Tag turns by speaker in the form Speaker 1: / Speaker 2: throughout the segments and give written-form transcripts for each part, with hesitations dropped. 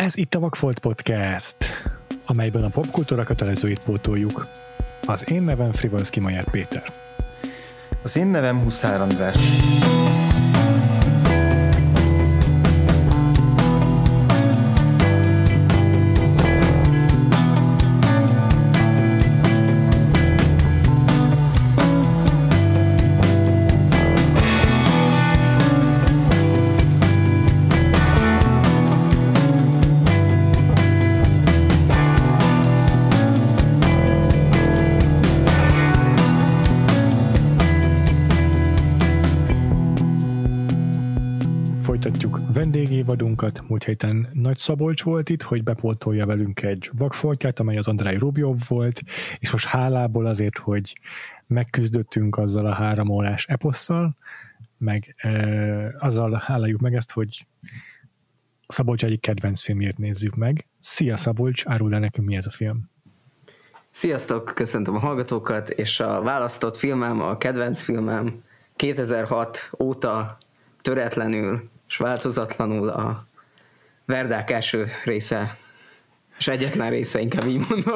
Speaker 1: Ez itt a Vagfolt Podcast, amelyben a popkultúra kötelezőit pótoljuk. Az én nevem Frivalszki Majer Péter.
Speaker 2: Az én nevem Huszár András.
Speaker 1: Vendégévadunkat. Múlt héten Nagy Szabolcs volt itt, hogy bepótolja velünk egy Vagfoltját, amely az Andrei Rubjov volt, és most hálából azért, hogy megküzdöttünk azzal a 3 órás eposszal, meg azzal háláljuk meg ezt, hogy Szabolcs egyik kedvenc filmjét nézzük meg. Szia Szabolcs, áruld el nekünk, mi ez a film?
Speaker 3: Sziasztok, köszöntöm a hallgatókat, és a választott filmem, a kedvenc filmem 2006 óta töretlenül és változatlanul a Verdák első része, és egyetlen része, inkább így mondom.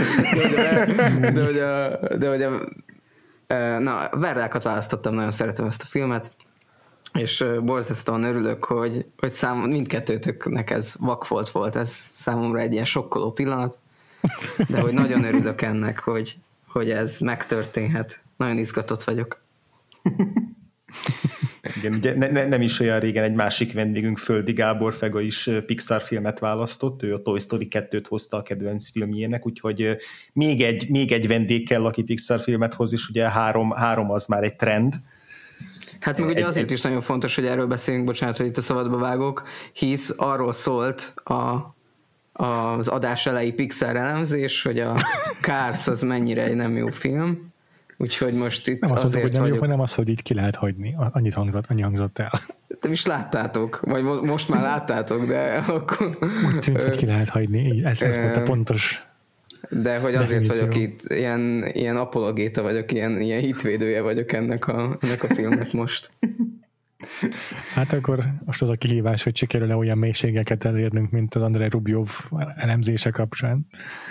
Speaker 3: Na, Verdákat választottam, nagyon szeretem ezt a filmet, és borzasztóan örülök, hogy mindkettőtöknek ez Vagfolt volt, ez számomra egy ilyen sokkoló pillanat, de hogy nagyon örülök ennek, hogy ez megtörténhet. Nagyon izgatott vagyok.
Speaker 2: Igen, ugye nem is olyan régen egy másik vendégünk, Földi Gábor Fega is Pixar filmet választott, ő a Toy Story 2-t hozta a kedvenc filmjének, úgyhogy még egy vendég kell, aki Pixar filmet hoz, és ugye három az már egy trend.
Speaker 3: Hát meg ugye azért is nagyon fontos, hogy erről beszélünk, bocsánat, hogy itt a szabadba vágok, hisz arról szólt az adás elejé Pixar elemzés, hogy a Cars az mennyire egy nem jó film. Úgyhogy most itt
Speaker 1: nem azt
Speaker 3: azért
Speaker 1: mondtuk, hogy nem
Speaker 3: vagyok.
Speaker 1: jó, hanem az, hogy így ki lehet hagyni. Annyi hangzott el.
Speaker 3: De is láttátok, vagy most már láttátok, de akkor...
Speaker 1: Úgy tűnt, hogy ki lehet hagyni, így ez volt a pontos
Speaker 3: de hogy azért vagyok itt, ilyen apologéta vagyok, ilyen hitvédője vagyok ennek a filmnek most.
Speaker 1: Hát akkor most az a kihívás, hogy sikerül-e olyan mélységeket elérnünk, mint az Andrei Rubjov elemzése kapcsán.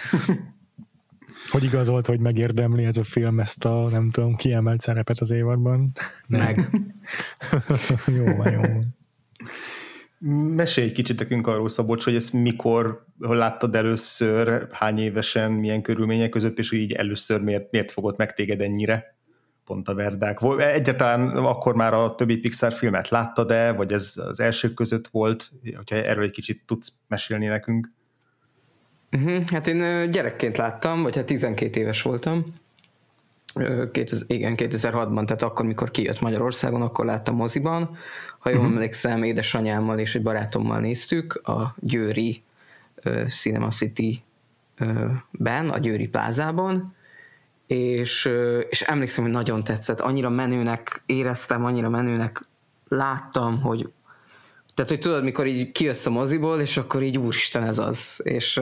Speaker 1: Hogy igazolt, hogy megérdemli ez a film ezt a, nem tudom, kiemelt szerepet az évadban?
Speaker 3: Meg.
Speaker 1: Jó van.
Speaker 2: Mesélj egy kicsit nekünk arról, Szabolcs, hogy ezt mikor láttad először, hány évesen, milyen körülmények között, és így először miért fogott meg téged ennyire? Pont a Verdák. Egyáltalán akkor már a többi Pixar filmet láttad-e, vagy ez az elsők között volt? Hogyha erről egy kicsit tudsz mesélni nekünk.
Speaker 3: Hát én gyerekként láttam, vagy hát 12 éves voltam. 2006-ban, tehát akkor, mikor kijött Magyarországon, akkor láttam moziban. Ha jól emlékszem, édesanyámmal és egy barátommal néztük a győri Cinema City-ben, a Győri plázában, és emlékszem, hogy nagyon tetszett. Annyira menőnek éreztem, annyira menőnek láttam, hogy tehát, hogy tudod, mikor így kijössz a moziból, és akkor így úristen ez az. És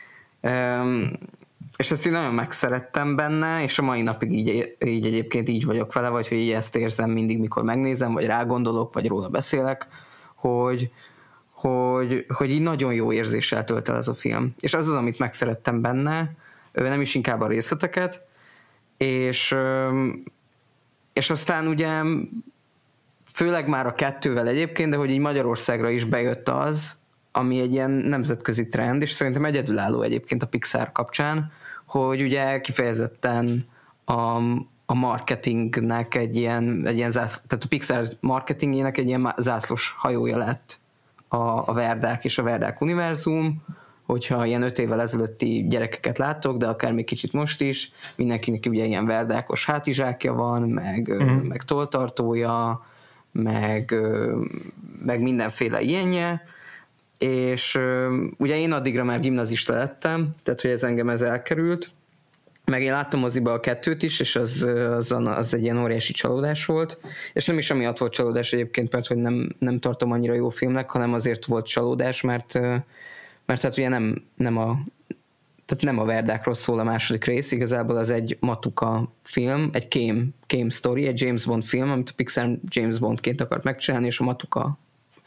Speaker 3: ezt én nagyon megszerettem benne, és a mai napig így egyébként így vagyok vele, vagy hogy így ezt érzem mindig, mikor megnézem, vagy rágondolok, vagy róla beszélek, hogy így nagyon jó érzéssel tölt el ez a film. És az, amit megszerettem benne, nem is inkább a részleteket, és aztán ugye főleg már a 2-vel egyébként, de hogy így Magyarországra is bejött az, ami egy ilyen nemzetközi trend, és szerintem egyedülálló egyébként a Pixar kapcsán, hogy ugye kifejezetten a marketingnek egy ilyen tehát a Pixar marketingének egy ilyen zászlós hajója lett a Verdák és a Verdák univerzum, hogyha ilyen 5 évvel ezelőtti gyerekeket láttok, de akár még kicsit most is, mindenkinek ugye ilyen verdákos hátizsákja van, meg tolltartója, meg mindenféle ilyenje, és ugye én addigra már gimnazista lettem, tehát hogy engem elkerült, meg én láttam moziba a 2-t is, és az egy ilyen óriási csalódás volt, és nem is amiatt volt csalódás egyébként, mert hogy nem tartom annyira jó filmnek, hanem azért volt csalódás, mert hát ugye nem a Verdákról szól a második rész, igazából az egy Matuka film, egy Kém Story, egy James Bond film, amit a Pixar James Bondként akart megcsinálni, és a Matuka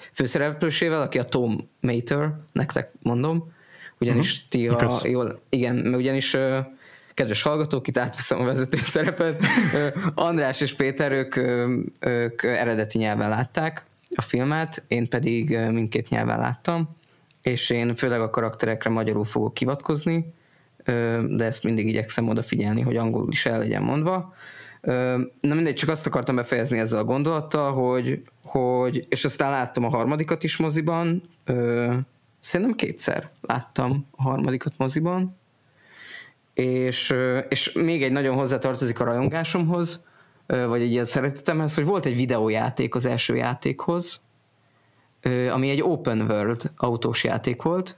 Speaker 3: főszereplősével, aki a Tom Mater, nektek mondom, ugyanis ti ugyanis kedves hallgatók, itt átveszem a vezető szerepet, András és Péter, ők eredeti nyelven látták a filmet, én pedig mindkét nyelven láttam, és én főleg a karakterekre magyarul fogok hivatkozni, de ezt mindig igyekszem odafigyelni, hogy angolul is el legyen mondva. Na mindegy, csak azt akartam befejezni ezzel a gondolattal, hogy és aztán láttam a harmadikat is moziban, szerintem 2-szer láttam a harmadikat moziban, és még egy nagyon hozzátartozik a rajongásomhoz, vagy egy ilyen szeretetemhez, hogy volt egy videójáték az első játékhoz, ami egy open world autós játék volt,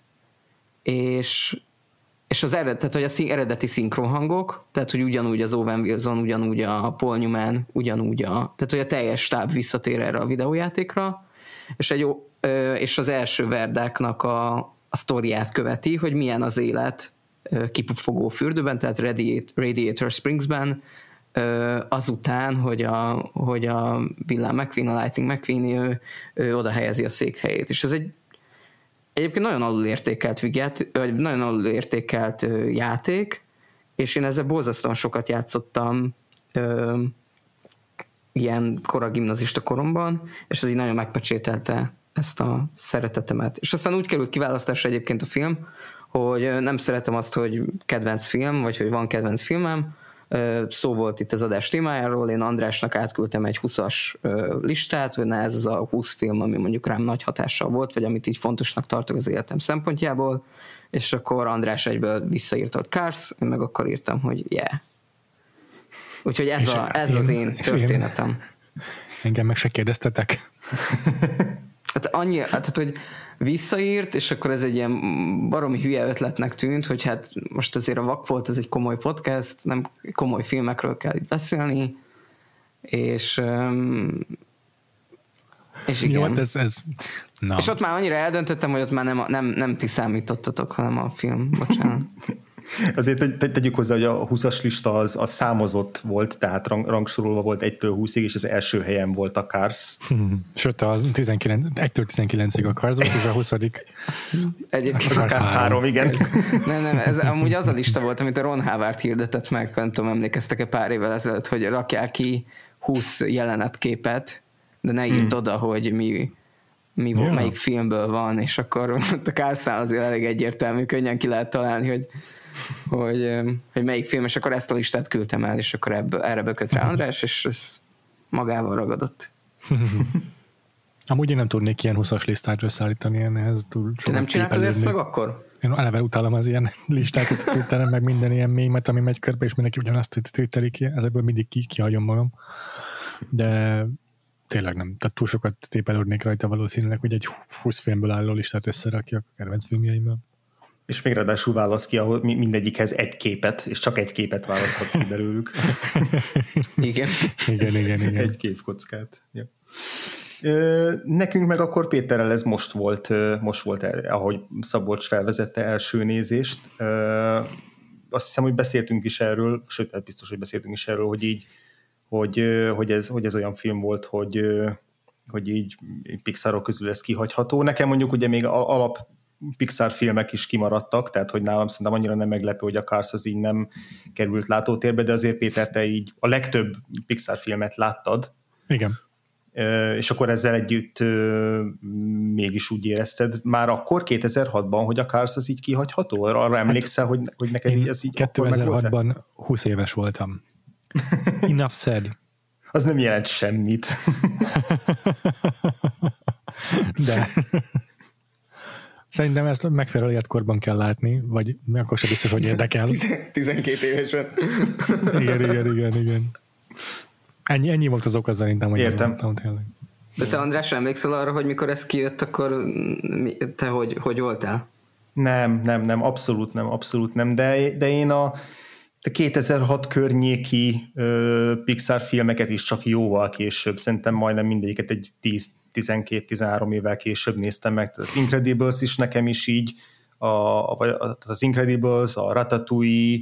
Speaker 3: és az tehát, hogy az eredeti szinkronhangok, tehát, hogy ugyanúgy az Owen Wilson, ugyanúgy a Paul Newman, ugyanúgy tehát, hogy a teljes stáb visszatér erre a videójátékra, és az első Verdáknak a sztoriát követi, hogy milyen az élet kipufogó fürdőben, tehát Radiator Springsben, azután, hogy a Villán McQueen, a Lightning McQueen, ő oda helyezi a székhelyét. És ez egyébként nagyon alulértékelt vagy nagyon alulértékelt játék, és én ezzel borzasztóan sokat játszottam ilyen gimnazista koromban, és ez így nagyon megpecsételte ezt a szeretetemet. És aztán úgy került kiválasztásra egyébként a film, hogy nem szeretem azt, hogy kedvenc film, vagy hogy van kedvenc filmem. Szó volt itt az adás témájáról, én Andrásnak átküldtem egy 20-as listát, hogy ez az a 20 film, ami mondjuk rám nagy hatással volt, vagy amit így fontosnak tartok az életem szempontjából, és akkor András egyből visszaírta, hogy Cars, én meg akkor írtam, hogy yeah. Úgyhogy ez az én történetem.
Speaker 1: Engem meg se kérdeztetek.
Speaker 3: Hát hogy visszaírt, és akkor ez egy ilyen baromi hülye ötletnek tűnt, hogy hát most azért a Vakfolt ez egy komoly podcast, nem komoly filmekről kell itt beszélni, és igen.
Speaker 1: Jó, hát ez na.
Speaker 3: És ott már annyira eldöntöttem, hogy ott már nem ti számítottatok, hanem a film, bocsánat.
Speaker 2: Azért tegyük hozzá, hogy a 20-as lista az számozott volt, tehát rangsorolva volt 1-től 20-ig, és az első helyen volt a Cars.
Speaker 1: Sőt, az 1-től 19-ig a Cars volt, és a 20.
Speaker 3: Egyébként
Speaker 2: az a Cars 3, igen.
Speaker 3: Nem, ez amúgy az a lista volt, amit a Ron Howard hirdetett meg, nem tudom, emlékeztek-e pár évvel ezelőtt, hogy rakják ki 20 jelenetképet, de ne írt oda, hogy melyik filmből van, és akkor a Carsnál azért elég egyértelmű, könnyen ki lehet találni, hogy melyik film, és akkor ezt a listát küldtem el, és akkor erre bökött rá András, és ez magával ragadott.
Speaker 1: Amúgy én nem tudnék ilyen 20-as listát összeállítani, ehhez túl sokat.
Speaker 3: Te nem csináltad ezt meg akkor?
Speaker 1: Én eleve utálom az ilyen listákat, Twitteren, meg minden ilyen mémet, ami megy körbe, és mindenki ugyanazt twitteri ki, ezekből mindig kihagyom magam. De tényleg nem. Tehát túl sokat tépelődnék rajta valószínűleg, hogy egy 20 filmből álló listát összerakjak a kedvenc filmjeimmel.
Speaker 2: És még ráadásul választ ki, ahol mindegyikhez egy képet, és csak egy képet választhatsz ki belőlük.
Speaker 3: Igen.
Speaker 1: Igen.
Speaker 2: Egy képkockát. Ja. Nekünk meg akkor Péterrel ez most volt, ahogy Szabolcs felvezette első nézést. Azt hiszem, hogy beszéltünk is erről, sőt, hát biztos, hogy beszéltünk is erről, hogy így hogy ez olyan film volt, hogy így Pixarok közül ez kihagyható. Nekem mondjuk ugye még alap Pixar filmek is kimaradtak, tehát hogy nálam szerintem annyira nem meglepő, hogy a Cars az így nem került látótérbe, de azért Péter, te így a legtöbb Pixar filmet láttad.
Speaker 1: Igen.
Speaker 2: És akkor ezzel együtt mégis úgy érezted már akkor 2006-ban, hogy a Cars az így kihagyható? Arra emlékszel, hogy neked így ez így
Speaker 1: 2006-ban 20 éves voltam. Enough said.
Speaker 2: Az nem jelent semmit.
Speaker 1: De szerintem ezt megfelelő életkorban kell látni, vagy akkor sem biztos, hogy érdekel.
Speaker 3: 12 évesen.
Speaker 1: Igen. Ennyi volt az oka szerintem, hogy
Speaker 2: értem.
Speaker 3: De te, András, emlékszel arra, hogy mikor ez kijött, akkor te hogy voltál?
Speaker 2: Nem, abszolút nem, de én a 2006 környéki Pixar filmeket is csak jóval később, szerintem majdnem mindegyiket egy 10-12-13 évvel később néztem meg. Az Incredibles is nekem is így, az Incredibles, a Ratatouille,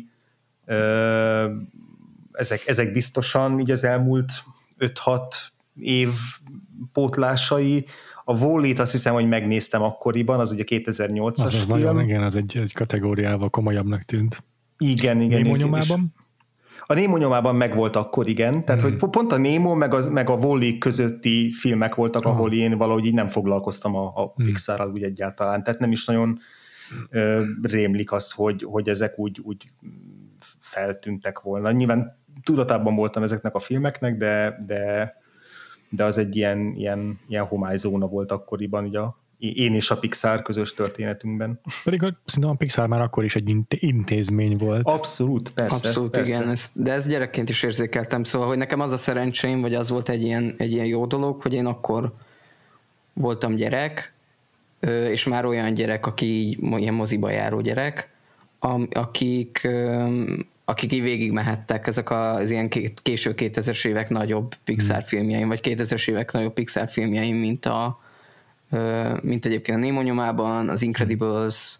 Speaker 2: ezek biztosan így az elmúlt 5-6 év pótlásai. A Wall-E-t azt hiszem, hogy megnéztem akkoriban, az ugye 2008-as
Speaker 1: az
Speaker 2: film.
Speaker 1: Nagyon, igen, az egy kategóriával komolyabbnak tűnt.
Speaker 2: Igen.
Speaker 1: Nemo nyomában?
Speaker 2: A Nemo nyomában megvolt akkor, igen. Tehát, hogy pont a Nemo meg a Wall-E közötti filmek voltak, ahol én valahogy így nem foglalkoztam a Pixarral úgy egyáltalán. Tehát nem is nagyon rémlik az, hogy ezek úgy feltűntek volna. Nyilván tudatában voltam ezeknek a filmeknek, de az egy ilyen homályzóna volt akkoriban, ugye én és a Pixar közös történetünkben.
Speaker 1: Pedig szerintem a Pixar már akkor is egy intézmény volt.
Speaker 2: Abszolút, persze.
Speaker 3: Abszolút,
Speaker 2: persze.
Speaker 3: igen. De ezt gyerekként is érzékeltem, szóval, hogy nekem az a szerencsém, vagy az volt egy ilyen jó dolog, hogy én akkor voltam gyerek, és már olyan gyerek, aki ilyen moziba járó gyerek, akik így végigmehettek ezek az ilyen késő 2000-es évek nagyobb Pixar filmjeim, vagy 2000-es évek nagyobb Pixar filmjeim, mint egyébként a Nemo nyomában, az Incredibles,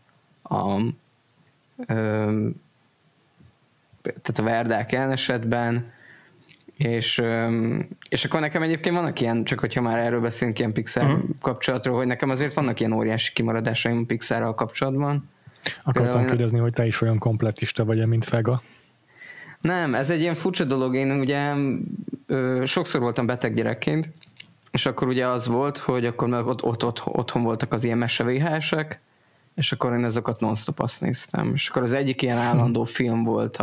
Speaker 3: tehát a Verdák jelen esetben, és akkor nekem egyébként vannak ilyen, csak hogyha már erről beszélünk ilyen Pixar kapcsolatról, hogy nekem azért vannak ilyen óriási kimaradásaim a Pixarral kapcsolatban.
Speaker 1: Akartam kérdezni, hogy te is olyan komplettista vagy, mint Fega.
Speaker 3: Nem, ez egy ilyen furcsa dolog. Én ugye sokszor voltam beteg gyerekként, és akkor ugye az volt, hogy akkor meg otthon voltak az ilyen mese VHS-ek, és akkor én ezeket non-stop azt néztem. És akkor az egyik ilyen állandó film volt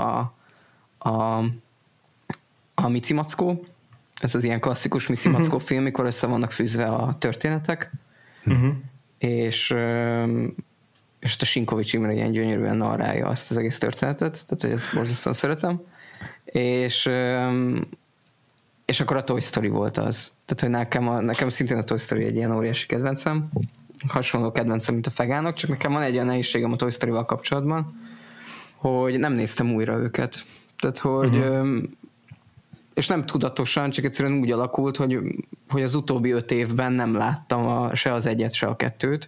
Speaker 3: a Mici Mackó. Ez az ilyen klasszikus Mici Mackó film, mikor össze vannak fűzve a történetek. És a Sinkovics Imre ilyen gyönyörűen narrálja azt az egész történetet, tehát hogy ezt borzasztóan szeretem. És akkor a Toy Story volt az. Tehát, hogy nekem szintén a Toy Story egy ilyen óriási kedvencem, hasonló kedvencem, mint a Fegának, csak nekem van egy olyan nehézségem a Toy Story-val kapcsolatban, hogy nem néztem újra őket. Tehát, hogy és nem tudatosan, csak egyszerűen úgy alakult, hogy az utóbbi 5 évben nem láttam se az 1-et, se a 2-t,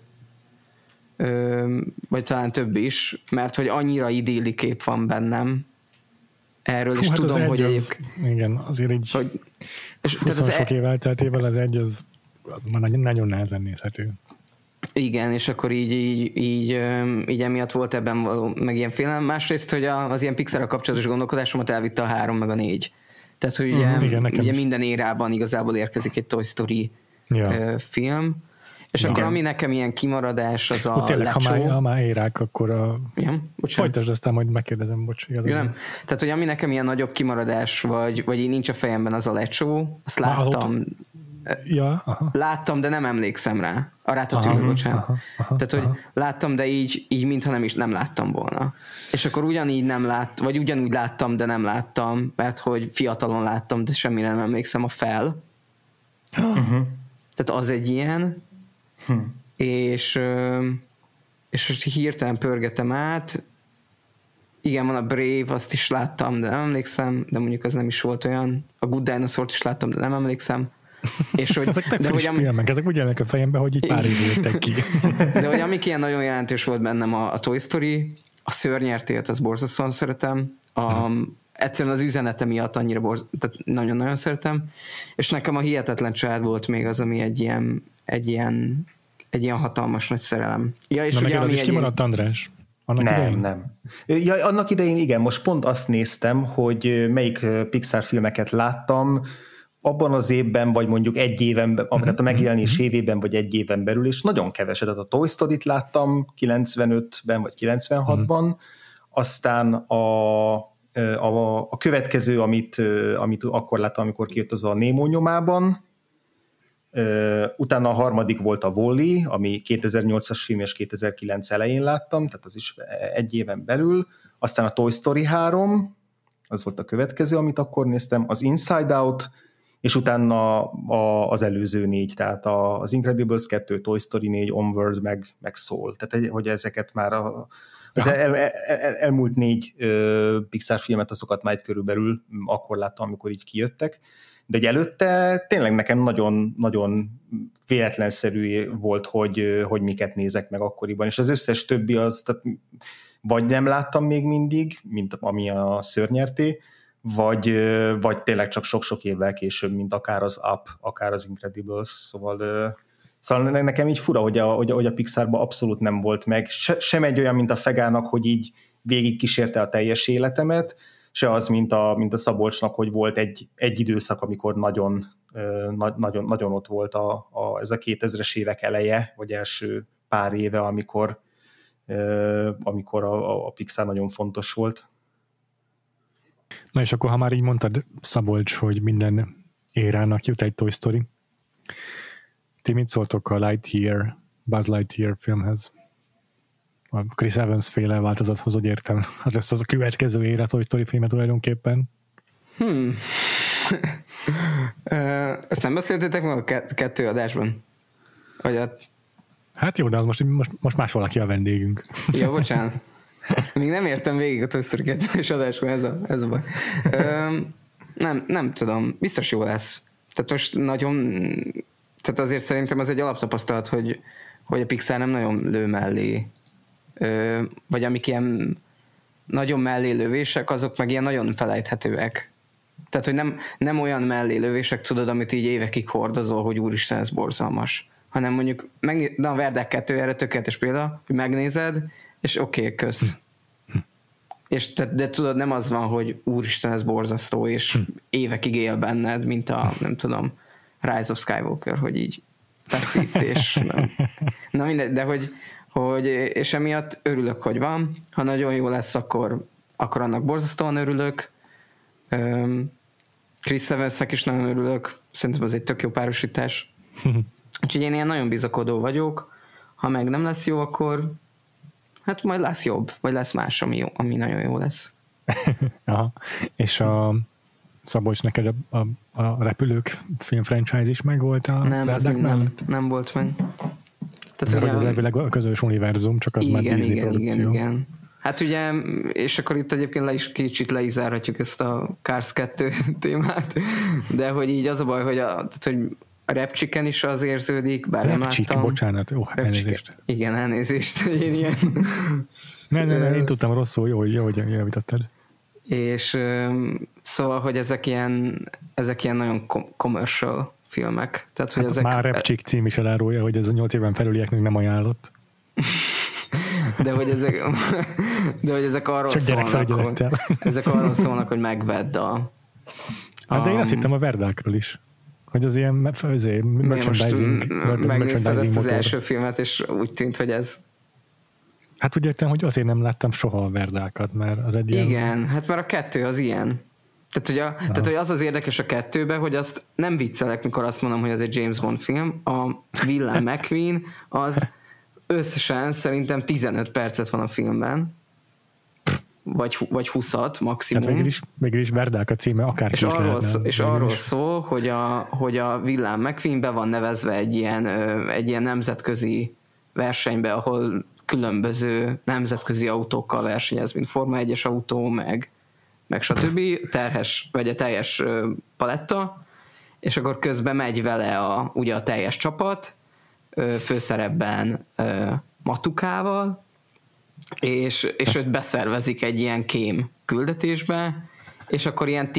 Speaker 3: vagy talán több is, mert hogy annyira idilli kép van bennem erről, és
Speaker 1: hát
Speaker 3: tudom, hogy
Speaker 1: igen, azért így
Speaker 3: hogy, és
Speaker 1: 20 sok év elteltével az 1 az már nagyon nehezen nézhető.
Speaker 3: Igen, és akkor így emiatt volt ebben való, meg ilyen félelem. Másrészt, hogy az ilyen Pixarral kapcsolatos gondolkodásomat elvitte a 3 meg a 4. Tehát, hogy ugye minden érában igazából érkezik egy Toy Story film, és akkor ami nekem ilyen kimaradás, az a
Speaker 1: tényleg,
Speaker 3: Lecsó.
Speaker 1: Ha már érák, akkor folytasd, aztán majd megkérdezem, bocs.
Speaker 3: Nem. Tehát, hogy ami nekem ilyen nagyobb kimaradás, vagy így nincs a fejemben, az a Lecsó, azt láttam. Láttam, de nem emlékszem rá. A Ratatouille, bocsánat. Tehát, hogy láttam, de így mintha nem láttam volna. És akkor ugyanígy vagy ugyanúgy láttam, de nem láttam, mert hogy fiatalon láttam, de semmire nem emlékszem, a Fel. Tehát az egy ilyen. És most hirtelen pörgetem át. Igen, van a Brave, azt is láttam, de nem emlékszem, de mondjuk az nem is volt olyan. A Good Dinosaur-t is láttam, de nem emlékszem. És hogy,
Speaker 1: ezek tök friss filmek, ezek úgy jönnek a fejembe, hogy így pár év jöttek ki.
Speaker 3: De hogy amik ilyen nagyon jelentős volt bennem a Toy Story, a Szörnyertét, azt borzasztóan szeretem. Egyszerűen az üzenete miatt annyira tehát nagyon-nagyon szeretem. És nekem a Hihetetlen Család volt még az, ami egy ilyen hatalmas nagy szerelem. Ja, és
Speaker 1: na
Speaker 3: ugye,
Speaker 1: az is kimaradt, András?
Speaker 2: Nem. Ja, annak idején igen, most pont azt néztem, hogy melyik Pixar filmeket láttam abban az évben, vagy mondjuk egy éven, tehát a megjelenés évében, vagy egy éven belül, és nagyon keveset. Tehát a Toy Story-t láttam 95-ben, vagy 96-ban, aztán a következő, amit akkor láttam, amikor kijött, az a Nemo nyomában, utána a harmadik volt a Wall-E, ami 2008-as film, és 2009 elején láttam, tehát az is egy éven belül, aztán a Toy Story 3, az volt a következő, amit akkor néztem, az Inside Out, és utána az előző 4, tehát az Incredibles 2, Toy Story 4, Onward, meg Soul. Tehát hogy ezeket már az elmúlt 4 Pixar filmet, azokat már körülbelül akkor láttam, amikor így kijöttek. De egy előtte tényleg nekem nagyon véletlenszerű volt, hogy miket nézek meg akkoriban, és az összes többi az, tehát vagy nem láttam még mindig, mint ami a Szörnyerté, vagy tényleg csak sok-sok évvel később, mint akár az Up, akár az Incredibles, szóval Szóval nekem így fura, hogy a Pixarban abszolút nem volt meg. Sem egy olyan, mint a Fegának, hogy így végig kísérte a teljes életemet, se az, mint a Szabolcsnak, hogy volt egy időszak, amikor nagyon ott volt ez a 2000-es évek eleje, vagy első pár éve, amikor a Pixar nagyon fontos volt.
Speaker 1: Na és akkor, ha már így mondtad, Szabolcs, hogy minden érának jut egy Toy Story, ti mit szóltok a Buzz Lightyear filmhez? A Chris Evans féle változathoz, hogy értem. Hát ez az a következő éra Toy Story filmet tulajdonképpen.
Speaker 3: Ezt nem beszéltétek meg a kettő adásban?
Speaker 1: Hát jó, de az most más valaki a vendégünk.
Speaker 3: Ja, bocsánat. Még nem értem végig a Toy Story 2-es adásban, ez a baj. Nem tudom, biztos jó lesz. Tehát most tehát azért szerintem az egy alaptapasztalat, hogy a Pixar nem nagyon lő mellé, vagy amik ilyen nagyon mellé lövések, azok meg ilyen nagyon felejthetőek. Tehát, hogy nem olyan mellé lövések, tudod, amit így évekig hordozol, hogy úristen, ez borzalmas. Hanem mondjuk, de a Verdák 2 erre tökéletes példa, hogy megnézed, és oké, kösz. És de tudod, nem az van, hogy úristen, ez borzasztó, és évekig él benned, mint a, nem tudom, Rise of Skywalker, hogy így feszít, és na mindegy, de hogy és emiatt örülök, hogy van. Ha nagyon jó lesz, akkor annak borzasztóan örülök. Chris Evansnek is nagyon örülök. Szerintem az egy tök jó párosítás. Úgyhogy én ilyen nagyon bizakodó vagyok. Ha meg nem lesz jó, akkor hát majd lesz jobb, vagy lesz más, ami nagyon jó lesz.
Speaker 1: Aha. És a Szabolcs, neked a Repülők film franchise is megvolt a
Speaker 3: nem volt meg.
Speaker 1: Tehát ugye, ez elvileg a közös univerzum, csak az már Disney produkció.
Speaker 3: Igen. Hát ugye, és akkor itt egyébként kicsit le is zárhatjuk ezt a Cars 2 témát, de hogy így az a baj, hogy a Rap Chicken is az érződik, bár nem láttam.
Speaker 1: Bocsánat, elnézést.
Speaker 3: Igen, elnézést. Én ilyen...
Speaker 1: Nem, én tudtam rosszul, jó, hogy javítottad.
Speaker 3: És szóval, hogy ezek ilyen nagyon commercial filmek. Tehát, hogy ezek...
Speaker 1: Már Rap Chick cím is elárulja, hogy ez a 8 éven felülieknek nem ajánlott.
Speaker 3: De hogy ezek arról szólnak, hogy megvedd a...
Speaker 1: Hát de én azt hittem a Verdákról is. Hogy az ilyen merchandising
Speaker 3: megnéztem ezt az első filmet, és úgy tűnt, hogy ez...
Speaker 1: Hát úgy értem, hogy azért nem láttam soha a Verdákat, mert az egy
Speaker 3: ilyen... Igen, hát mert a 2 az ilyen. Tehát, hogy az érdekes a 2-ben, hogy azt nem viccelek, mikor azt mondom, hogy az egy James Bond film. A William McQueen az összesen szerintem 15 percet van a filmben, vagy 20-at maximum.
Speaker 1: Hát végül is Verdák a címe, akárki is lehetne.
Speaker 3: És arról szól, hogy a William McQueen be van nevezve egy ilyen nemzetközi versenybe, ahol különböző nemzetközi autókkal versenyez, mint Forma 1-es autó, meg stb. Terhes, vagy a teljes paletta, és akkor közben megy vele ugye a teljes csapat, főszerepben Matukával, és őt beszervezik egy ilyen kém küldetésbe, és akkor ilyen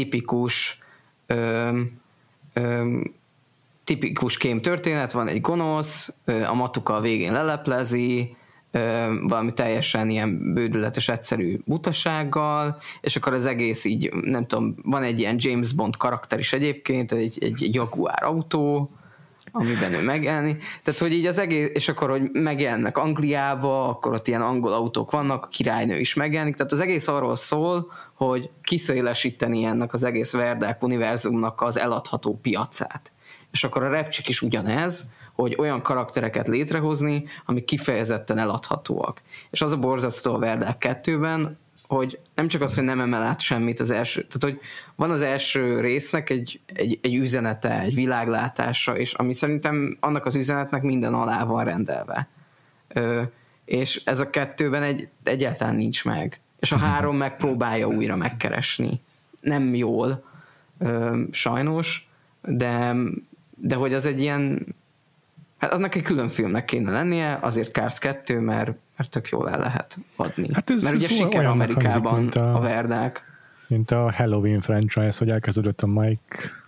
Speaker 3: tipikus kém történet, van egy gonosz, a Matuka a végén leleplezi, valami teljesen ilyen bődületes, egyszerű butasággal, és akkor az egész így, nem tudom, van egy ilyen James Bond karakter is egyébként, egy Jaguar autó, amiben ő megjelenik. Tehát, hogy így az egész, és akkor, hogy megjelennek Angliába, akkor ott ilyen angol autók vannak, a királynő is megjelenik. Tehát az egész arról szól, hogy kiszélesíteni ennek az egész Verdák univerzumnak az eladható piacát. És akkor a Repcsik is ugyanez, hogy olyan karaktereket létrehozni, amik kifejezetten eladhatóak. És az a borzasztó a Verdák 2-ben, hogy nem csak az, hogy nem emel át semmit az első, tehát hogy van az első résznek egy üzenete, egy világlátása, és ami szerintem annak az üzenetnek minden alá van rendelve. És ez a 2-ben egyáltalán nincs meg. És a 3 megpróbálja újra megkeresni. Nem jól, sajnos, de hogy az egy ilyen, hát aznak egy külön filmnek kéne lennie, azért Cars 2, mert tök jól el lehet adni. Hát mert ugye siker Amerikában hangzik, a Verdák.
Speaker 1: Mint a Halloween franchise, hogy elkezdődött a Mike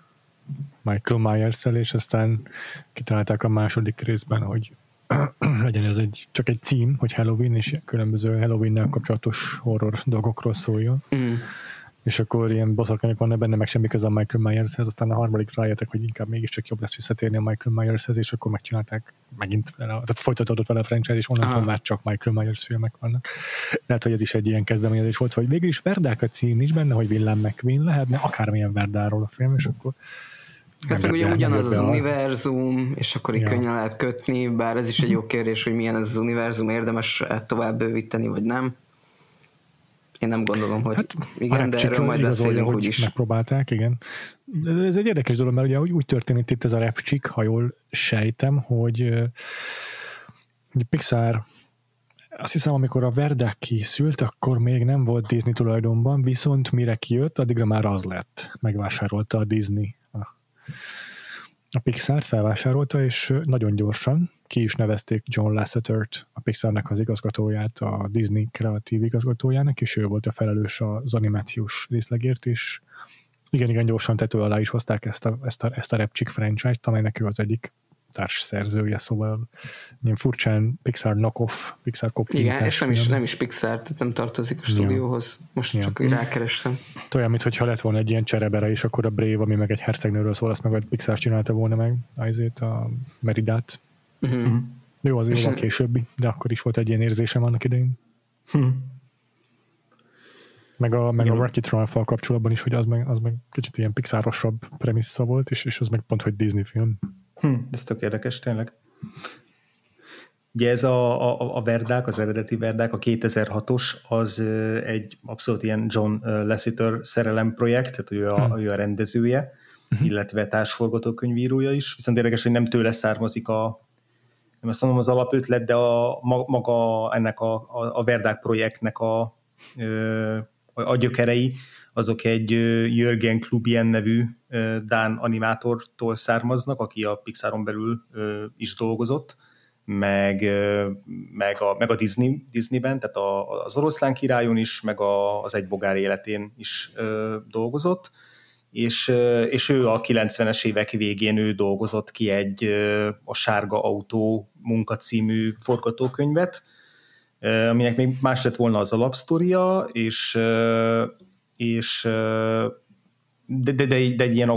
Speaker 1: Michael Myers-szel, és aztán kitalálták a második részben, hogy legyen ez csak egy cím, hogy Halloween, és különböző Halloween-nel kapcsolatos horror dolgokról szóljon. És akkor ilyen boszorkányok vannak benne, meg semmi köze a Michael Myershez, aztán a harmadik rájöttek, hogy inkább mégiscsak jobb lesz visszatérni a Michael Myershez, és akkor megcsinálták megint vele, tehát folytatódott vele a franchise, és onnantól már csak Michael Myers filmek vannak. Lehet, hogy ez is egy ilyen kezdeményezés volt, hogy végül is Verdák a cím, nincs benne, hogy Willem McQueen lehetne, akármilyen Verdáról a film, és akkor
Speaker 3: hát meg ugye ugyanaz az univerzum, és akkor így könnyen lehet kötni, bár ez is egy jó kérdés, hogy milyen ez az univerzum, érdemes tovább bővíteni, vagy nem. Én nem gondolom, hogy hát, igen, de erről majd beszélünk úgyis.
Speaker 1: Megpróbálták, igen. Ez egy érdekes dolog, mert ugye úgy történik itt ez a repcsik, ha jól sejtem, hogy Pixar, azt hiszem, amikor a Verdák készült, akkor még nem volt Disney tulajdonban, viszont mire kijött, addigra már az lett. Megvásárolta a Disney. A Pixart felvásárolta, és nagyon gyorsan ki is nevezték John Lassetert, a Pixarnak az igazgatóját, a Disney kreatív igazgatójának, és ő volt a felelős az animációs részlegért, és igen, gyorsan tető alá is hozták ezt a Repcsik franchise-t, amelynek ő az egyik társszerzője, szóval ilyen furcsán Pixar knock-off, Pixar kopírítás.
Speaker 3: Igen, és nem is Pixar, tehát nem tartozik a stúdióhoz. Most csak rákerestem.
Speaker 1: Olyan, mintha lett volna egy ilyen cserebere, és akkor a Brave, ami meg egy hercegnőről szól, azt meg a Pixar csinálta volna meg a Meridát. Jó, az jóval későbbi, de akkor is volt egy ilyen érzésem annak idején. Meg a Wreck-It Ralph-val kapcsolatban is, hogy az meg kicsit ilyen Pixarosabb premissza volt, és az meg pont, hogy Disney film.
Speaker 2: Ez tök érdekes, tényleg. Ugye ez a Verdák, az eredeti Verdák, a 2006-os, az egy abszolút ilyen John Lasseter szerelemprojekt, tehát ő a rendezője, illetve társforgatókönyvírója is. Viszont érdekes, hogy nem tőle származik nem azt mondom az alapötlet, de maga ennek a Verdák projektnek a gyökerei, azok egy Jürgen Klubien nevű dán animátortól származnak, aki a Pixaron belül is dolgozott, meg a Disneyben, tehát az Oroszlán királyon is, meg az Egy bogár életén is dolgozott, és ő a 90-es évek végén ő dolgozott ki a Sárga autó munka című forgatókönyvet, aminek még más lett volna az alapsztoria, de egy ilyen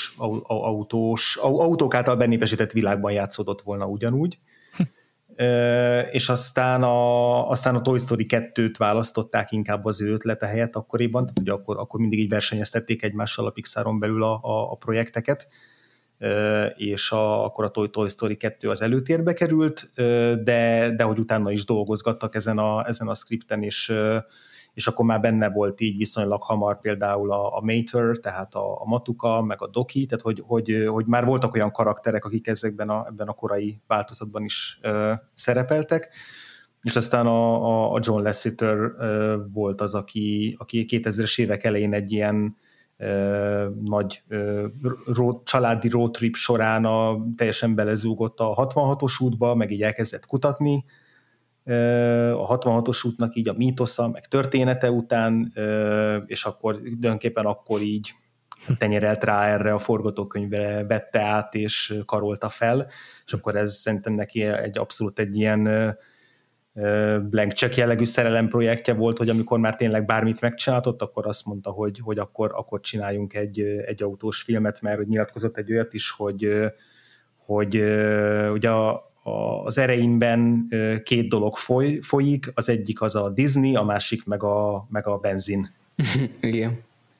Speaker 2: autók által benépesített világban játszódott volna ugyanúgy. És aztán a Toy Story 2-t választották inkább az ő ötlete helyett akkoriban, tehát ugye akkor mindig így versenyeztették egymással a Pixaron belül a projekteket, és akkor a Toy Story 2 az előtérbe került, de hogy utána is dolgozgattak ezen a scripten, és akkor már benne volt így viszonylag hamar például a Mater, tehát a Matuka, meg a Doki, tehát hogy már voltak olyan karakterek, akik ebben a korai változatban is szerepeltek, és aztán a John Lasseter volt az, aki 2000-es évek elején egy ilyen nagy családi roadtrip során teljesen belezúgott a 66-os útba, meg így elkezdett kutatni a 66-os útnak így a mítosza, meg története után, és akkor tulajdonképpen akkor így tenyerelt rá erre a forgatókönyvre, vette át és karolta fel, és akkor ez szerintem neki abszolút egy ilyen blank check jellegű szerelemprojektje volt, hogy amikor már tényleg bármit megcsináltott, akkor azt mondta, hogy akkor csináljunk egy autós filmet, mert nyilatkozott egy olyat is, hogy ugye az ereimben két dolog folyik, az egyik az a Disney, a másik meg a benzin.
Speaker 3: Igen.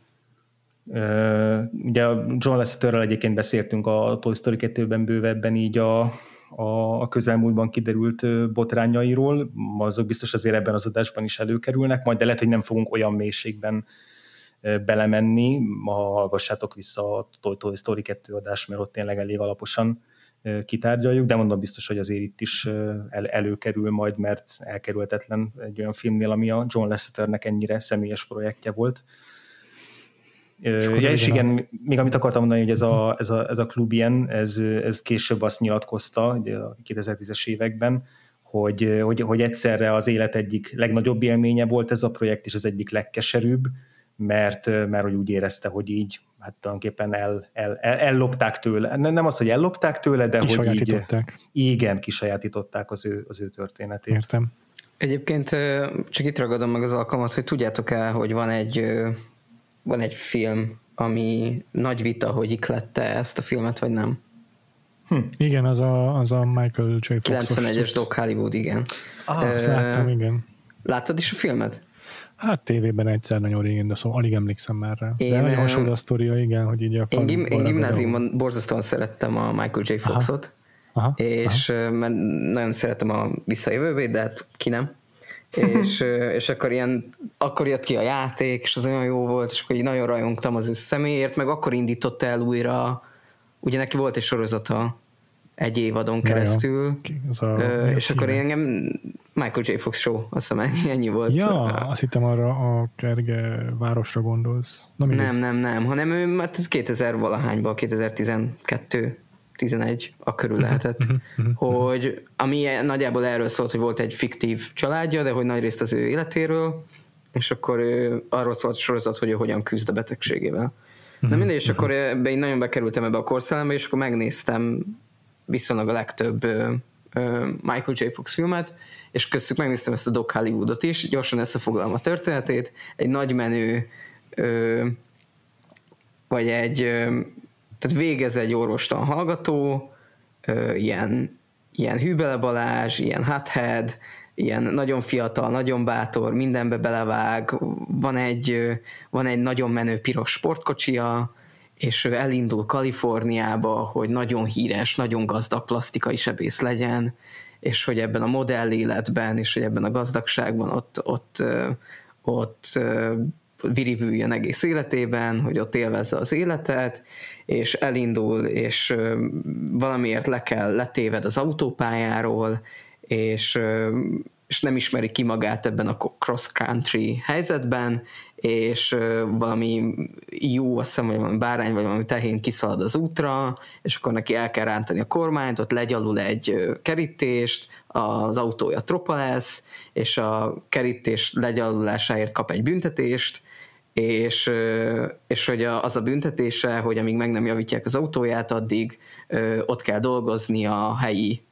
Speaker 2: Ugye John Lasseterrel egyébként beszéltünk a Toy Story 2-ben bővebben így a közelmúltban kiderült botrányairól, azok biztos azért ebben az adásban is előkerülnek, majd de lehet, hogy nem fogunk olyan mélységben belemenni, hallgassátok vissza a Toy Story 2 adást, mert ott tényleg elég alaposan kitárgyaljuk, de mondom biztos, hogy azért itt is előkerül majd, mert elkerülhetetlen egy olyan filmnél, ami a John Lasseternek ennyire személyes projektje volt. És igen, még amit akartam mondani, hogy ez a Klubien, ez később azt nyilatkozta, ugye a 2010-es években, hogy egyszerre az élet egyik legnagyobb élménye volt ez a projekt, és az egyik legkeserűbb, mert hogy úgy érezte, hogy így hát tulajdonképpen ellopták tőle. Nem az, hogy ellopták tőle, de hogy így igen, kisajátították az ő történetét.
Speaker 1: Értem.
Speaker 3: Egyébként csak itt ragadom meg az alkalmat, hogy tudjátok el, hogy van egy film, ami nagy vita, hogy iklette ezt a filmet, vagy nem?
Speaker 1: Igen, az a Michael J. Fox-os.
Speaker 3: 91-es Doc Hollywood, igen.
Speaker 1: Azt láttam, igen.
Speaker 3: Láttad is a filmet?
Speaker 1: Hát tévében egyszer nagyon régen, de szóval alig emlékszem már rá. De nagyon hasonló a sztoria, igen, hogy így a
Speaker 3: Én gimnáziumban borzasztóan szerettem a Michael J. Foxot, és mert nagyon szeretem a Visszajövőbét, de hát ki nem. És akkor jött ki a játék, és az olyan jó volt, és akkor így nagyon rajongtam az ő személyért, meg akkor indította el újra, ugye neki volt egy sorozata egy évadon keresztül, és akkor engem Michael J. Fox Show, azt hiszem ennyi volt.
Speaker 1: Ja, azt hittem arra a Kerge városra gondolsz.
Speaker 3: Nem, hanem ő, mert ez 2000-valahányban, 2012 11 a körül lehetett, hogy ami nagyjából erről szólt, hogy volt egy fiktív családja, de hogy nagyrészt az ő életéről, és akkor arról szólt a sorozat, hogy ő hogyan küzd a betegségével. Na mindegy, és akkor én nagyon bekerültem ebbe a korszellembe, és akkor megnéztem viszonylag a legtöbb Michael J. Fox filmet, és köztük megnéztem ezt a Doc Hollywoodot is, gyorsan összefoglalom a történetét, egy nagy menő vagy tehát végez egy orvostan hallgató, ilyen Hübele Balázs, ilyen hothead, ilyen nagyon fiatal, nagyon bátor, mindenbe belevág, van egy nagyon menő piros sportkocsia, és ő elindul Kaliforniába, hogy nagyon híres, nagyon gazdag plastikai sebész legyen, és hogy ebben a modell életben, és hogy ebben a gazdagságban ott viribüljön egész életében, hogy ott élvezze az életet, és elindul, és valamiért letéved az autópályáról, és nem ismeri ki magát ebben a cross-country helyzetben, és valami azt hiszem, hogy valami bárány, vagy valami tehén kiszalad az útra, és akkor neki el kell rántani a kormányt, ott legyalul egy kerítést, az autója tropa lesz, és a kerítés legyalulásáért kap egy büntetést, és hogy az a büntetése, hogy amíg meg nem javítják az autóját, addig ott kell dolgozni a helyi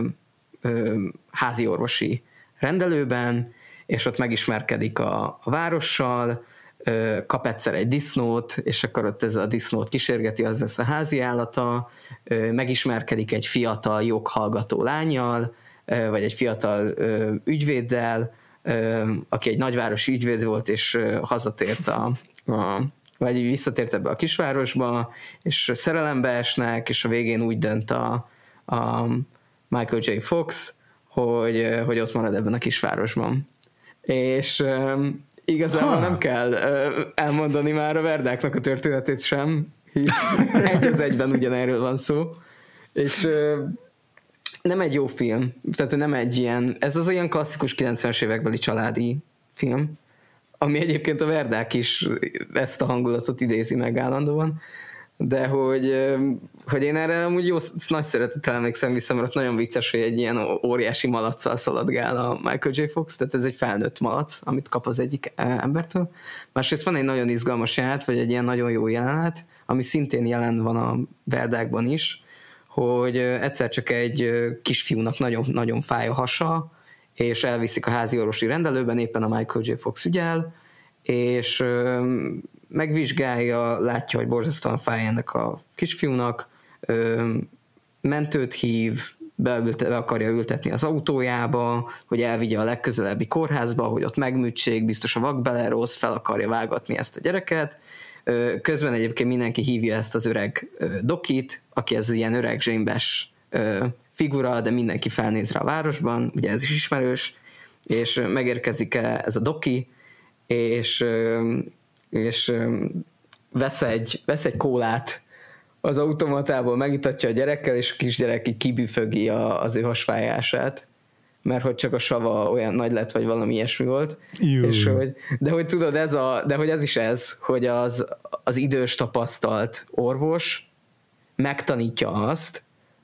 Speaker 3: házi orvosi rendelőben, és ott megismerkedik a várossal, kap egyszer egy disznót, és akkor ott ez a disznót kísérgeti, az lesz a házi állata, megismerkedik egy fiatal joghallgató lánnyal, vagy egy fiatal ügyvéddel, aki egy nagyvárosi ügyvéd volt, és hazatért vagy visszatért ebbe a kisvárosba, és szerelembe esnek, és a végén úgy dönt a Michael J. Fox, hogy ott marad ebben a kisvárosban. És igazából nem kell elmondani már a Verdáknak a történetét sem, hisz egy az egyben ugyanerről van szó. És nem egy jó film, tehát nem egy ilyen, ez az olyan klasszikus 90-es évekbeli családi film, ami egyébként a Verdák is ezt a hangulatot idézi meg állandóan, de hogy én erre amúgy jó nagy szeretettel emlékszem vissza, mert nagyon vicces, hogy egy ilyen óriási malacccal szaladgál a Michael J. Fox, tehát ez egy felnőtt malac, amit kap az egyik embertől. Másrészt van egy nagyon izgalmas jelenet, vagy egy ilyen nagyon jó jelenet, ami szintén jelen van a Verdákban is, hogy egyszer csak egy kisfiúnak nagyon fáj a hasa, és elviszik a házi orvosi rendelőben, éppen a Michael J. Fox ügyel, és megvizsgálja, látja, hogy borzasztóan fáj ennek a kisfiúnak, mentőt hív, be akarja ültetni az autójába, hogy elvigye a legközelebbi kórházba, hogy ott megműtsék, biztos a vakbele rossz, fel akarja vágatni ezt a gyereket. Közben egyébként mindenki hívja ezt az öreg Dokit, aki ez ilyen öreg zsémbes figura, de mindenki felnéz rá a városban, ugye ez is ismerős, és megérkezik ez a Doki, és vesz egy kólát az automatából, megitatja a gyerekkel, és a kisgyerek így kibüfögi az ő hasfájását, mert hogy csak a sava olyan nagy lett, vagy valami ilyesmi volt. És de hogy tudod, de hogy ez is ez, hogy az idős tapasztalt orvos megtanítja azt,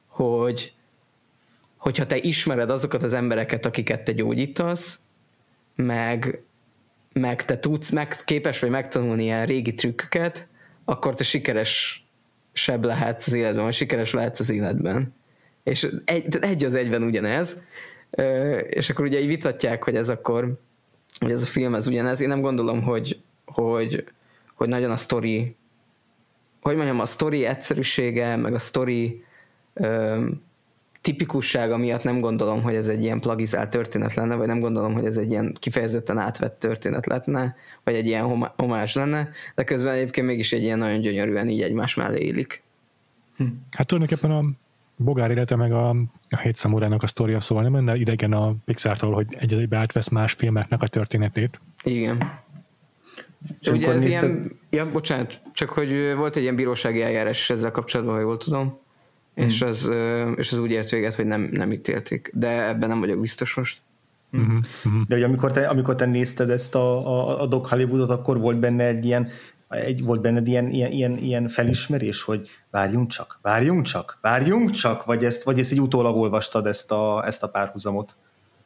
Speaker 3: hogyha te ismered azokat az embereket, akiket te gyógyítasz, meg te tudsz, képes vagy megtanulni ilyen régi trükköket, akkor te sikeresebb lehetsz az életben, vagy sikeres lehetsz az életben. És egy az egyben ugyanez, és akkor ugye így vitatják, hogy ez akkor, hogy ez a film ez ugyanez. Én nem gondolom, hogy nagyon a sztori, hogy mondjam, a sztori egyszerűsége, meg a sztori tipikussága miatt nem gondolom, hogy ez egy ilyen plagizált történet lenne, vagy nem gondolom, hogy ez egy ilyen kifejezetten átvett történet lenne, vagy egy ilyen homás lenne, de közben egyébként mégis egy ilyen nagyon gyönyörűen így egymás mellé élik.
Speaker 1: Hát tulajdonképpen a Bogár élete meg a Hét szamurájnak a sztoria, szóval nem lenne idegen a Pixartól, hogy egy egybe átvesz más filmeknek a történetét.
Speaker 3: Igen. Ugye ez ilyen, ja, bocsánat, csak hogy volt egy ilyen bírósági eljárás ezzel kapcsolatban, ha jól tudom, és az úgy ért véget, hogy nem ítélték. De ebben nem vagyok biztos most.
Speaker 2: De hogy amikor te nézted ezt a Doc Hollywoodot, akkor volt benne volt benned ilyen felismerés, hogy várjunk csak, vagy ezt egy utólag olvastad ezt a párhuzamot?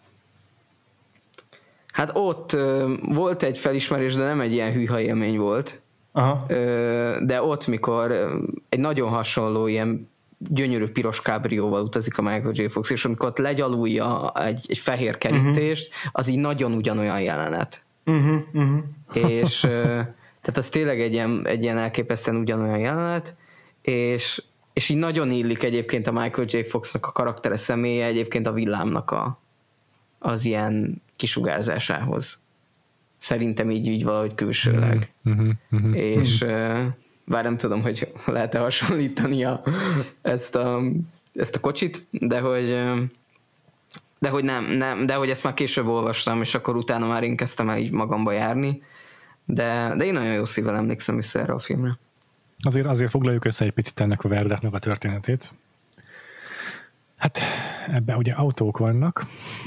Speaker 3: Hát ott volt egy felismerés, de nem egy ilyen hűha élmény volt.
Speaker 2: Aha.
Speaker 3: De ott, mikor egy nagyon hasonló ilyen gyönyörű piros kábrióval utazik a Michael J. Fox, és amikor ott legyalulja egy fehér kerítést, az így nagyon ugyanolyan jelenet. És tehát az tényleg egy ilyen elképesztően ugyanolyan jelenet, és így nagyon illik egyébként a Michael J. Foxnak a karaktere személye egyébként a villámnak az ilyen kisugárzásához. Szerintem így valahogy külsőleg. És bár nem tudom, hogy lehet-e hasonlítani ezt a kocsit, de hogy nem, de hogy ezt már később olvastam, és akkor utána már én kezdtem el így magamba járni, de én nagyon jó szívvel emlékszem vissza erre a filmre.
Speaker 1: Azért foglaljuk össze egy picit ennek a Verdáknak a történetét. Hát ebben ugye autók vannak.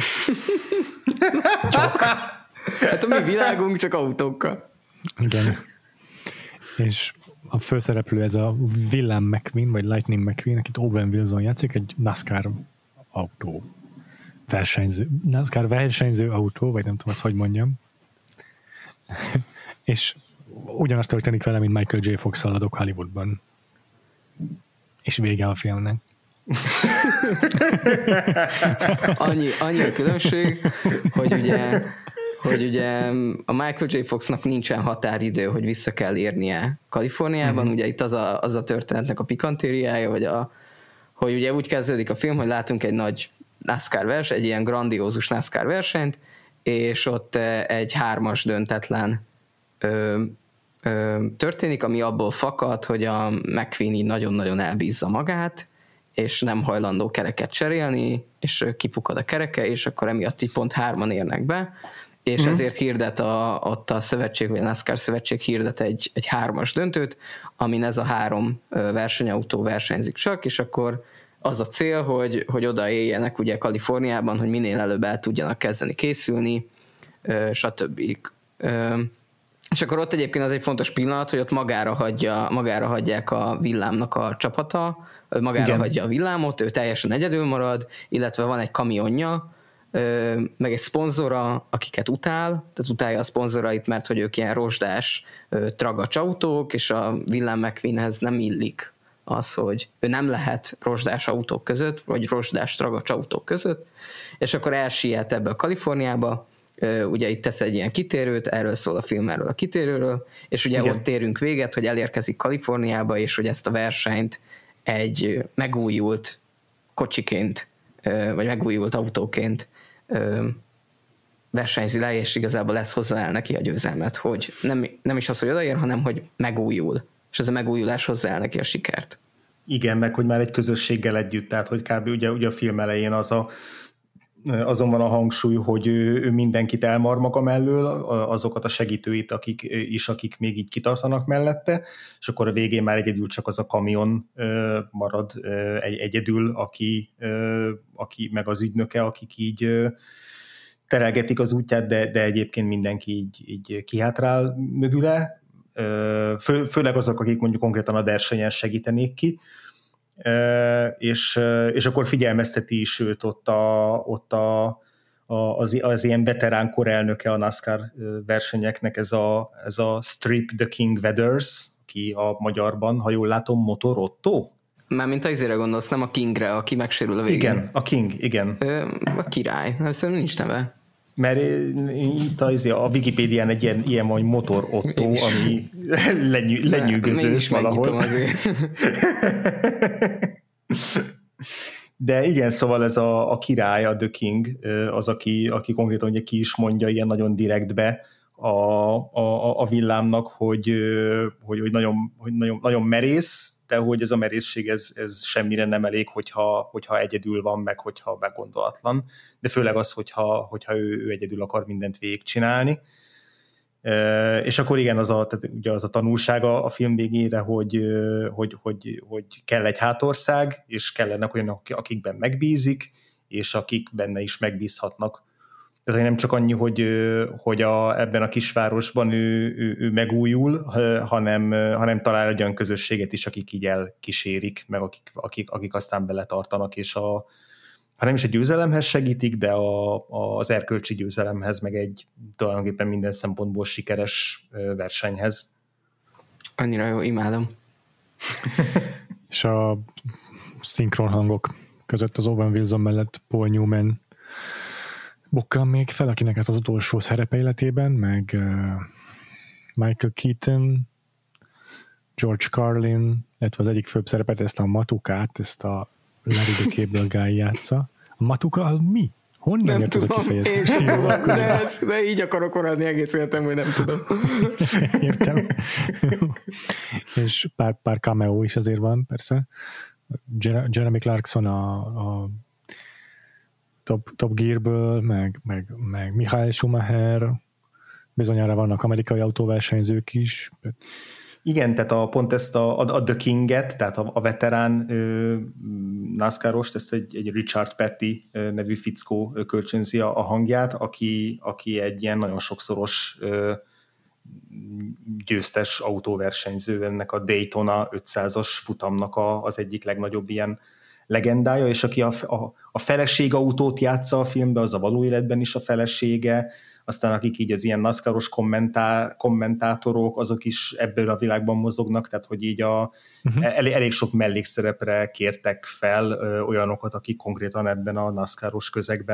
Speaker 3: Csak. Hát a mi világunk csak autókkal.
Speaker 1: Igen. És a főszereplő ez a Willem McQueen, vagy Lightning McQueen, akit Owen Wilson játszik, egy NASCAR autó. NASCAR versenyző autó, vagy nem tudom azt, hogy mondjam. És ugyanazt történik vele, mint Michael J. Fox-szal a Doc Hollywoodban. És vége a filmnek.
Speaker 3: annyi a különbség, hogy ugye a Michael J. Foxnak nincsen határidő, hogy vissza kell érnie Kaliforniában, ugye itt az a történetnek a pikantériája, hogy ugye úgy kezdődik a film, hogy látunk egy nagy NASCAR verseny, egy ilyen grandiózus NASCAR versenyt, és ott egy 3-as döntetlen történik, ami abból fakad, hogy a McQueen így nagyon-nagyon elbízza magát, és nem hajlandó kereket cserélni, és kipukad a kereke, és akkor emiatt így pont 3-an érnek be, és ezért hirdet ott a szövetség, vagy a NASCAR szövetség hirdet egy 3-as döntőt, amin ez a 3 versenyautó versenyzik csak, és akkor az a cél, hogy odaéljenek ugye Kaliforniában, hogy minél előbb el tudjanak kezdeni készülni, stb. És akkor ott egyébként az egy fontos pillanat, hogy ott magára hagyják a villámnak a csapata, magára hagyja a villámot, ő teljesen egyedül marad, illetve van egy kamionja, meg egy szponzora, akiket utál, tehát utálja a szponzorait, mert hogy ők ilyen rozsdás tragacs autók, és a Willem McQueenhez nem illik az, hogy ő nem lehet rozsdás autók között, vagy rozsdás tragacs autók között, és akkor elsiet ebbe a Kaliforniába, ugye itt tesz egy ilyen kitérőt, erről szól a film, erről a kitérőről, és ugye ott térünk véget, hogy elérkezik Kaliforniába, és hogy ezt a versenyt egy megújult kocsiként, vagy megújult autóként versenyzi le, és igazából lesz hozzá el neki a győzelmet, hogy nem is az, hogy odaér, hanem hogy megújul, és ez a megújulás hozzá el neki a sikert.
Speaker 2: Igen, meg hogy már egy közösséggel együtt, tehát hogy kb. Ugye a film elején azon van a hangsúly, hogy ő mindenkit elmar maga mellől, azokat a segítőit, akik még így kitartanak mellette, és akkor a végén már egyedül csak az a kamion marad egyedül, aki meg az ügynöke, akik így terelgetik az útját, de egyébként mindenki így kihátrál mögüle, főleg azok, akik mondjuk konkrétan a versenyen segítenék ki, és akkor figyelmezteti is őt az ilyen veterán korelnöke a NASCAR versenyeknek, ez a Strip the King Weathers, aki a magyarban, ha jól látom, Motor Otto?
Speaker 3: Mármint az izére gondolsz, nem a Kingre, aki megsérül a végén.
Speaker 2: Igen, a King, igen.
Speaker 3: A király, nem szerintem nincs neve.
Speaker 2: Mert itt a Wikipédián egy ilyen hogy Motor Otto, ami lenyűgözős valahol. De igen, szóval ez a király, a The King, az, aki konkrétan ugye ki is mondja ilyen nagyon direktbe a villámnak, hogy nagyon merész, de hogy ez a merészség ez semmire nem elég, hogyha egyedül van, meg hogyha meggondolatlan, de főleg az, hogyha ő egyedül akar mindent végigcsinálni. És akkor igen, ugye az a tanulsága a film végére, hogy kell egy hátország, és kellenek olyanok, akikben megbízik, és akik benne is megbízhatnak. Tehát nem csak annyi, hogy ebben a kisvárosban ő megújul, hanem talál egy olyan közösséget is, akik így elkísérik, meg akik aztán beletartanak, és ha nem is a győzelemhez segítik, de az erkölcsi győzelemhez, meg egy tulajdonképpen minden szempontból sikeres versenyhez.
Speaker 3: Annyira jó, imádom.
Speaker 1: És a szinkron hangok között az Owen Wilson mellett Paul Newman bukkan még fel, akinek ez az utolsó szerepe életében, meg Michael Keaton, George Carlin, illetve az egyik főbb szerepet, ezt a Matukát, ezt a Larry the Cable Guy játsza. A Matuka az mi? Honnan jött ez a kifejezés?
Speaker 3: De így akarok maradni egész életem, hogy nem tudom.
Speaker 1: Értem. És pár cameo is azért van, persze. Jeremy Clarkson a Top Gearből, meg Michael Schumacher, bizonyára vannak amerikai autóversenyzők is.
Speaker 2: Igen, tehát pont ezt a The King-et, tehát a veterán NASCAR-ost, ezt egy Richard Petty nevű fickó kölcsönzi a hangját, aki egy ilyen nagyon sokszoros győztes autóversenyző, ennek a Daytona 500-as futamnak az egyik legnagyobb ilyen legendája, és aki a feleség autót játsza a filmben, az a való életben is a felesége, aztán akik így az ilyen NASCAR-os kommentátorok, azok is ebből a világban mozognak, tehát hogy így elég sok mellékszerepre kértek fel olyanokat, akik konkrétan ebben a NASCAR-os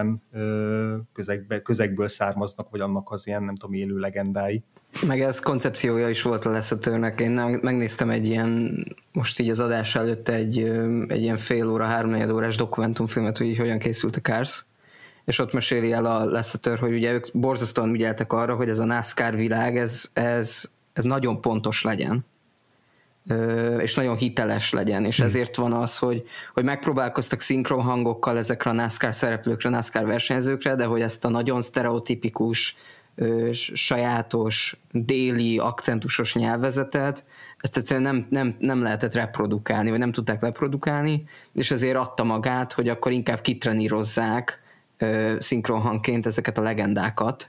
Speaker 2: közegből származnak, vagy annak az ilyen, nem tudom, élő legendái.
Speaker 3: Meg ez koncepciója is volt a Lasseternek. Én megnéztem egy ilyen, most így az adás előtt egy ilyen fél óra, 3-4 órás dokumentumfilmet, hogy így hogyan készült a Cars, és ott meséli el a Lasseter, hogy ugye ők borzasztóan ügyeltek arra, hogy ez a NASCAR világ, ez nagyon pontos legyen, és nagyon hiteles legyen, és ezért van az, hogy megpróbálkoztak szinkron hangokkal ezekre a NASCAR szereplőkre, NASCAR versenyzőkre, de hogy ezt a nagyon sztereotipikus, sajátos, déli, akcentusos nyelvezetet, ezt egyszerűen nem lehetett reprodukálni, vagy nem tudták reprodukálni, és ezért adta magát, hogy akkor inkább kitrenírozzák szinkronhangként ezeket a legendákat.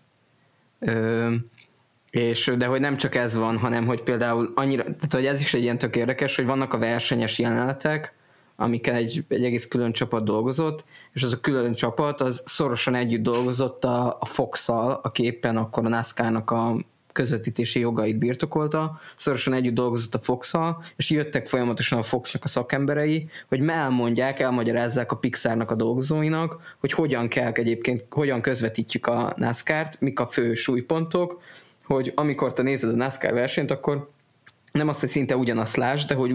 Speaker 3: De hogy nem csak ez van, hanem hogy például annyira, tehát hogy ez is egy ilyen tök érdekes, hogy vannak a versenyes jelenetek, amiken egy egész külön csapat dolgozott, és az a külön csapat az szorosan együtt dolgozott a Fox-szal, aki éppen akkor a NASCAR-nak a közvetítési jogait birtokolta, szorosan együtt dolgozott a Fox-szal, és jöttek folyamatosan a Foxnak a szakemberei, hogy elmagyarázzák a Pixarnak a dolgozóinak, hogy hogyan közvetítjük a NASCAR-t, mik a fő súlypontok, hogy amikor te nézed a NASCAR versenyt, akkor nem azt, hogy szinte ugyanazt lásd, de hogy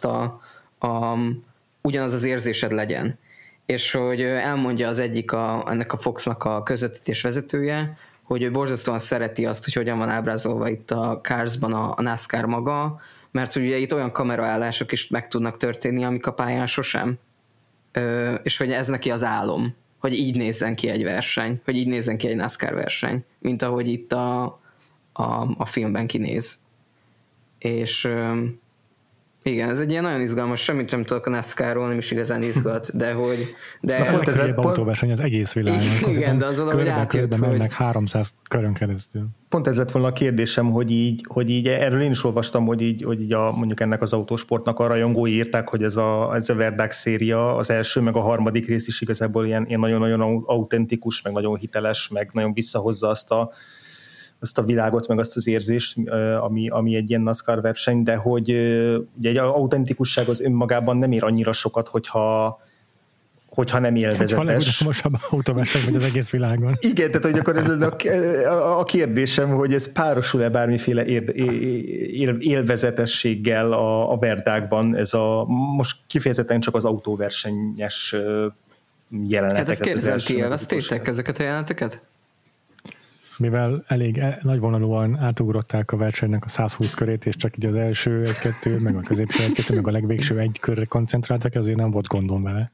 Speaker 3: ugyanaz az érzésed legyen. És hogy elmondja az egyik ennek a Foxnak a közvetítés vezetője, hogy ő borzasztóan szereti azt, hogy hogyan van ábrázolva itt a Carsban a NASCAR maga, mert ugye itt olyan kameraállások is meg tudnak történni, amik a pályán sosem. És hogy ez neki az álom, hogy így nézzen ki egy verseny, hogy így nézzen ki egy NASCAR verseny, mint ahogy itt a filmben kinéz. És igen, ez egy ilyen nagyon izgalmas, semmit nem tudok a NASCAR-ról, nem is igazán izgat, de hogy...
Speaker 1: pont ez egy autóverseny az egész világon.
Speaker 3: Igen, de az valahogy átjött, hogy...
Speaker 1: mennek 300 körön keresztül.
Speaker 2: Pont ez lett volna a kérdésem, hogy így erről én is olvastam, hogy így mondjuk ennek az autósportnak a rajongói írták, hogy ez a Verdág széria, az első, meg a harmadik rész is igazából ilyen nagyon-nagyon autentikus, meg nagyon hiteles, meg nagyon visszahozza azt a világot, meg azt az érzést, ami egy ilyen NASCAR verseny, de hogy ugye egy autentikusság az önmagában nem ér annyira sokat, hogyha nem élvezetes.
Speaker 1: Hogyha a legutolsóbb autóverseny vagy az egész világon.
Speaker 2: Igen, tehát hogy akkor ez a kérdésem, hogy ez párosul-e bármiféle élvezetességgel a Verdákban, ez most kifejezetten csak az autóversenyes jeleneteket.
Speaker 3: Hát ezt kérdezem, ti élveztétek ezeket a jeleneteket?
Speaker 1: Mivel elég nagyvonalúan átugrották a versenynek a 120 körét, és csak így az első egy-kettő, meg a középső egy-kettő, meg a legvégső egy körre koncentráltak, azért nem volt gondom vele.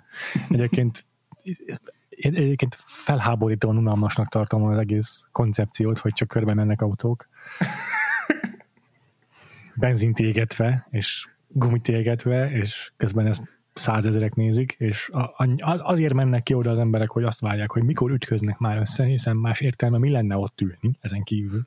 Speaker 1: Egyébként felháborítóan unalmasnak tartom az egész koncepciót, hogy csak körbe mennek autók. Benzint égetve, és gumit égetve, és közben ezt 100 000 nézik, és azért mennek ki oda az emberek, hogy azt várják, hogy mikor ütköznek már össze, hiszen más értelme mi lenne ott ülni ezen kívül.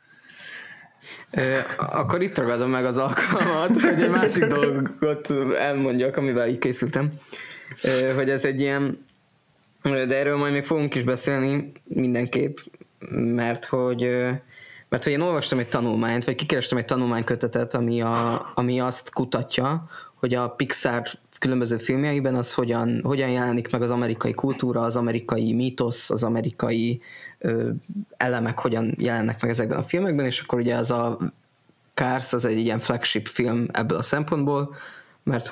Speaker 3: Akkor itt ragadom meg az alkalmat, hogy egy másik dolgot elmondjak, amivel így készültem, hogy ez egy ilyen, de erről majd még fogunk is beszélni mindenképp, mert hogy én olvastam egy tanulmányt, vagy kikerestem egy tanulmánykötetet, ami azt kutatja, hogy a Pixar különböző filmjeiben az hogyan jelenik meg az amerikai kultúra, az amerikai mítosz, az amerikai elemek hogyan jelennek meg ezekben a filmekben, és akkor ugye az a Cars az egy ilyen flagship film ebből a szempontból, mert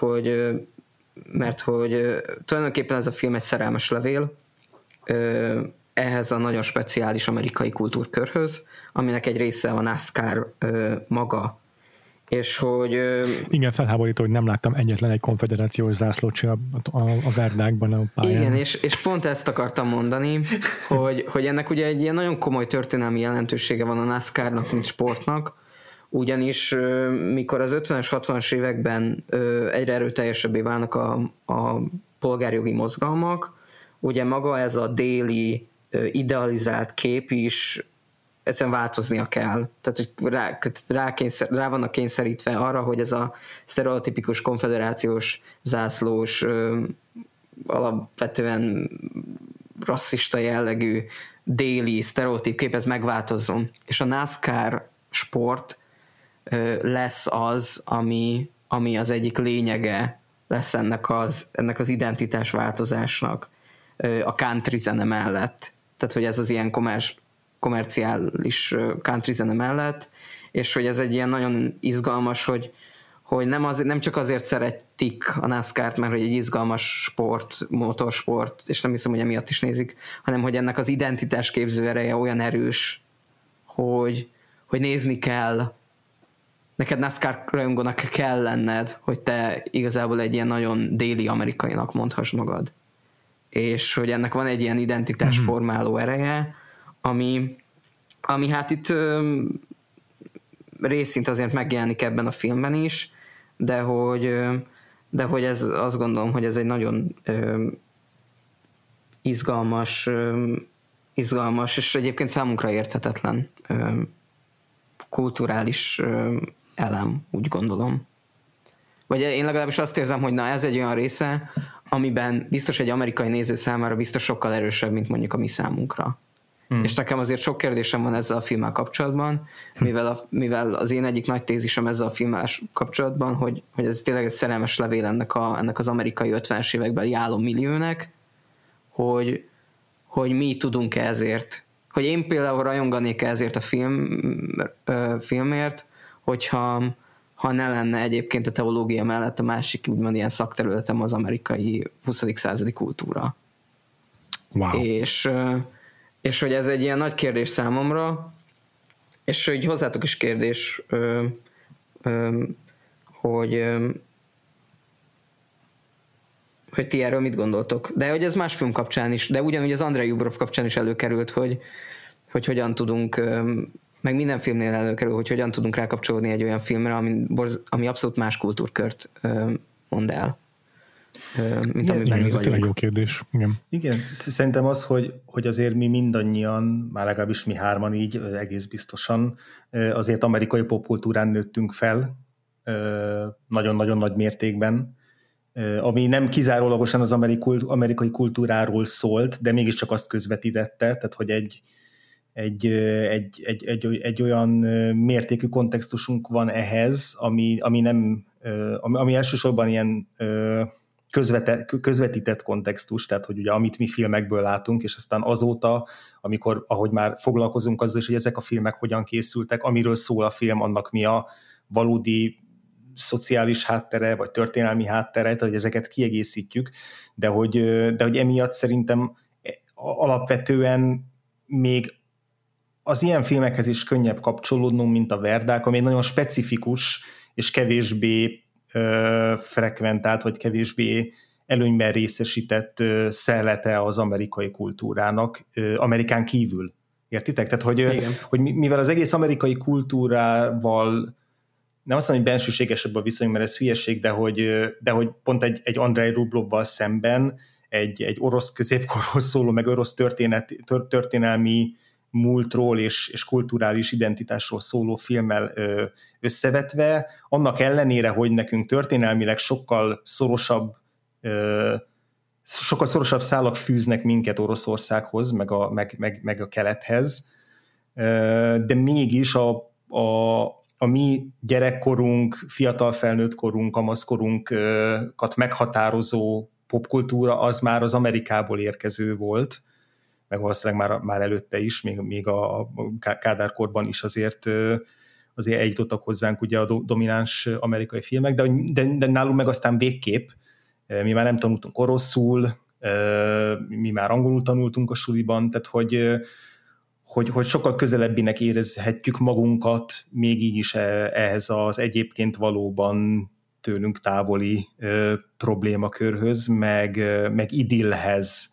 Speaker 3: hogy tulajdonképpen ez a film egy szerelmes levél ehhez a nagyon speciális amerikai kultúrkörhöz, aminek egy része a NASCAR maga. És hogy...
Speaker 1: Igen, felháborító, hogy nem láttam egyetlen egy konfederációs zászlót se a Verdákban a pályán.
Speaker 3: Igen, és pont ezt akartam mondani, hogy ennek ugye egy ilyen nagyon komoly történelmi jelentősége van a NASCAR-nak, mint sportnak, ugyanis mikor az 50-es, 60-as években egyre erőteljesebbé válnak a polgárjogi mozgalmak, ugye maga ez a déli idealizált kép is egyszerűen változnia kell. Tehát, hogy rá vannak kényszerítve arra, hogy ez a sztereotipikus konfederációs zászlós, alapvetően rasszista jellegű déli sztereotíp kép, ez megváltozzon. És a NASCAR sport lesz az, ami az egyik lényege lesz ennek az identitás változásnak a country zene mellett. Tehát, hogy ez az ilyen komerciális country zene mellett, és hogy ez egy ilyen nagyon izgalmas, hogy nem csak azért szeretik a NASCAR-t, mert hogy egy izgalmas sport, motorsport, és nem hiszem, hogy emiatt is nézik, hanem hogy ennek az identitás képző ereje olyan erős, hogy nézni kell, neked NASCAR rajongónak kell lenned, hogy te igazából egy ilyen nagyon déli amerikainak mondhass magad. És hogy ennek van egy ilyen identitás formáló ereje, ami hát itt részint azért megjelenik ebben a filmben is, de hogy ez, azt gondolom, hogy ez egy nagyon izgalmas és egyébként számunkra érthetetlen kulturális elem, úgy gondolom. Vagy én legalábbis azt érzem, hogy na ez egy olyan része, amiben biztos egy amerikai néző számára biztos sokkal erősebb, mint mondjuk a mi számunkra. És nekem azért sok kérdésem van ezzel a filmmel kapcsolatban, mivel az én egyik nagy tézisem ezzel a filmmel kapcsolatban, hogy ez tényleg egy szerelmes levél ennek az amerikai 50-es évekbeli álommilliónek, hogy mi tudunk-e ezért, hogy én például rajonganék ezért a filmért, hogyha ne lenne egyébként a teológia mellett a másik úgymond ilyen szakterületem az amerikai 20. századi kultúra.
Speaker 1: Wow.
Speaker 3: És hogy ez egy ilyen nagy kérdés számomra, és hogy hozzátok is kérdés, hogy ti erről mit gondoltok. De hogy ez más film kapcsán is, de ugyanúgy az Andrei Ubrov kapcsán is előkerült, hogy hogyan tudunk, meg minden filmnél előkerül, hogy hogyan tudunk rákapcsolódni egy olyan filmre, ami abszolút más kultúrkört mond el. Mint amiben mi
Speaker 1: ez
Speaker 3: vagyunk.
Speaker 1: egy jó kérdés.
Speaker 2: Igen, szerintem az, hogy azért mi mindannyian, már legalábbis mi hárman így egész biztosan, azért amerikai popkultúrán nőttünk fel, nagyon-nagyon nagy mértékben, ami nem kizárólagosan az amerikai kultúráról szólt, de mégiscsak azt közvetítette, tehát hogy egy olyan mértékű kontextusunk van ehhez, ami nem, ami elsősorban ilyen közvetített kontextus, tehát hogy ugye amit mi filmekből látunk, és aztán azóta, amikor, ahogy már foglalkozunk azzal is, hogy ezek a filmek hogyan készültek, amiről szól a film, annak mi a valódi szociális háttere, vagy történelmi háttere, tehát hogy ezeket kiegészítjük, de hogy emiatt szerintem alapvetően még az ilyen filmekhez is könnyebb kapcsolódnunk, mint a Verdák, ami egy nagyon specifikus és kevésbé frekventált, vagy kevésbé előnyben részesített szellete az amerikai kultúrának, Amerikán kívül. Értitek? Tehát, hogy mivel az egész amerikai kultúrával nem azt mondom, hogy bensőségesebb a viszony, mert ez hülyeség, de hogy pont egy Andrei Rublovval szemben egy orosz középkorról szóló, meg orosz történelmi múltról és kulturális identitásról szóló filmmel összevetve, annak ellenére, hogy nekünk történelmileg sokkal szorosabb szálak fűznek minket Oroszországhoz, meg a kelethez, de mégis a mi gyerekkorunk, fiatal felnőtt korunk, kamaszkorunkat meghatározó popkultúra az már az Amerikából érkező volt, meg valószínűleg már előtte is, még a Kádárkorban is azért eljutottak hozzánk ugye a domináns amerikai filmek, de nálunk meg aztán végképp, mi már nem tanultunk oroszul, mi már angolul tanultunk a suliban, tehát hogy sokkal közelebbinek érezhetjük magunkat még így is ehhez az egyébként valóban tőlünk távoli problémakörhöz, meg idillhez,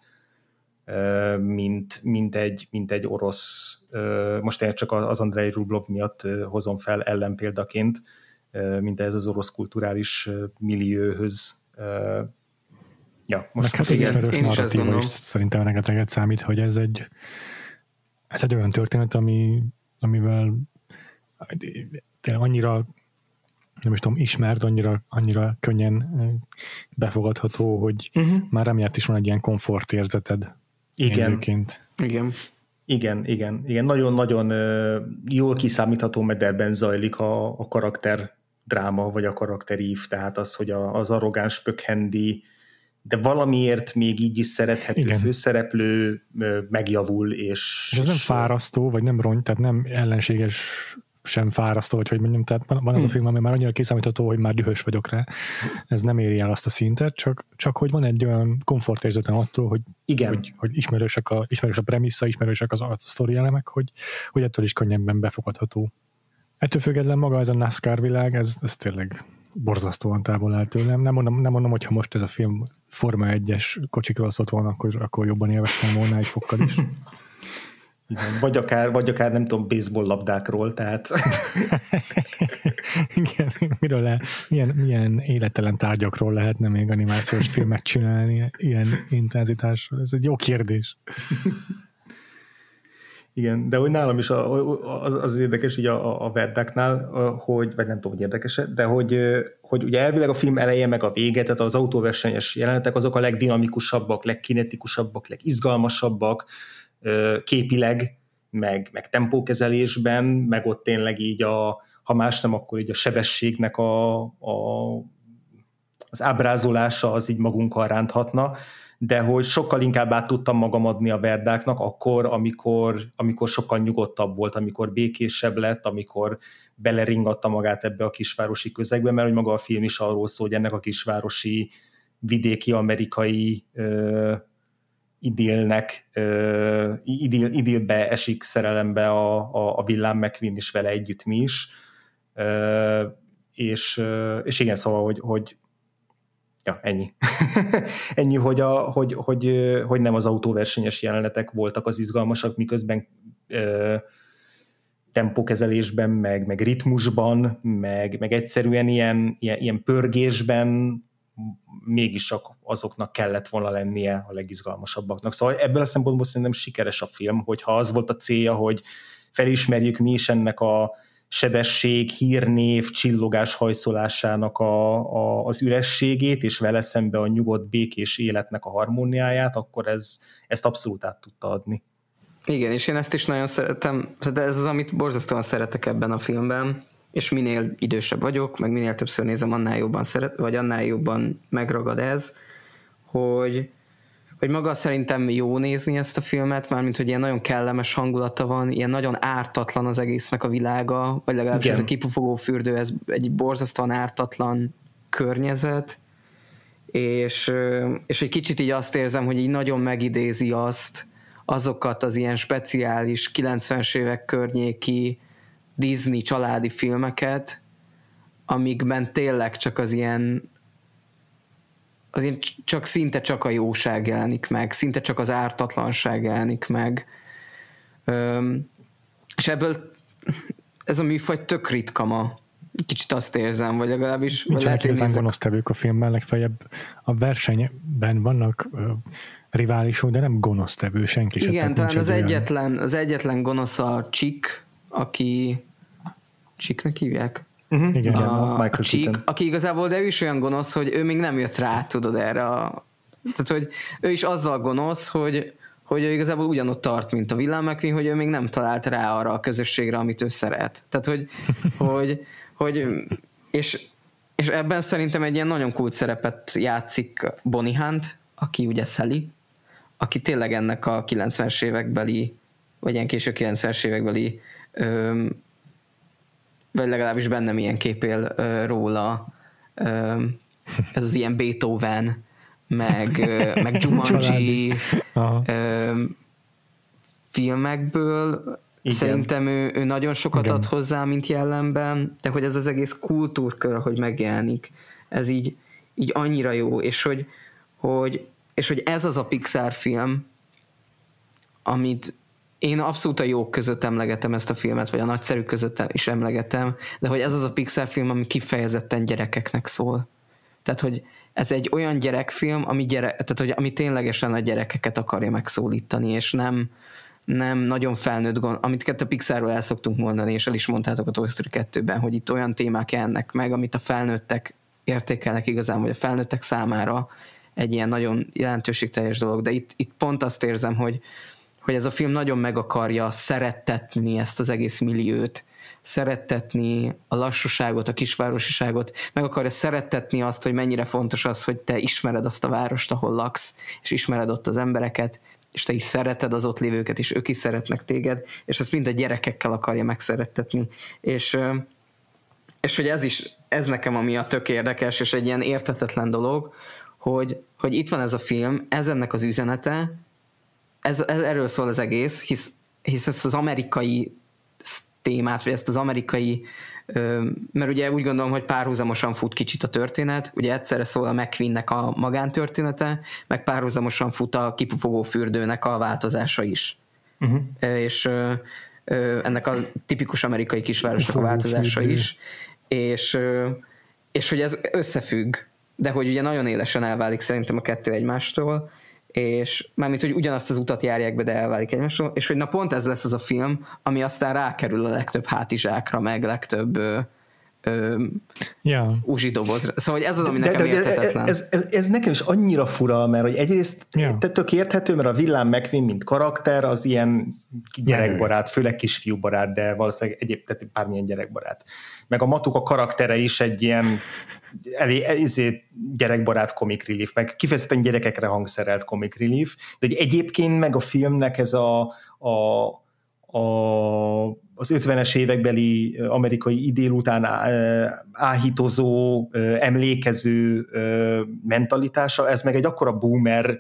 Speaker 2: mint egy orosz, most én csak az Andrei Rublov miatt hozom fel ellenpéldaként, mint ez az orosz kulturális millióhöz. Ja, most
Speaker 1: hát az ismerős narratíva is szerintem rengeteget számít, hogy ez egy olyan történet, amivel tényleg annyira nem is tudom, ismert, annyira könnyen befogadható, hogy már emiatt is van egy ilyen komfortérzeted nézőként.
Speaker 2: Igen. Nagyon-nagyon jól kiszámítható mederben zajlik a karakter dráma, vagy a karakterív, tehát az, hogy az arrogáns pökhendi, de valamiért még így is szerethető főszereplő megjavul, és
Speaker 1: ez nem fárasztó, vagy nem rony, tehát nem ellenséges sem fárasztó, vagy hogy mondjam, tehát van az a film, ami már annyira kiszámítható, hogy már dühös vagyok rá. Ez nem éri el azt a szintet, csak hogy van egy olyan komfortérzetem attól, hogy ismerősek a premissza, ismerősek az sztori elemek, hogy ettől is könnyebben befogadható. Ettől független maga ez a NASCAR világ, ez tényleg borzasztóan távol áll tőlem. Nem mondom, hogy ha most ez a film Forma 1-es kocsikról szólt volna, akkor jobban élveztem volna egy fokkal is.
Speaker 2: Igen, vagy akár nem tudom, baseball labdákról, tehát...
Speaker 1: Igen, milyen élettelen tárgyakról lehetne még animációs filmet csinálni ilyen intenzitásról? Ez egy jó kérdés.
Speaker 2: Igen, de hogy nálam is az érdekes így a Verdáknál, hogy, vagy nem tudom, hogy érdekes, de hogy ugye elvileg a film eleje meg a vége, tehát az autóversenyes jelenetek azok a legdinamikusabbak, legkinetikusabbak, legizgalmasabbak, képileg, meg tempókezelésben, meg ott tényleg így ha más nem, akkor így a sebességnek az ábrázolása az így magunkkal ránthatna, de hogy sokkal inkább át tudtam magam adni a Verdáknak akkor, amikor sokkal nyugodtabb volt, amikor békésebb lett, amikor beleringatta magát ebbe a kisvárosi közegbe, mert hogy maga a film is arról szól, hogy ennek a kisvárosi vidéki amerikai idillbe esik szerelembe a Villán McQueen is vele együtt mi is. És igen, szóval, hogy ja, ennyi. Ennyi, hogy nem az autóversenyes jelenetek voltak az izgalmasak, miközben tempókezelésben, meg ritmusban, meg egyszerűen ilyen pörgésben mégis csak azoknak kellett volna lennie a legizgalmasabbaknak. Szóval ebből a szempontból szerintem sikeres a film, hogyha az volt a célja, hogy felismerjük mi is ennek a sebesség, hírnév, csillogás hajszolásának az ürességét, és vele szembe a nyugodt, békés életnek a harmóniáját, akkor ezt abszolút át tudta adni.
Speaker 3: Igen, és én ezt is nagyon szeretem, de ez az, amit borzasztóan szeretek ebben a filmben, és minél idősebb vagyok, meg minél többször nézem, annál jobban vagy annál jobban megragad ez, hogy maga szerintem jó nézni ezt a filmet, mármint, hogy ilyen nagyon kellemes hangulata van, ilyen nagyon ártatlan az egésznek a világa, vagy legalábbis ez a kipufogó fürdő, ez egy borzasztóan ártatlan környezet, és egy kicsit így azt érzem, hogy így nagyon megidézi azokat az ilyen speciális 90-es évek környéki Disney családi filmeket, amikben tényleg csak az ilyen szinte csak a jóság jelenik meg, szinte csak az ártatlanság jelenik meg. És ebből ez a műfaj tök ritka ma. Kicsit azt érzem, vagy legalábbis...
Speaker 1: Nincsenek igazán gonosztevők a filmben, legfeljebb a versenyben vannak riválisok, de nem gonosztevő, senki sem.
Speaker 3: Igen, talán az egyetlen gonosz a Chick, aki... Chicknek hívják?
Speaker 1: Igen,
Speaker 3: a Chick, aki igazából, de ő is olyan gonosz, hogy ő még nem jött rá, tudod, erre tehát, hogy ő is azzal gonosz, hogy ő igazából ugyanott tart, mint a William McQueen, hogy ő még nem talált rá arra a közösségre, amit ő szeret. Tehát, és ebben szerintem egy ilyen nagyon kult szerepet játszik Bonnie Hunt, aki ugye Sally, aki tényleg ennek a 90-es évekbeli, vagy ilyen késő 90-es évekbeli vagy legalábbis bennem ilyen kép él róla, ez az ilyen Beethoven, meg Jumanji filmekből. Igen. Szerintem ő nagyon sokat ad hozzá, mint jellemben, de hogy ez az egész kultúrkör, ahogy megjelenik, ez így annyira jó, és hogy ez az a Pixar film, amit én abszolút a jók között emlegetem ezt a filmet, vagy a nagyszerű között is emlegetem, de hogy ez az a Pixar film, ami kifejezetten gyerekeknek szól. Tehát, hogy ez egy olyan gyerekfilm, ami ténylegesen a gyerekeket akarja megszólítani, és nem nagyon felnőtt amit a Pixarról el szoktunk mondani, és el is mondtátok a Toy Story 2-ben, hogy itt olyan témák jelennek meg, amit a felnőttek értékelnek igazán, vagy a felnőttek számára egy ilyen nagyon jelentőségteljes dolog, de itt pont azt érzem, hogy ez a film nagyon meg akarja szerettetni ezt az egész milliót, szerettetni a lassúságot, a kisvárosiságot, meg akarja szerettetni azt, hogy mennyire fontos az, hogy te ismered azt a várost, ahol laksz, és ismered ott az embereket, és te is szereted az ott lévőket, és ők is szeretnek téged, és ezt mind a gyerekekkel akarja megszerettetni. És hogy ez nekem ami a tök érdekes, és egy ilyen érthetetlen dolog, hogy itt van ez a film, ez ennek az üzenete, erről szól az egész, hisz ezt az amerikai témát, vagy ezt az amerikai, mert ugye úgy gondolom, hogy párhuzamosan fut kicsit a történet, ugye egyszerre szól a McQueennek a magántörténete, meg párhuzamosan fut a kipufogó fürdőnek a változása is. Uh-huh. És ennek a tipikus amerikai kisvárosnak a változása is, és hogy ez összefügg, de hogy ugye nagyon élesen elválik szerintem a kettő egymástól, és mármint, hogy ugyanazt az utat járják be, de elválik egymásról, és hogy na pont ez lesz az a film, ami aztán rákerül a legtöbb hátizsákra, meg legtöbb uzsidobozra. Szóval hogy ez az, ami nekem érthetetlen.
Speaker 2: Ez nekem is annyira fura, mert hogy egyrészt tök érthető, mert a William McQueen, mint karakter, az ilyen gyerekbarát, főleg kisfiúbarát, de valószínűleg egyébként bármilyen gyerekbarát. Meg a Matuka karaktere is egy ilyen gyerekbarát comic relief, meg kifejezetten gyerekekre hangszerelt comic relief, de egyébként meg a filmnek ez az 50-es évekbeli amerikai idél után áhítozó, emlékező mentalitása, ez meg egy akkora boomer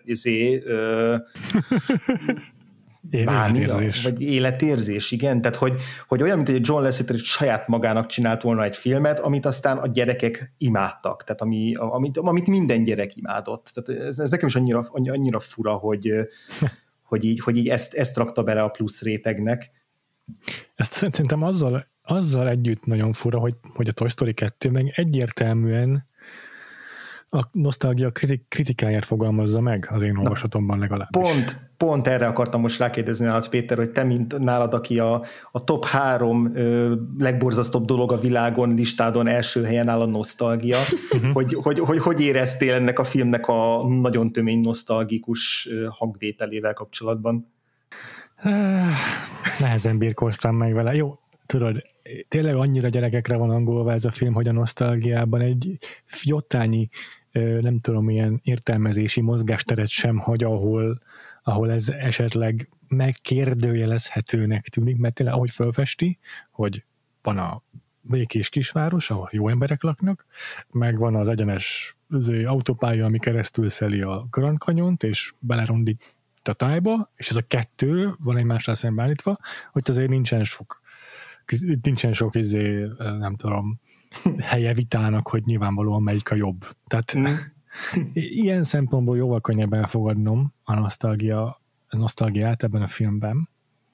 Speaker 1: életérzés.
Speaker 2: Vagy életérzés, igen. Tehát, hogy olyan, mint egy John Lasseter saját magának csinált volna egy filmet, amit aztán a gyerekek imádtak. Tehát amit minden gyerek imádott. Tehát ez nekem is annyira fura, hogy így ezt rakta bele a plusz rétegnek.
Speaker 1: Ezt szerintem azzal együtt nagyon fura, hogy a Toy Story 2 meg egyértelműen a nosztalgia kritikáját fogalmazza meg az én olvasatomban legalábbis.
Speaker 2: Pont erre akartam most rákérdezni nálad, Péter, hogy te, mint nálad, aki a top 3 legborzasztóbb dolog a világon listádon első helyen áll a nosztalgia, hogy éreztél ennek a filmnek a nagyon tömény nosztalgikus hangvételével kapcsolatban?
Speaker 1: Nehezen birkóztam meg vele. Jó, tudod, tényleg annyira gyerekekre van angolva ez a film, hogy a nosztalgiában egy fjottányi, nem tudom, ilyen értelmezési mozgásteret sem hagy, ahol ez esetleg megkérdőjelezhetőnek tűnik, mert tényleg ahogy fölfesti, hogy van a békés kisváros, ahol jó emberek laknak, meg van az egyenes autópálya, ami keresztül szeli a Grand Canyont, és belerondít a tájba, és ez a kettő van egymással szemben állítva, hogy azért nincsen sok nem tudom, helye vitának, hogy nyilvánvalóan melyik a jobb. Tehát ilyen szempontból jóval könnyebb elfogadnom a nosztalgiát ebben a filmben.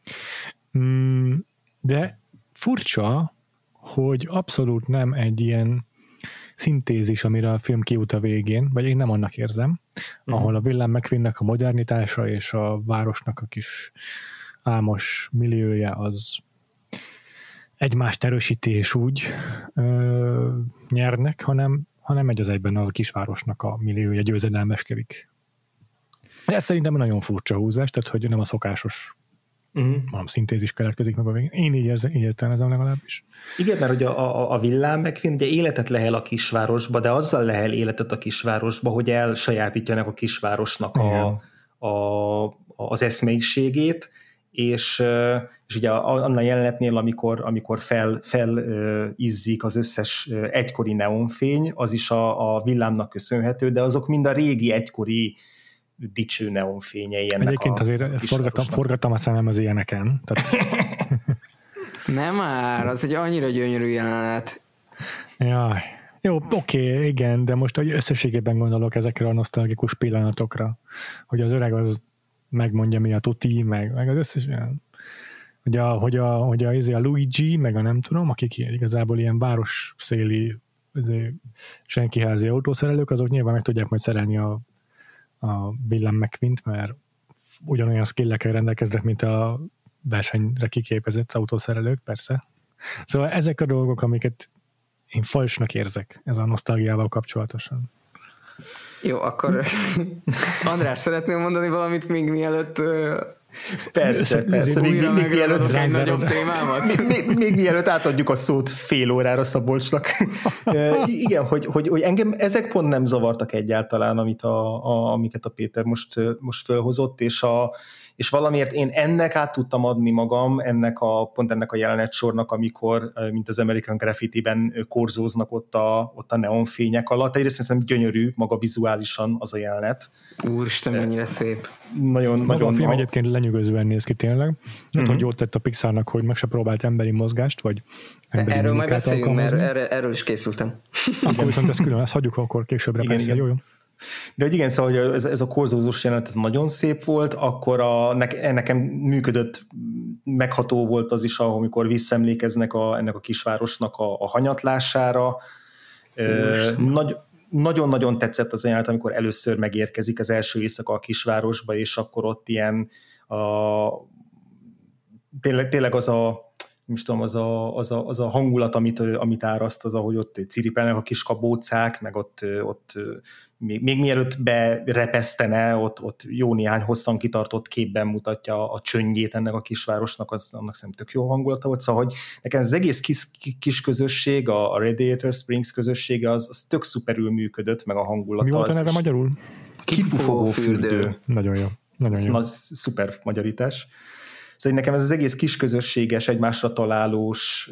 Speaker 1: De furcsa, hogy abszolút nem egy ilyen szintézis, amire a film kijut a végén, vagy én nem annak érzem, ahol a Villám McQueennek a modernitása és a városnak a kis álmos milliója az egymást erősíti és úgy nyernek, hanem egy az egyben a kisvárosnak a milliója győzedelmeskedik. Ez szerintem nagyon furcsa húzás, tehát hogy nem a szokásos szintézis keletkezik meg a végén. Én így értelmezem legalábbis.
Speaker 2: Igen, mert hogy a Villám McQueen ugye életet lehel a kisvárosba, de azzal lehel életet a kisvárosba, hogy elsajátítjanak a kisvárosnak az eszménységét, és ugye annál jelenetnél, amikor izzik az összes egykori neonfény, az is a villámnak köszönhető, de azok mind a régi egykori dicső neonfényei ennek.
Speaker 1: Egyébként azért forgattam a szemem az ilyeneken. Tehát...
Speaker 3: Nem már, az egy annyira gyönyörű jelenet.
Speaker 1: Jaj. Jó, oké, igen, de most összességében gondolok ezekre a nosztalgikus pillanatokra, hogy az öreg az megmondja, mi a tuti, meg az összes olyan. Hogy a Luigi, meg a nem tudom, akik igazából ilyen városszéli senkiházi autószerelők, azok nyilván meg tudják majd szerelni a Villám McQueen-t, mert ugyanolyan skillekkel rendelkeznek, mint a versenyre kiképezett autószerelők, persze. Szóval ezek a dolgok, amiket én falsnak érzek, ez a nosztalgiával kapcsolatosan.
Speaker 3: Jó, akkor András, szeretnél mondani valamit még mielőtt
Speaker 2: Persze. Még mielőtt átadjuk a szót fél órára Szabolcsnak. Igen, hogy engem ezek pont nem zavartak egyáltalán, amiket a Péter most fölhozott, és valamiért én ennek át tudtam adni magam, pont ennek a jelenetsornak, amikor, mint az American Graffiti-ben korzóznak ott a neonfények alatt. Egyrészt szerintem gyönyörű maga vizuálisan az a jelenet.
Speaker 3: Úristen, mennyire szép.
Speaker 1: Nagyon a film egyébként lenyűgözően néz ki tényleg. Nem tudom, jót tett a Pixarnak, hogy meg se próbált emberi mozgást, vagy emberi
Speaker 3: erről majd beszéljünk, mert erről is készültem.
Speaker 1: Akkor viszont ezt külön, ezt hagyjuk akkor későbbre, persze,
Speaker 2: igen. Jó. De hogy igen, szóval hogy ez a korzózós jelenet ez nagyon szép volt, akkor nekem működött, megható volt az is, amikor visszaemlékeznek ennek a kisvárosnak a hanyatlására. Nagyon-nagyon tetszett az a jelenet, amikor először megérkezik az első éjszaka a kisvárosba, és akkor ott ilyen tényleg az a hangulat, amit áraszt, az, ahogy ott ciripelnek a kis kabócák, meg ott még mielőtt berepesztene, ott jó néhány hosszan kitartott képben mutatja a csöndjét ennek a kisvárosnak, annak szerintem tök jó hangulata volt, szóval hogy nekem az egész kis közösség, a Radiator Springs közössége, az tök szuperül működött, meg a hangulata.
Speaker 1: Mi volt a neve magyarul?
Speaker 2: Kipufogó fürdő.
Speaker 1: Nagyon jó.
Speaker 2: Nagy, szuper magyarítás. Szóval nekem ez az egész kis közösséges, egymásra találós,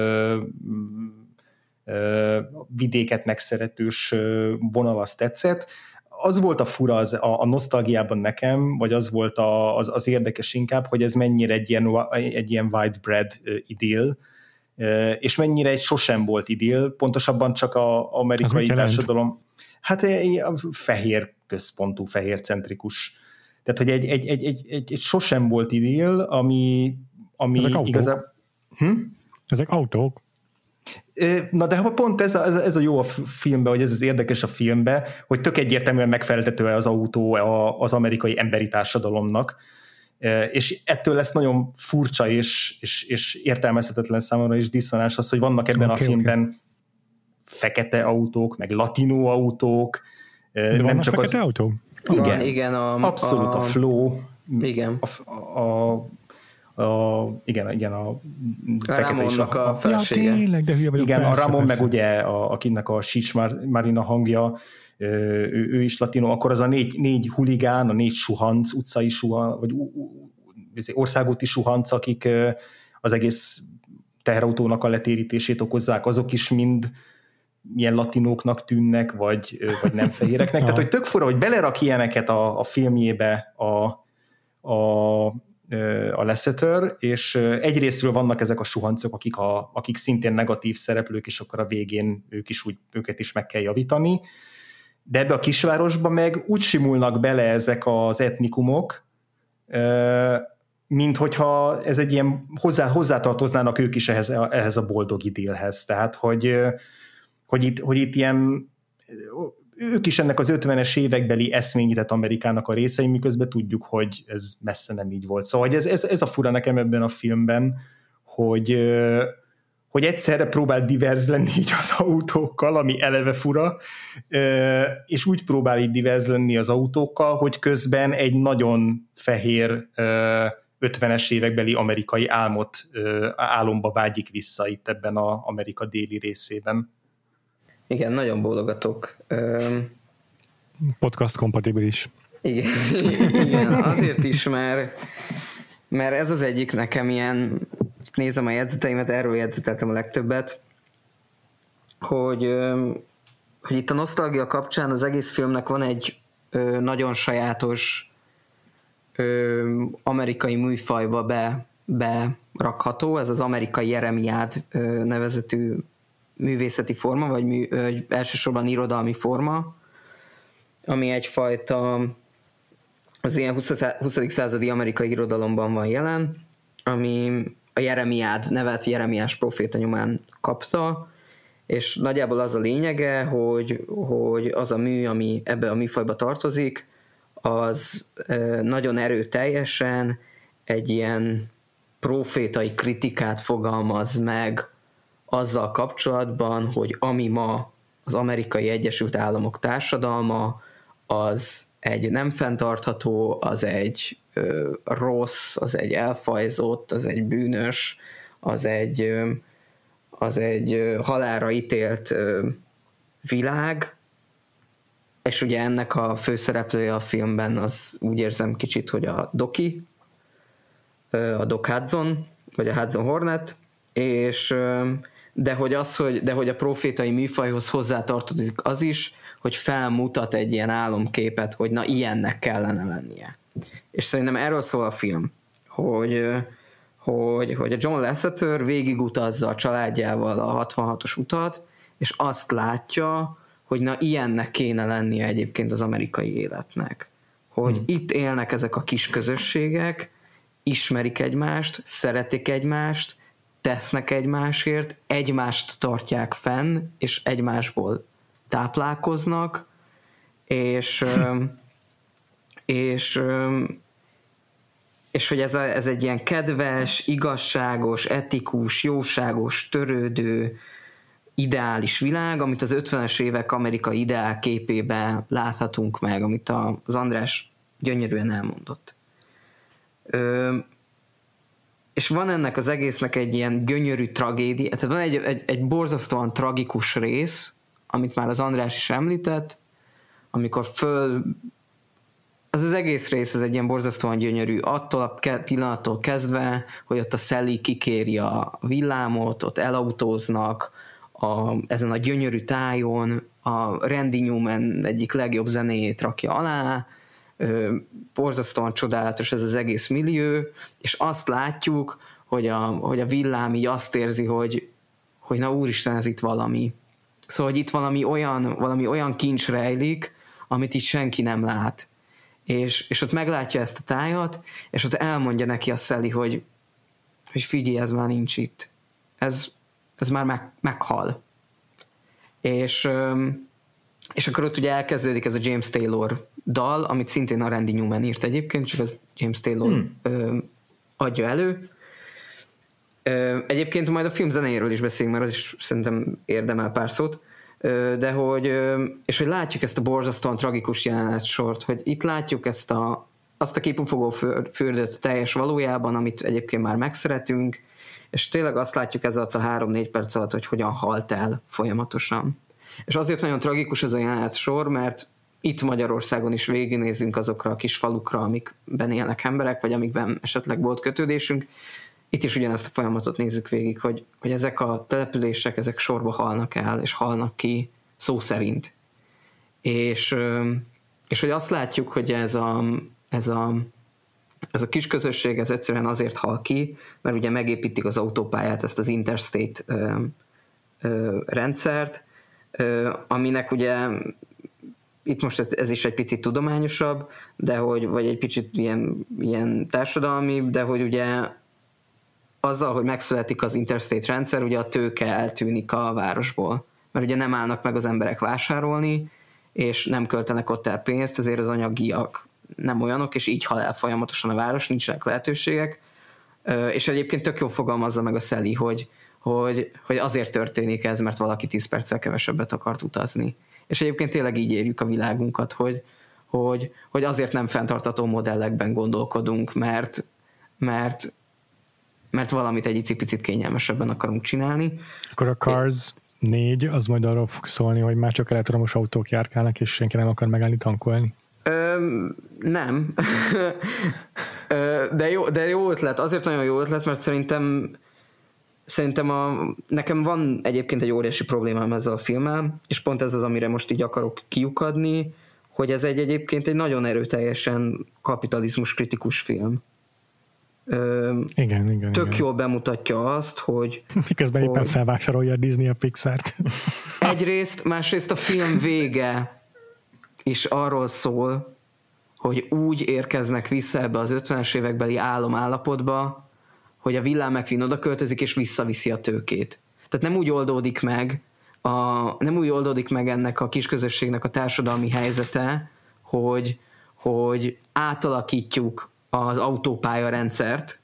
Speaker 2: vidéket megszeretős vonal, az tetszett. Az volt a fura a nosztalgiában nekem, vagy az volt az érdekes inkább, hogy ez mennyire egy ilyen widespread idill, és mennyire egy sosem volt idill, pontosabban csak az amerikai társadalom. Hát fehér központú, fehér centrikus. Tehát, hogy egy sosem volt idill, ami
Speaker 1: ezek
Speaker 2: igazából...
Speaker 1: Ezek autók.
Speaker 2: Na de pont ez a jó a filmben, hogy ez az érdekes a filmben, hogy tök egyértelműen megfeleltető az autó az amerikai emberi társadalomnak, és ettől lesz nagyon furcsa és értelmezhetetlen számomra is diszonáns az, hogy vannak ebben a filmben fekete autók, meg latinó autók.
Speaker 1: De nem csak fekete autók?
Speaker 2: Igen, abszolút a flow.
Speaker 3: Igen.
Speaker 2: igen, a
Speaker 3: Ramonnak a felsége.
Speaker 1: Ja, tényleg, de hülye vagyok.
Speaker 2: Igen,
Speaker 1: persze,
Speaker 2: a Ramon
Speaker 1: persze.
Speaker 2: meg ugye, akinek a Sics Marina hangja, ő is latino, akkor az a négy huligán, a 4 suhanc, utcai suhanc, vagy országúti suhanc, akik az egész teherautónak a letérítését okozzák, azok is mind milyen latinóknak tűnnek, vagy nem fehéreknek. Tehát, hogy tök fura, hogy belerak ilyeneket a filmjébe a Lasseter, és egyrésztről vannak ezek a suhancok, akik szintén negatív szereplők, és akkor a végén őket is meg kell javítani. De ebbe a kisvárosba meg úgy simulnak bele ezek az etnikumok, mint hogyha ez egy ilyen hozzátartoznának ők is ehhez a boldog idélhez. Tehát, hogy itt ilyen, ők is ennek az 50-es évekbeli eszményített Amerikának a részei, miközben tudjuk, hogy ez messze nem így volt. Szóval ez a fura nekem ebben a filmben, hogy egyszerre próbál divers lenni így az autókkal, ami eleve fura, és úgy próbál így divers lenni az autókkal, hogy közben egy nagyon fehér 50-es évekbeli amerikai álomba vágyik vissza itt ebben az Amerika déli részében.
Speaker 3: Igen, nagyon bólogatok.
Speaker 1: Podcast kompatibilis.
Speaker 3: Igen, azért is, mert ez az egyik nekem ilyen, nézem a jegyzeteimet, erről jegyzeteltem a legtöbbet, hogy itt a nosztalgia kapcsán az egész filmnek van egy nagyon sajátos amerikai műfajba berakható, ez az amerikai Jeremiád nevezetű művészeti forma, vagy elsősorban irodalmi forma, ami egyfajta az ilyen 20. századi amerikai irodalomban van jelen, ami a Jeremiád nevet Jeremiás próféta nyomán kapta, és nagyjából az a lényege, hogy az a mű, ami ebbe a műfajba tartozik, az nagyon erőteljesen egy ilyen prófétai kritikát fogalmaz meg azzal kapcsolatban, hogy ami ma az Amerikai Egyesült Államok társadalma, az egy nem fenntartható, az egy rossz, az egy elfajzott, az egy bűnös, az egy halálra ítélt világ, és ugye ennek a főszereplője a filmben az úgy érzem kicsit, hogy a Doki, a Doc Hudson, vagy a Hudson Hornet, és de hogy a profétai műfajhoz hozzátartozik az is, hogy felmutat egy ilyen álomképet, hogy na ilyennek kellene lennie. És szerintem erről szól a film, hogy a John Lasseter végigutazza a családjával a 66-os utat, és azt látja, hogy na ilyennek kéne lennie egyébként az amerikai életnek. Hogy itt élnek ezek a kis közösségek, ismerik egymást, szeretik egymást, tesznek egymásért, egymást tartják fenn, és egymásból táplálkoznak, és hogy ez egy ilyen kedves, igazságos, etikus, jóságos, törődő, ideális világ, amit az 50-es évek amerikai ideál képében láthatunk meg, amit az András gyönyörűen elmondott. És van ennek az egésznek egy ilyen gyönyörű tragédia, tehát van egy borzasztóan tragikus rész, amit már az András is említett, amikor az egész rész, ez egy ilyen borzasztóan gyönyörű, attól a pillanattól kezdve, hogy ott a Sally kikéri a villámot, ott elautóznak, ezen a gyönyörű tájon, a Randy Newman egyik legjobb zenéjét rakja alá, borzasztóan csodálatos ez az egész millió, és azt látjuk, hogy a villám így azt érzi, hogy na úristen, ez itt valami. Szóval, hogy itt valami olyan kincs rejlik, amit itt senki nem lát. És ott meglátja ezt a tájat, és ott elmondja neki a Sally, hogy figyelj, ez már nincs itt. Ez már meghal. És akkor ott ugye elkezdődik ez a James Taylor dal, amit szintén a Randy Newman írt egyébként, csak ez James Taylor adja elő. Egyébként majd a film zenéjéről is beszélünk, mert az is szerintem érdemel pár szót, de hogy látjuk ezt a borzasztóan tragikus jelenetsort, hogy itt látjuk ezt azt a képufogó fürdőt teljes valójában, amit egyébként már megszeretünk, és tényleg azt látjuk ez alatt a 3-4 perc alatt, hogy hogyan halt el folyamatosan. És azért nagyon tragikus ez a jelenet sor, mert itt Magyarországon is végignézzünk azokra a kis falukra, amikben élnek emberek, vagy amikben esetleg volt kötődésünk. Itt is ugyanezt a folyamatot nézzük végig, hogy ezek a települések, ezek sorba halnak el, és halnak ki szó szerint. És hogy azt látjuk, hogy ez a kis közösség ez egyszerűen azért hal ki, mert ugye megépítik az autópályát, ezt az interstate rendszert, aminek ugye itt most ez is egy picit tudományosabb, de vagy egy picit ilyen társadalmi, de hogy ugye azzal, hogy megszületik az interstate rendszer, ugye a tőke eltűnik a városból. Mert ugye nem állnak meg az emberek vásárolni, és nem költenek ott el pénzt, ezért az anyagiak nem olyanok, és így hal el folyamatosan a város, nincsenek lehetőségek. És egyébként tök jól fogalmazza meg a Sally, hogy azért történik ez, mert valaki 10 perccel kevesebbet akart utazni. És egyébként tényleg így érjük a világunkat, hogy azért nem fenntartható modellekben gondolkodunk, mert valamit egy icipicit kényelmesebben akarunk csinálni.
Speaker 1: Akkor a Cars 4 az majd arról fog szólni, hogy már csak elektromos autók járkálnak, és senki nem akar megállni tankolni?
Speaker 3: Nem. De jó ötlet. Azért nagyon jó ötlet, mert szerintem nekem van egyébként egy óriási problémám ezzel a filmmel, és pont ez az, amire most így akarok kiukadni, hogy ez egyébként egy nagyon erőteljesen kapitalizmus kritikus film.
Speaker 1: Igen.
Speaker 3: Tök jól bemutatja azt, hogy...
Speaker 1: Miközben éppen felvásárolja a Disney a Pixart.
Speaker 3: Egyrészt, másrészt a film vége is arról szól, hogy úgy érkeznek vissza ebbe az 50-es évekbeli állampotba, hogy a Villán McQueen oda költözik és visszaviszi a tőkét. Tehát nem úgy oldódik meg ennek a kisközösségnek a társadalmi helyzete, hogy átalakítjuk az autópálya rendszert,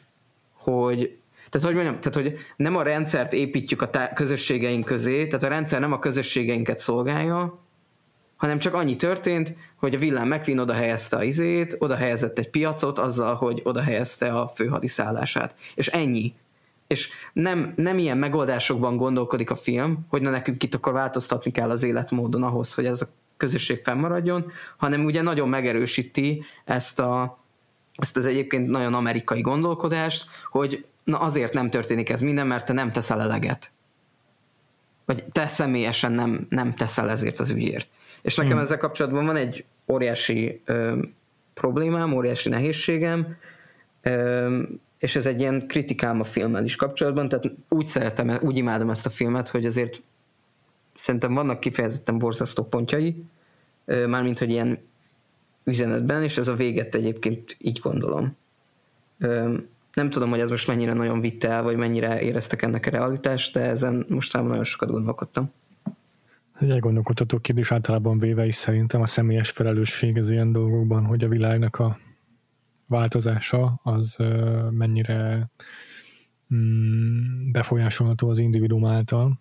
Speaker 3: tehát hogy nem a rendszert építjük a közösségeink közé, tehát a rendszer nem a közösségeinket szolgálja, hanem csak annyi történt, hogy a Villán McQueen oda helyezte oda helyezett egy piacot azzal, hogy oda helyezte a főhadiszállását. És ennyi. És nem ilyen megoldásokban gondolkodik a film, hogy nekünk itt akkor változtatni kell az életmódon ahhoz, hogy ez a közösség fennmaradjon, hanem ugye nagyon megerősíti ezt az egyébként nagyon amerikai gondolkodást, hogy na azért nem történik ez minden, mert te nem teszel eleget. Vagy te személyesen nem teszel ezért az ügyért. És nekem ezzel kapcsolatban van egy óriási problémám, óriási nehézségem, és ez egy ilyen kritikám a filmmel is kapcsolatban, tehát úgy imádom ezt a filmet, hogy azért szerintem vannak kifejezetten borzasztó pontjai, mármint, hogy ilyen üzenetben, és ez a véget egyébként így gondolom. Nem tudom, hogy ez most mennyire nagyon vitte el, vagy mennyire éreztek ennek a realitást, de ezen mostában nagyon sokat gondolkodtam.
Speaker 1: Egy elgondolkodható kérdés általában véve is szerintem a személyes felelősség az ilyen dolgokban, hogy a világnak a változása az mennyire befolyásolható az individuum által.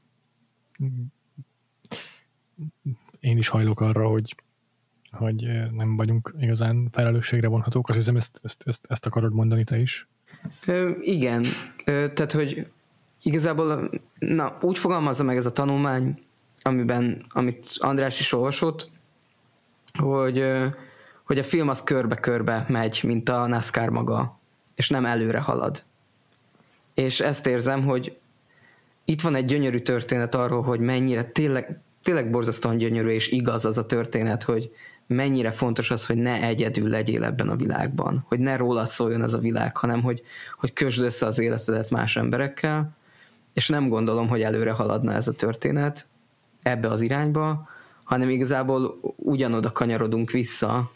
Speaker 1: Én is hajlok arra, hogy nem vagyunk igazán felelősségre vonhatók. Azt hiszem, ezt akarod mondani te is?
Speaker 3: Igen. Tehát, hogy igazából úgy fogalmazza meg ez a tanulmány, amit András is olvasott, hogy a film az körbe-körbe megy, mint a NASCAR maga, és nem előre halad. És ezt érzem, hogy itt van egy gyönyörű történet arról, hogy mennyire tényleg borzasztóan gyönyörű és igaz az a történet, hogy mennyire fontos az, hogy ne egyedül legyél ebben a világban, hogy ne rólad szóljon ez a világ, hanem hogy kösd össze az életedet más emberekkel, és nem gondolom, hogy előre haladna ez a történet ebbe az irányba, hanem igazából ugyanoda kanyarodunk vissza,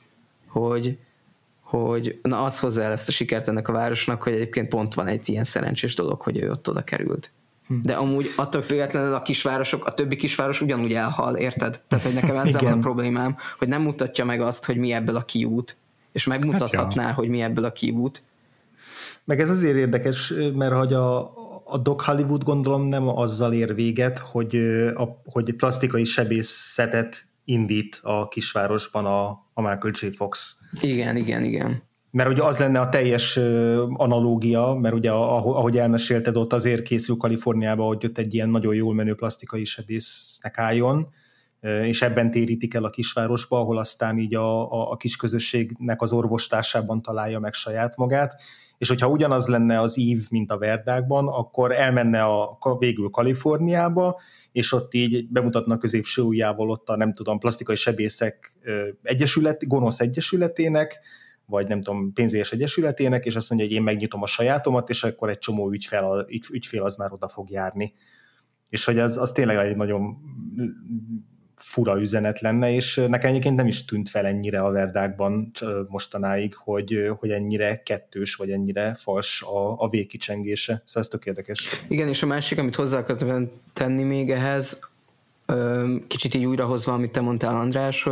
Speaker 3: hogy na az hozzá el ezt a sikert ennek a városnak, hogy egyébként pont van egy ilyen szerencsés dolog, hogy ő ott oda került. De amúgy attól függetlenül a többi kisváros ugyanúgy elhal, érted? Tehát, hogy nekem ezzel van a problémám, hogy nem mutatja meg azt, hogy mi ebből a kiút, és megmutathatná, hogy mi ebből a kiút.
Speaker 2: Meg ez azért érdekes, mert hogy a Doc Hollywood gondolom nem azzal ér véget, hogy plastikai sebészetet indít a kisvárosban a Michael J. Fox.
Speaker 3: Igen.
Speaker 2: Mert ugye az lenne a teljes analógia, mert ugye ahogy elmesélted, ott azért készül Kaliforniába, hogy ott egy ilyen nagyon jól menő plastikai sebésznek álljon, és ebben térítik el a kisvárosba, ahol aztán így a kis közösségnek az orvostársában találja meg saját magát, és hogyha ugyanaz lenne az ív, mint a Verdákban, akkor elmenne végül Kaliforniába, és ott így bemutatna a középső ujjával ott a nem tudom, plastikai sebészek gonosz egyesületének, vagy nem tudom, pénzélyes egyesületének, és azt mondja, hogy én megnyitom a sajátomat, és akkor egy csomó ügyfél az már oda fog járni. És hogy az tényleg egy nagyon fura üzenet lenne, és nekem egyébként nem is tűnt fel ennyire a Verdákban mostanáig, hogy ennyire kettős, vagy ennyire fals a végkicsengése. Szóval ez tök érdekes.
Speaker 3: Igen, és a másik, amit hozzá akartam tenni még ehhez, kicsit így újrahozva, amit te mondtál, András,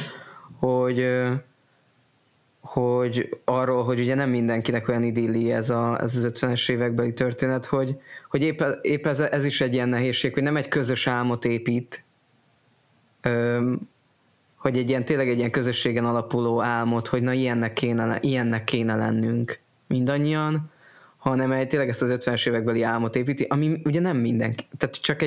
Speaker 3: hogy arról, hogy ugye nem mindenkinek olyan idilli ez az 50-es évekbeli történet, hogy épp ez is egy ilyen nehézség, hogy nem egy közös álmot épít, hogy tényleg egy ilyen közösségen alapuló álmot, hogy na ilyennek kéne lennünk mindannyian, hanem tényleg ezt az 50-es évekbeli álmot építi, ami ugye nem mindenki, tehát csak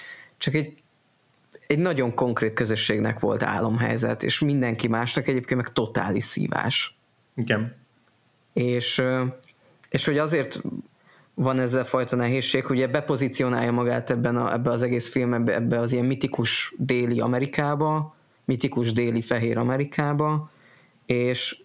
Speaker 3: egy nagyon konkrét közösségnek volt álomhelyzet, és mindenki másnak egyébként meg totális szívás.
Speaker 2: Igen.
Speaker 3: És hogy azért van ez a fajta nehézség, hogy ugye bepozícionálja magát ebbe az egész filmbe, ebbe az ilyen mitikus déli Amerikába, mitikus déli fehér Amerikába, és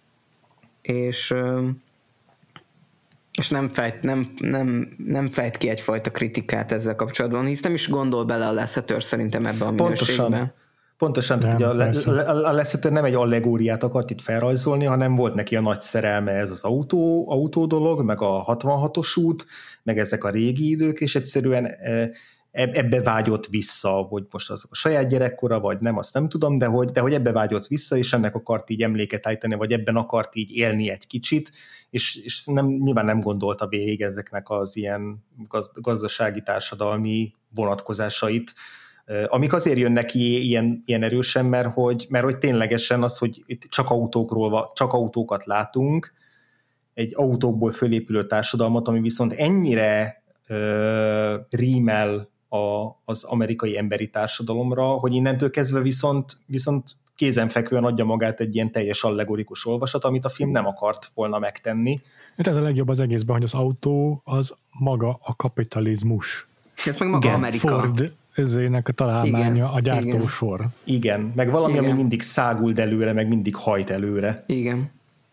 Speaker 3: nem fejt ki egyfajta kritikát ezzel kapcsolatban, hisz nem is gondol bele a Lasseter szerintem ebbe a minőségbe.
Speaker 2: Pontosan, tehát a Lasseter nem egy allegóriát akart itt felrajzolni, hanem volt neki a nagy szerelme ez az autó dolog, meg a 66-os út, meg ezek a régi idők, és egyszerűen ebbe vágyott vissza, hogy most az a saját gyerekkora, vagy nem, azt nem tudom, de hogy ebbe vágyott vissza, és ennek akart így emléket állítani, vagy ebben akart így élni egy kicsit, és nyilván nem gondolta végig ezeknek az ilyen gazdasági, társadalmi vonatkozásait, amik azért jönnek ki ilyen erősen, mert hogy ténylegesen az, hogy itt csak autókat látunk, egy autókból fölépülő társadalmat, ami viszont ennyire rímel az amerikai emberi társadalomra, hogy innentől kezdve viszont kézenfekvően adja magát egy ilyen teljes allegorikus olvasat, amit a film nem akart volna megtenni.
Speaker 1: Hát ez a legjobb az egészben, hogy az autó az maga a kapitalizmus.
Speaker 3: Ez meg maga Amerika.
Speaker 1: Ford ezének a találmánya, a gyártósor.
Speaker 2: Igen, meg valami, ami mindig száguld előre, meg mindig hajt előre.
Speaker 3: Igen.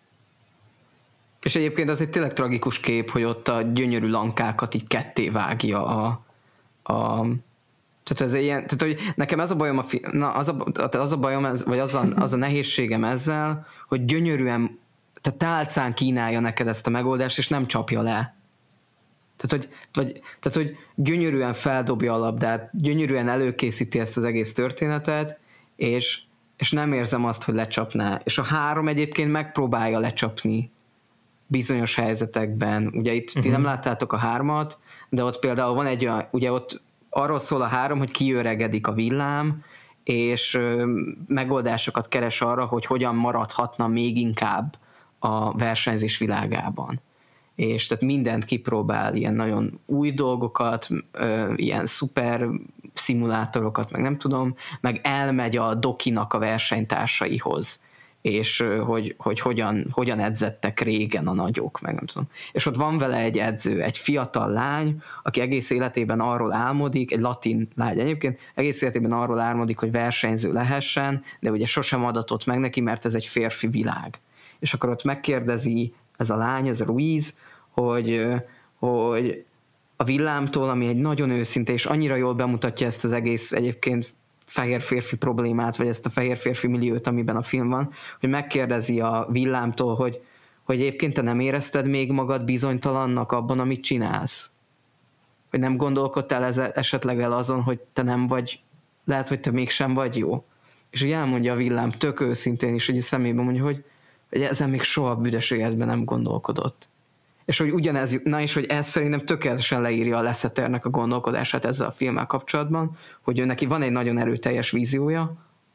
Speaker 3: És egyébként az egy tényleg tragikus kép, hogy ott a gyönyörű lankákat így ketté vágja tehát ez ilyen, tehát hogy nekem ez a bajom az a bajom, vagy az a nehézségem ezzel, hogy gyönyörűen, tehát tálcán kínálja neked ezt a megoldást, és nem csapja le. Tehát, hogy gyönyörűen feldobja a labdát, gyönyörűen előkészíti ezt az egész történetet, és nem érzem azt, hogy lecsapná. És a 3 egyébként megpróbálja lecsapni bizonyos helyzetekben. Ugye itt ti nem láttátok a 3-at, de ott például van egy olyan, ugye ott arról szól a 3, hogy kiöregedik a villám, és megoldásokat keres arra, hogy hogyan maradhatna még inkább a versenyzés világában. És tehát mindent kipróbál, ilyen nagyon új dolgokat, ilyen szuper szimulátorokat, meg nem tudom, meg elmegy a Dokinak a versenytársaihoz, és hogy hogyan edzettek régen a nagyok, meg nem tudom. És ott van vele egy edző, egy fiatal lány, aki egész életében arról álmodik, egy latin lány egyébként, egész életében arról álmodik, hogy versenyző lehessen, de ugye sosem adatott meg neki, mert ez egy férfi világ. És akkor ott megkérdezi ez a lány, ez a Ruiz, hogy a villámtól, ami egy nagyon őszinte, és annyira jól bemutatja ezt az egész egyébként fehér férfi problémát, vagy ezt a fehér férfi milliót, amiben a film van, hogy megkérdezi a villámtól, hogy egyébként te nem érezted még magad bizonytalannak abban, amit csinálsz? Hogy nem gondolkodtál esetleg el azon, hogy te nem vagy, lehet, hogy te mégsem vagy jó? És úgy elmondja a villám tök őszintén is, hogy a szemében mondja, hogy ezen még soha büdös életben nem gondolkodott. És hogy ugyanez, és hogy ez szerintem tökéletesen leírja a Lasseternek a gondolkodását ezzel a filmmel kapcsolatban, hogy ő neki van egy nagyon erőteljes víziója,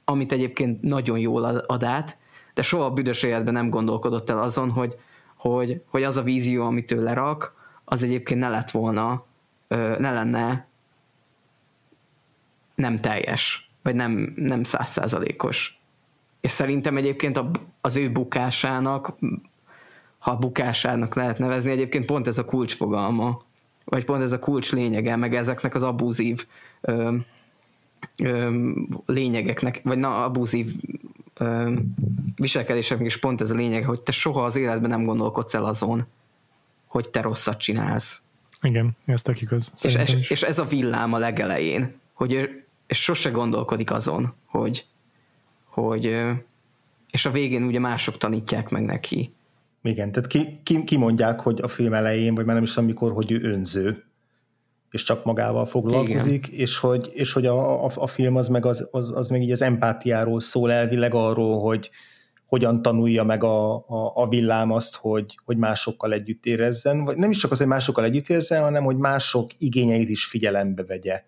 Speaker 3: amit egyébként nagyon jól ad át, de soha a büdös életben nem gondolkodott el azon, hogy az a vízió, amit ő lerak, az egyébként ne lett volna, ne lenne nem teljes, vagy nem 100%-os. És szerintem egyébként az ő bukásának, ha bukásának lehet nevezni, egyébként pont ez a kulcsfogalma, vagy pont ez a kulcs lényege, meg ezeknek az abúzív lényegeknek, vagy abúzív viselkedéseknek is pont ez a lényeg, hogy te soha az életben nem gondolkodsz el azon, hogy te rosszat csinálsz.
Speaker 1: Igen, ez tök igaz.
Speaker 3: És ez a villám a legelején, hogy ő és sose gondolkodik azon, hogy és a végén ugye mások tanítják meg neki.
Speaker 2: Igen, tehát ki mondják, hogy a film elején, vagy már nem is tudom mikor, hogy ő önző, és csak magával foglalkozik, és hogy a film az meg az meg így az empátiáról szól elvileg arról, hogy hogyan tanulja meg a villám azt, hogy másokkal együtt érezzen, vagy nem is csak az, hogy másokkal együtt érezzen, hanem hogy mások igényeit is figyelembe vegye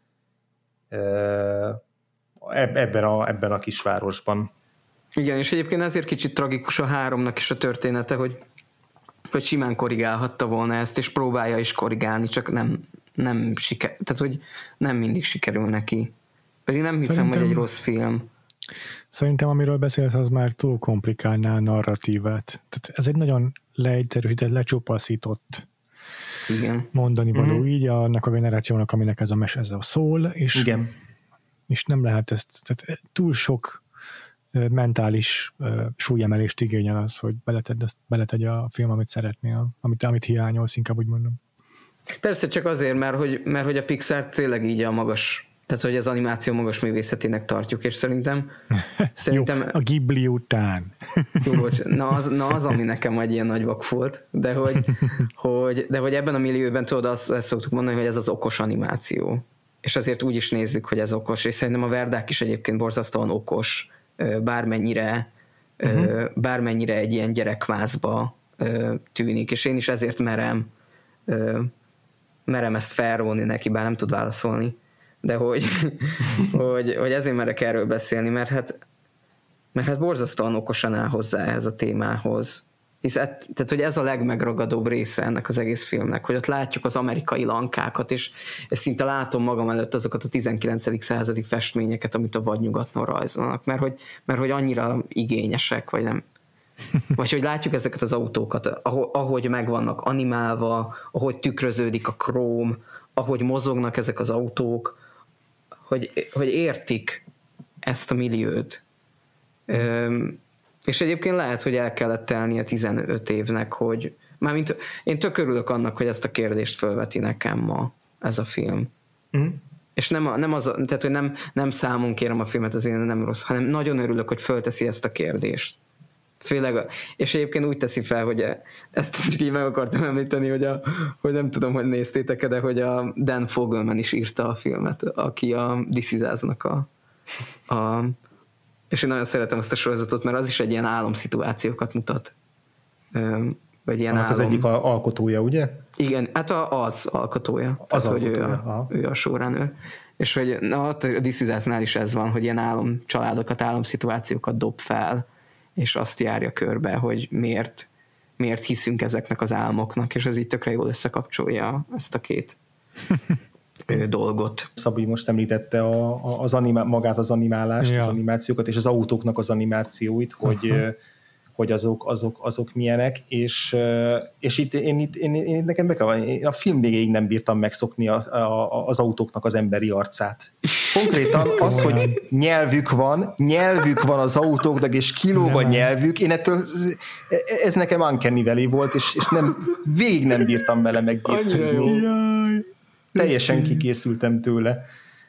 Speaker 2: ebben a kisvárosban.
Speaker 3: Igen, és egyébként ezért kicsit tragikus a 3-nak is a története, hogy simán korrigálhatta volna ezt, és próbálja is korrigálni, csak nem tehát hogy nem mindig sikerül neki. Pedig nem hiszem, hogy egy rossz film.
Speaker 1: Szerintem, amiről beszélsz, az már túl komplikálná a narratívát. Tehát ez egy nagyon leegyszerűsített, lecsupaszított mondani való így annak a generációnak, aminek ez a mese ez a szól, és nem lehet ezt, tehát túl sok mentális súlyemelést igényel az, hogy beletegye a film, amit szeretnél, amit hiányolsz, inkább úgy mondom.
Speaker 3: Persze csak azért, mert hogy a Pixar tényleg így a magas, tehát hogy az animáció magas művészetének tartjuk, és szerintem
Speaker 1: jó, a Ghibli után.
Speaker 3: Jó, na az, ami nekem egy ilyen nagy vak volt, de hogy ebben a millióben tudod, azt szoktuk mondani, hogy ez az okos animáció. És azért úgy is nézzük, hogy ez okos, és szerintem a Verdák is egyébként borzasztóan okos, bármennyire egy ilyen gyerekmázba tűnik, és én is ezért merem ezt felróni neki, bár nem tud válaszolni, de hogy ezért merek erről beszélni, mert hát borzasztóan okosan áll hozzá ehhez a témához. Tehát, hogy ez a legmegragadóbb része ennek az egész filmnek, hogy ott látjuk az amerikai lankákat, és szinte látom magam előtt azokat a 19. századi festményeket, amit a vadnyugaton rajzolnak, mert hogy annyira igényesek, vagy nem. Vagy hogy látjuk ezeket az autókat, ahogy meg vannak animálva, ahogy tükröződik a króm, ahogy mozognak ezek az autók, hogy értik ezt a milliót. És egyébként lehet, hogy el kellett telnie 15 évnek, hogy mármint én tök örülök annak, hogy ezt a kérdést fölveti nekem ma ez a film. És nem az, tehát hogy nem számon kérem a filmet, azért nem rossz, hanem nagyon örülök, hogy fölteszi ezt a kérdést. Főleg, és egyébként úgy teszi fel, hogy ezt csak így meg akartam említeni, hogy nem tudom, hogy néztétek-e, de hogy a Dan Fogelman is írta a filmet, aki a This Is Us-nak és én nagyon szeretem ezt a sorozatot, mert az is egy ilyen álomszituációkat mutat. Vagy ilyen
Speaker 2: az egyik alkotója, ugye?
Speaker 3: Igen, hát az alkotója.
Speaker 2: Az
Speaker 3: tehát,
Speaker 2: alkotója.
Speaker 3: Hogy ő a showrunner. És hogy a This Is Us-nál is ez van, hogy ilyen álomszituációkat dob fel, és azt járja körbe, hogy miért hiszünk ezeknek az álmoknak, és ez így tökre jól összekapcsolja ezt a két dolgot.
Speaker 2: Szabi most említette magát az animálást, az animációkat, és az autóknak az animációit, hogy azok milyenek, és itt én nekem be kell, én a film végéig nem bírtam megszokni az autóknak az emberi arcát. Konkrétan az, hogy nyelvük van az autóknak, és kilóg a nyelvük, én ettől, ez nekem uncanny valley volt, és végig nem bírtam vele megbírkozni. Teljesen kikészültem tőle.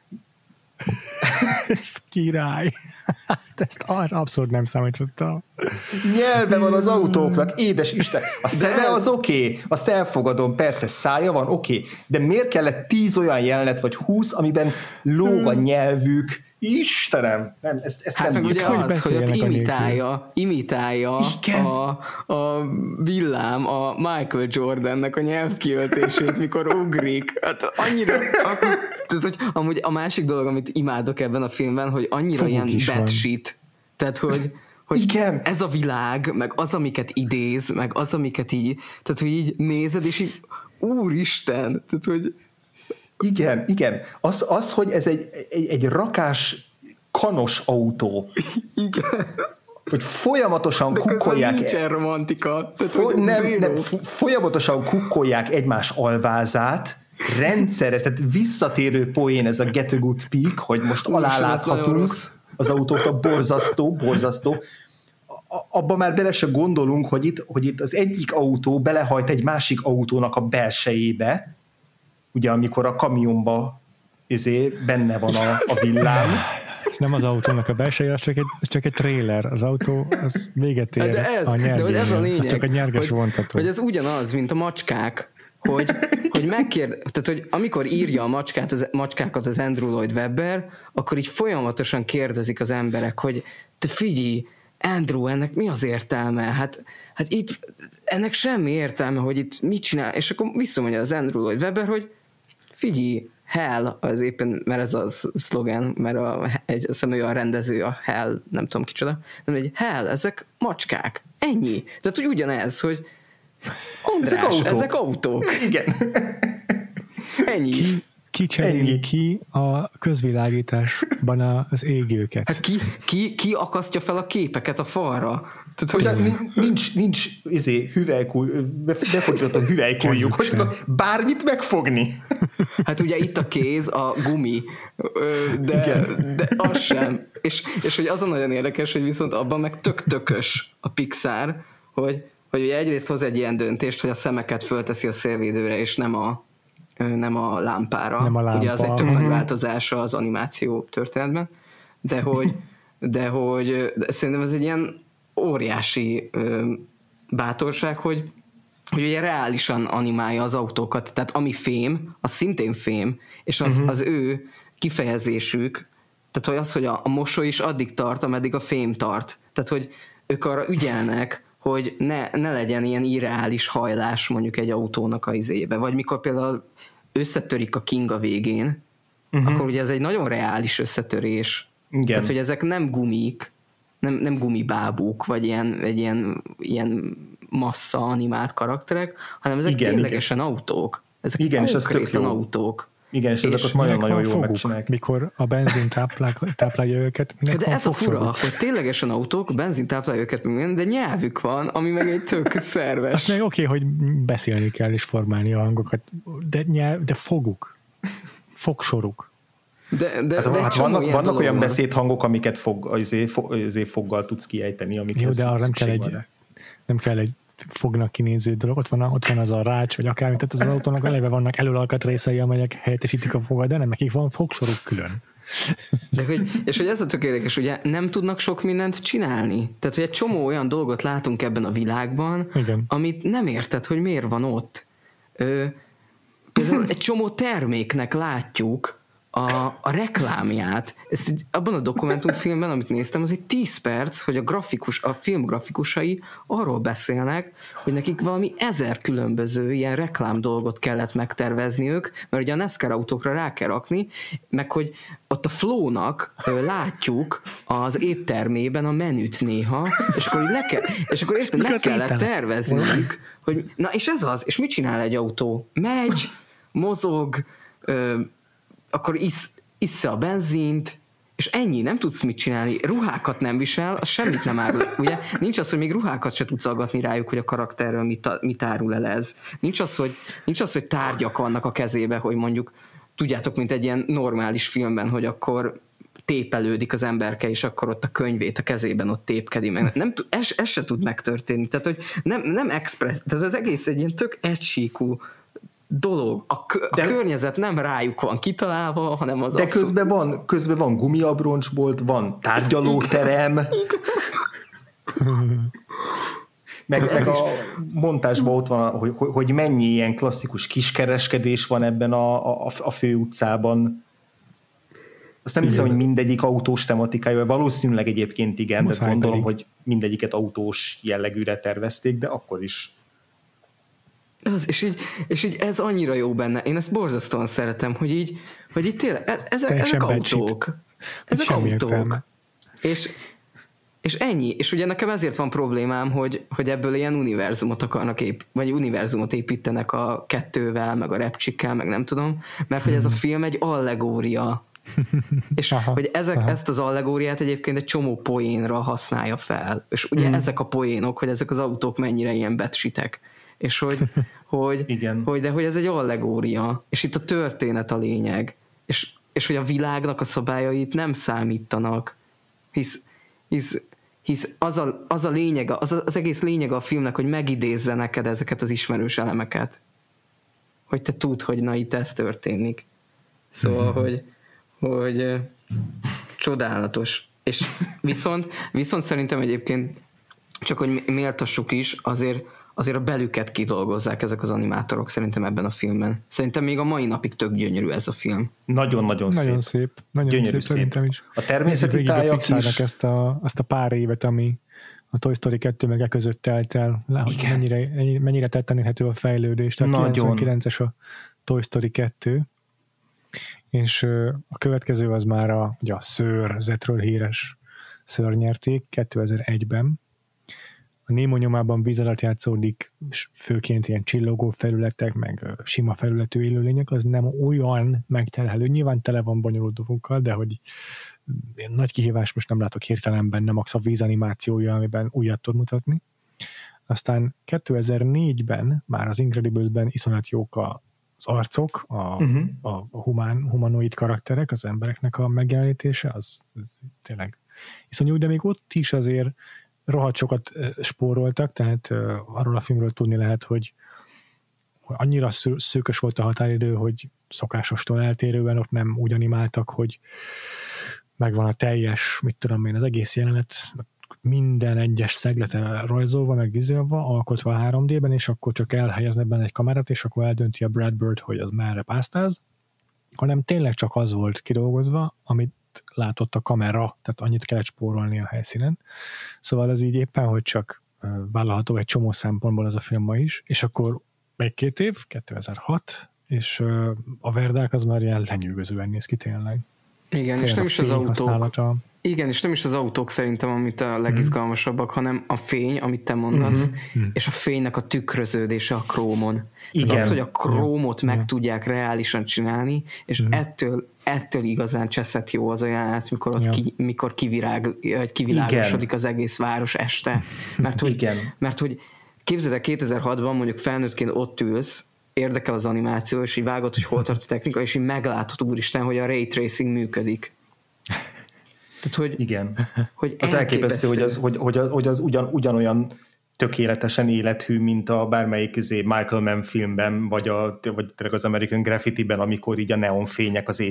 Speaker 1: Ez király. Ezt arra abszolút nem számítottam.
Speaker 2: Nyelve van az autóknak, édes Isten. A szeme az oké, azt elfogadom, persze szája van, oké, de miért kellett 10 olyan jelenet, vagy 20, amiben lóg a nyelvük, Istenem, nem, ezt
Speaker 3: hát
Speaker 2: nem
Speaker 3: meg ugye
Speaker 2: bírtam.
Speaker 3: az, hogy ott imitálja
Speaker 2: Igen.
Speaker 3: a villám a Michael Jordannek a nyelvkiöltését, mikor ugrik. Hát annyira... Tehát, hogy amúgy a másik dolog, amit imádok ebben a filmben, hogy annyira
Speaker 1: Foguk
Speaker 3: ilyen
Speaker 1: is
Speaker 3: bad
Speaker 1: van.
Speaker 3: shit. Tehát, hogy
Speaker 2: Igen.
Speaker 3: ez a világ, meg az, amiket idéz, meg az, amiket így, tehát, hogy így nézed, és így úristen, tehát, hogy
Speaker 2: Igen. Az, hogy ez egy rakás kanos autó.
Speaker 3: igen.
Speaker 2: Hogy folyamatosan
Speaker 3: De közben
Speaker 2: kukkolják.
Speaker 3: nincsen romantika. Tehát, hogy
Speaker 2: Nem, folyamatosan kukkolják egymás alvázát, rendszeres, tehát visszatérő poén ez a Get a Good Peak, hogy most aláláthatunk az autókra, borzasztó. Abba már bele se gondolunk, hogy itt az egyik autó belehajt egy másik autónak a belsejébe, ugye amikor a kamionba benne van a villám.
Speaker 1: Ez nem az autónak a belseje, az csak egy trailer. Az autó, az véget ér a nyergésnél.
Speaker 3: De hogy ez a lényeg,
Speaker 1: az csak a nyerges vontató.
Speaker 3: hogy ez ugyanaz, mint a macskák, hogy tehát, hogy amikor írja a macskákat az Andrew Lloyd Webber, akkor így folyamatosan kérdezik az emberek, hogy te figyelj, Andrew, ennek mi az értelme? Hát itt ennek semmi értelme, hogy itt mit csinál, és akkor visszamondja az Andrew Lloyd Webber, hogy figyelj, Hell, az éppen, mert ez a szlogen, mert egy személy a rendező, a Hell, nem tudom kicsoda, nem egy Hell, ezek macskák, ennyi. Tehát, hogy ugyanez, hogy András, ezek autók.
Speaker 2: Igen.
Speaker 3: Ennyi.
Speaker 1: Ki cseréli ki a közvilágításban az égőket?
Speaker 3: Hát ki akasztja fel a képeket a falra?
Speaker 2: Tehát, hogy nincs befordított a hüvelykújjuk, hogy tudok bármit megfogni.
Speaker 3: Hát ugye itt a kéz, a gumi, de az sem. És hogy az a nagyon érdekes, hogy viszont abban meg tök-tökös a Pixar, hogy ugye egyrészt hoz egy ilyen döntést, hogy a szemeket fölteszi a szélvédőre, és nem a lámpára.
Speaker 1: Nem a lámpa.
Speaker 3: Ugye az egy tök nagy változása az animáció történetben, de hogy szerintem ez egy ilyen óriási bátorság, hogy ugye reálisan animálja az autókat, tehát ami fém, az szintén fém, és az ő kifejezésük, tehát hogy az, hogy a mosoly is addig tart, ameddig a fém tart. Tehát, hogy ők arra ügyelnek, hogy ne legyen ilyen irreális hajlás mondjuk egy autónak a izébe. Vagy mikor például összetörik a King a végén, akkor ugye ez egy nagyon reális összetörés. Igen. Tehát, hogy ezek nem gumik, nem gumibábúk, vagy ilyen massza animált karakterek, hanem ezek ténylegesen autók. Ezek konkrétan autók.
Speaker 2: Igen, és ezeket nagyon-nagyon jól megcsinálják.
Speaker 1: Mikor a benzin táplálja őket.
Speaker 3: De ez a fura, hogy ténylegesen autók, benzin táplálja őket, de nyelvük van, ami meg egy tök szerves.
Speaker 1: Azt meg oké, hogy beszélni kell és formálni a hangokat, de fogsoruk.
Speaker 2: Hát vannak olyan beszédhangok, amiket foggal tudsz kiejteni, amikhez
Speaker 1: jó, de arra nem kell egy fognak kinéző dolog, ott van az a rács, vagy akármi, tehát az autónak eleve vannak előalkatrészei, amelyek helyettesítik a fogat, de nem, nekik van fogsoruk külön.
Speaker 3: És hogy ez a tök érdekes, ugye nem tudnak sok mindent csinálni. Tehát, hogy egy csomó olyan dolgot látunk ebben a világban, igen, amit nem érted, hogy miért van ott. Például egy csomó terméknek látjuk a reklámját. Abban a dokumentumfilmben, amit néztem, az egy 10 perc, hogy a film grafikusai arról beszélnek, hogy nekik valami 1000 különböző ilyen reklám dolgot kellett megtervezniük, mert ugye a NASCAR autókra rá kell rakni, meg hogy ott a Flow-nak látjuk az éttermében a menüt néha, és akkor érted, meg kellett tervezniük, hogy na és ez az, és mit csinál egy autó? Megy, mozog, akkor isz a benzint, és ennyi, nem tudsz mit csinálni, ruhákat nem visel, az semmit nem árul. Ugye nincs az, hogy még ruhákat se tudsz aggatni rájuk, hogy a karakterről mit árul el ez. Nincs az, hogy tárgyak vannak a kezébe, hogy mondjuk, tudjátok, mint egy ilyen normális filmben, hogy akkor tépelődik az emberke, és akkor ott a könyvét a kezében ott tépkedi meg. Ez se tud megtörténni. Tehát, hogy nem express, tehát az egész egy ilyen tök egysíkú dolog. A környezet nem rájuk van kitalálva, hanem az...
Speaker 2: De közben van gumiabroncsbolt, van tárgyalóterem, meg a montásban ott van, hogy mennyi ilyen klasszikus kiskereskedés van ebben a főutcában. Azt nem hiszem, hogy mindegyik autós tematikája, valószínűleg egyébként igen, de gondolom, hogy mindegyiket autós jellegűre tervezték, de akkor is.
Speaker 3: És így ez annyira jó benne. Én ezt borzasztóan szeretem, hogy így tényleg, ezek autók. Ezek autók. És ennyi. És ugye nekem ezért van problémám, hogy ebből ilyen univerzumot akarnak vagy univerzumot építenek a 2-vel, meg a repcsikkel, meg nem tudom, mert hogy ez a film egy allegória. És hogy ezt az allegóriát egyébként egy csomó poénra használja fel. És ugye ezek a poénok, hogy ezek az autók mennyire ilyen betsitek. És hogy ez egy allegória. És itt a történet a lényeg. És hogy a világnak a szabályait nem számítanak. Hisz az a lényeg, az egész lényeg a filmnek, hogy megidézze neked ezeket az ismerős elemeket. Hogy te tudd, hogy na itt ez történik. Szóval, hogy csodálatos. És viszont szerintem egyébként csak, hogy méltassuk is, azért a belüket kidolgozzák ezek az animátorok szerintem ebben a filmben. Szerintem még a mai napig tök gyönyörű ez a film.
Speaker 2: Nagyon
Speaker 1: szép. Nagyon szép szerintem is.
Speaker 2: A természeti tájak is.
Speaker 1: Azt a pár évet, ami a Toy Story 2 meg között telt el, mennyire tetten érhető a fejlődés. Tehát 99-es a Toy Story 2, és a következő az már a Szőr, Zetről híres szörnyerték 2001-ben. A Nemo nyomában víz alatt játszódik, főként ilyen csillogó felületek, meg sima felületű élőlények, az nem olyan megterhelő. Nyilván tele van bonyolult dolgokkal, de hogy nagy kihívás most nem látok hirtelen benne, max a vízanimációja, amiben újat tud mutatni. Aztán 2004-ben már az Incredibles-ben iszonyat jók az arcok, a humanoid karakterek, az embereknek a megjelenítése, az tényleg iszonyú, de még ott is azért rohadt sokat spóroltak, tehát arról a filmről tudni lehet, hogy annyira szűkös volt a határidő, hogy szokásostól eltérően ott nem úgy animáltak, hogy megvan a teljes, az egész jelenet, minden egyes szeglete rajzolva, meg vizélva, alkotva 3D-ben, és akkor csak elhelyeznek benne egy kamerát, és akkor eldönti a Brad Bird, hogy az merre pásztáz, hanem tényleg csak az volt kidolgozva, amit látott a kamera, tehát annyit kellett spórolni a helyszínen. Szóval ez így éppen, hogy csak vállalható egy csomó szempontból ez a film ma is, és akkor még 2 év, 2006, és a Verdák az már ilyen lenyűgözően néz ki tényleg.
Speaker 3: Igen, és nem is az autók. Igen, és nem is az autók szerintem, amit a legizgalmasabbak, hanem a fény, amit te mondasz, és a fénynek a tükröződése a krómon. Igen. Tehát az, hogy a krómot meg tudják reálisan csinálni, és ettől igazán cseszett jó az a jelenet, mikor kivilágosodik az egész város este. Mert hogy képzeld el, 2006-ban mondjuk felnőttként ott ülsz, érdekel az animáció, és így vágod, hogy hol tart a technika, és így meglátod, úristen, hogy a ray tracing működik. Tehát, hogy,
Speaker 2: igen. Hogy az elképesztő, hogy az ugyanolyan tökéletesen élethű, mint a bármelyik Michael Mann filmben, vagy az American Graffiti-ben, amikor így a neonfények az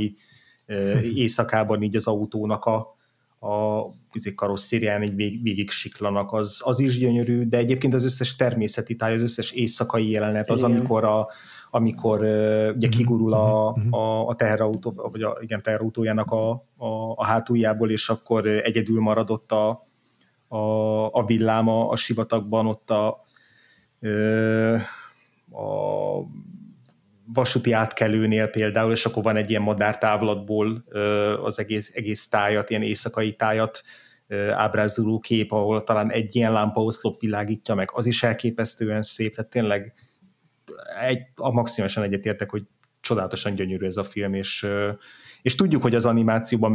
Speaker 2: éjszakában így az autónak a karosszérián így végig siklanak, az is gyönyörű, de egyébként az összes természeti táj, az összes éjszakai jelenet, az amikor ugye kigurul a teherautó, vagy teherautójának a hátuljából, és akkor egyedül maradott a villám a sivatagban, ott a vasúti átkelőnél például, és akkor van egy ilyen madártávlatból az egész tájat, ilyen éjszakai tájat ábrázoló kép, ahol talán egy ilyen lámpaoszlop világítja meg, az is elképesztően szép, tehát tényleg maximálisan egyetértek, hogy csodálatosan gyönyörű ez a film, és tudjuk, hogy az animációban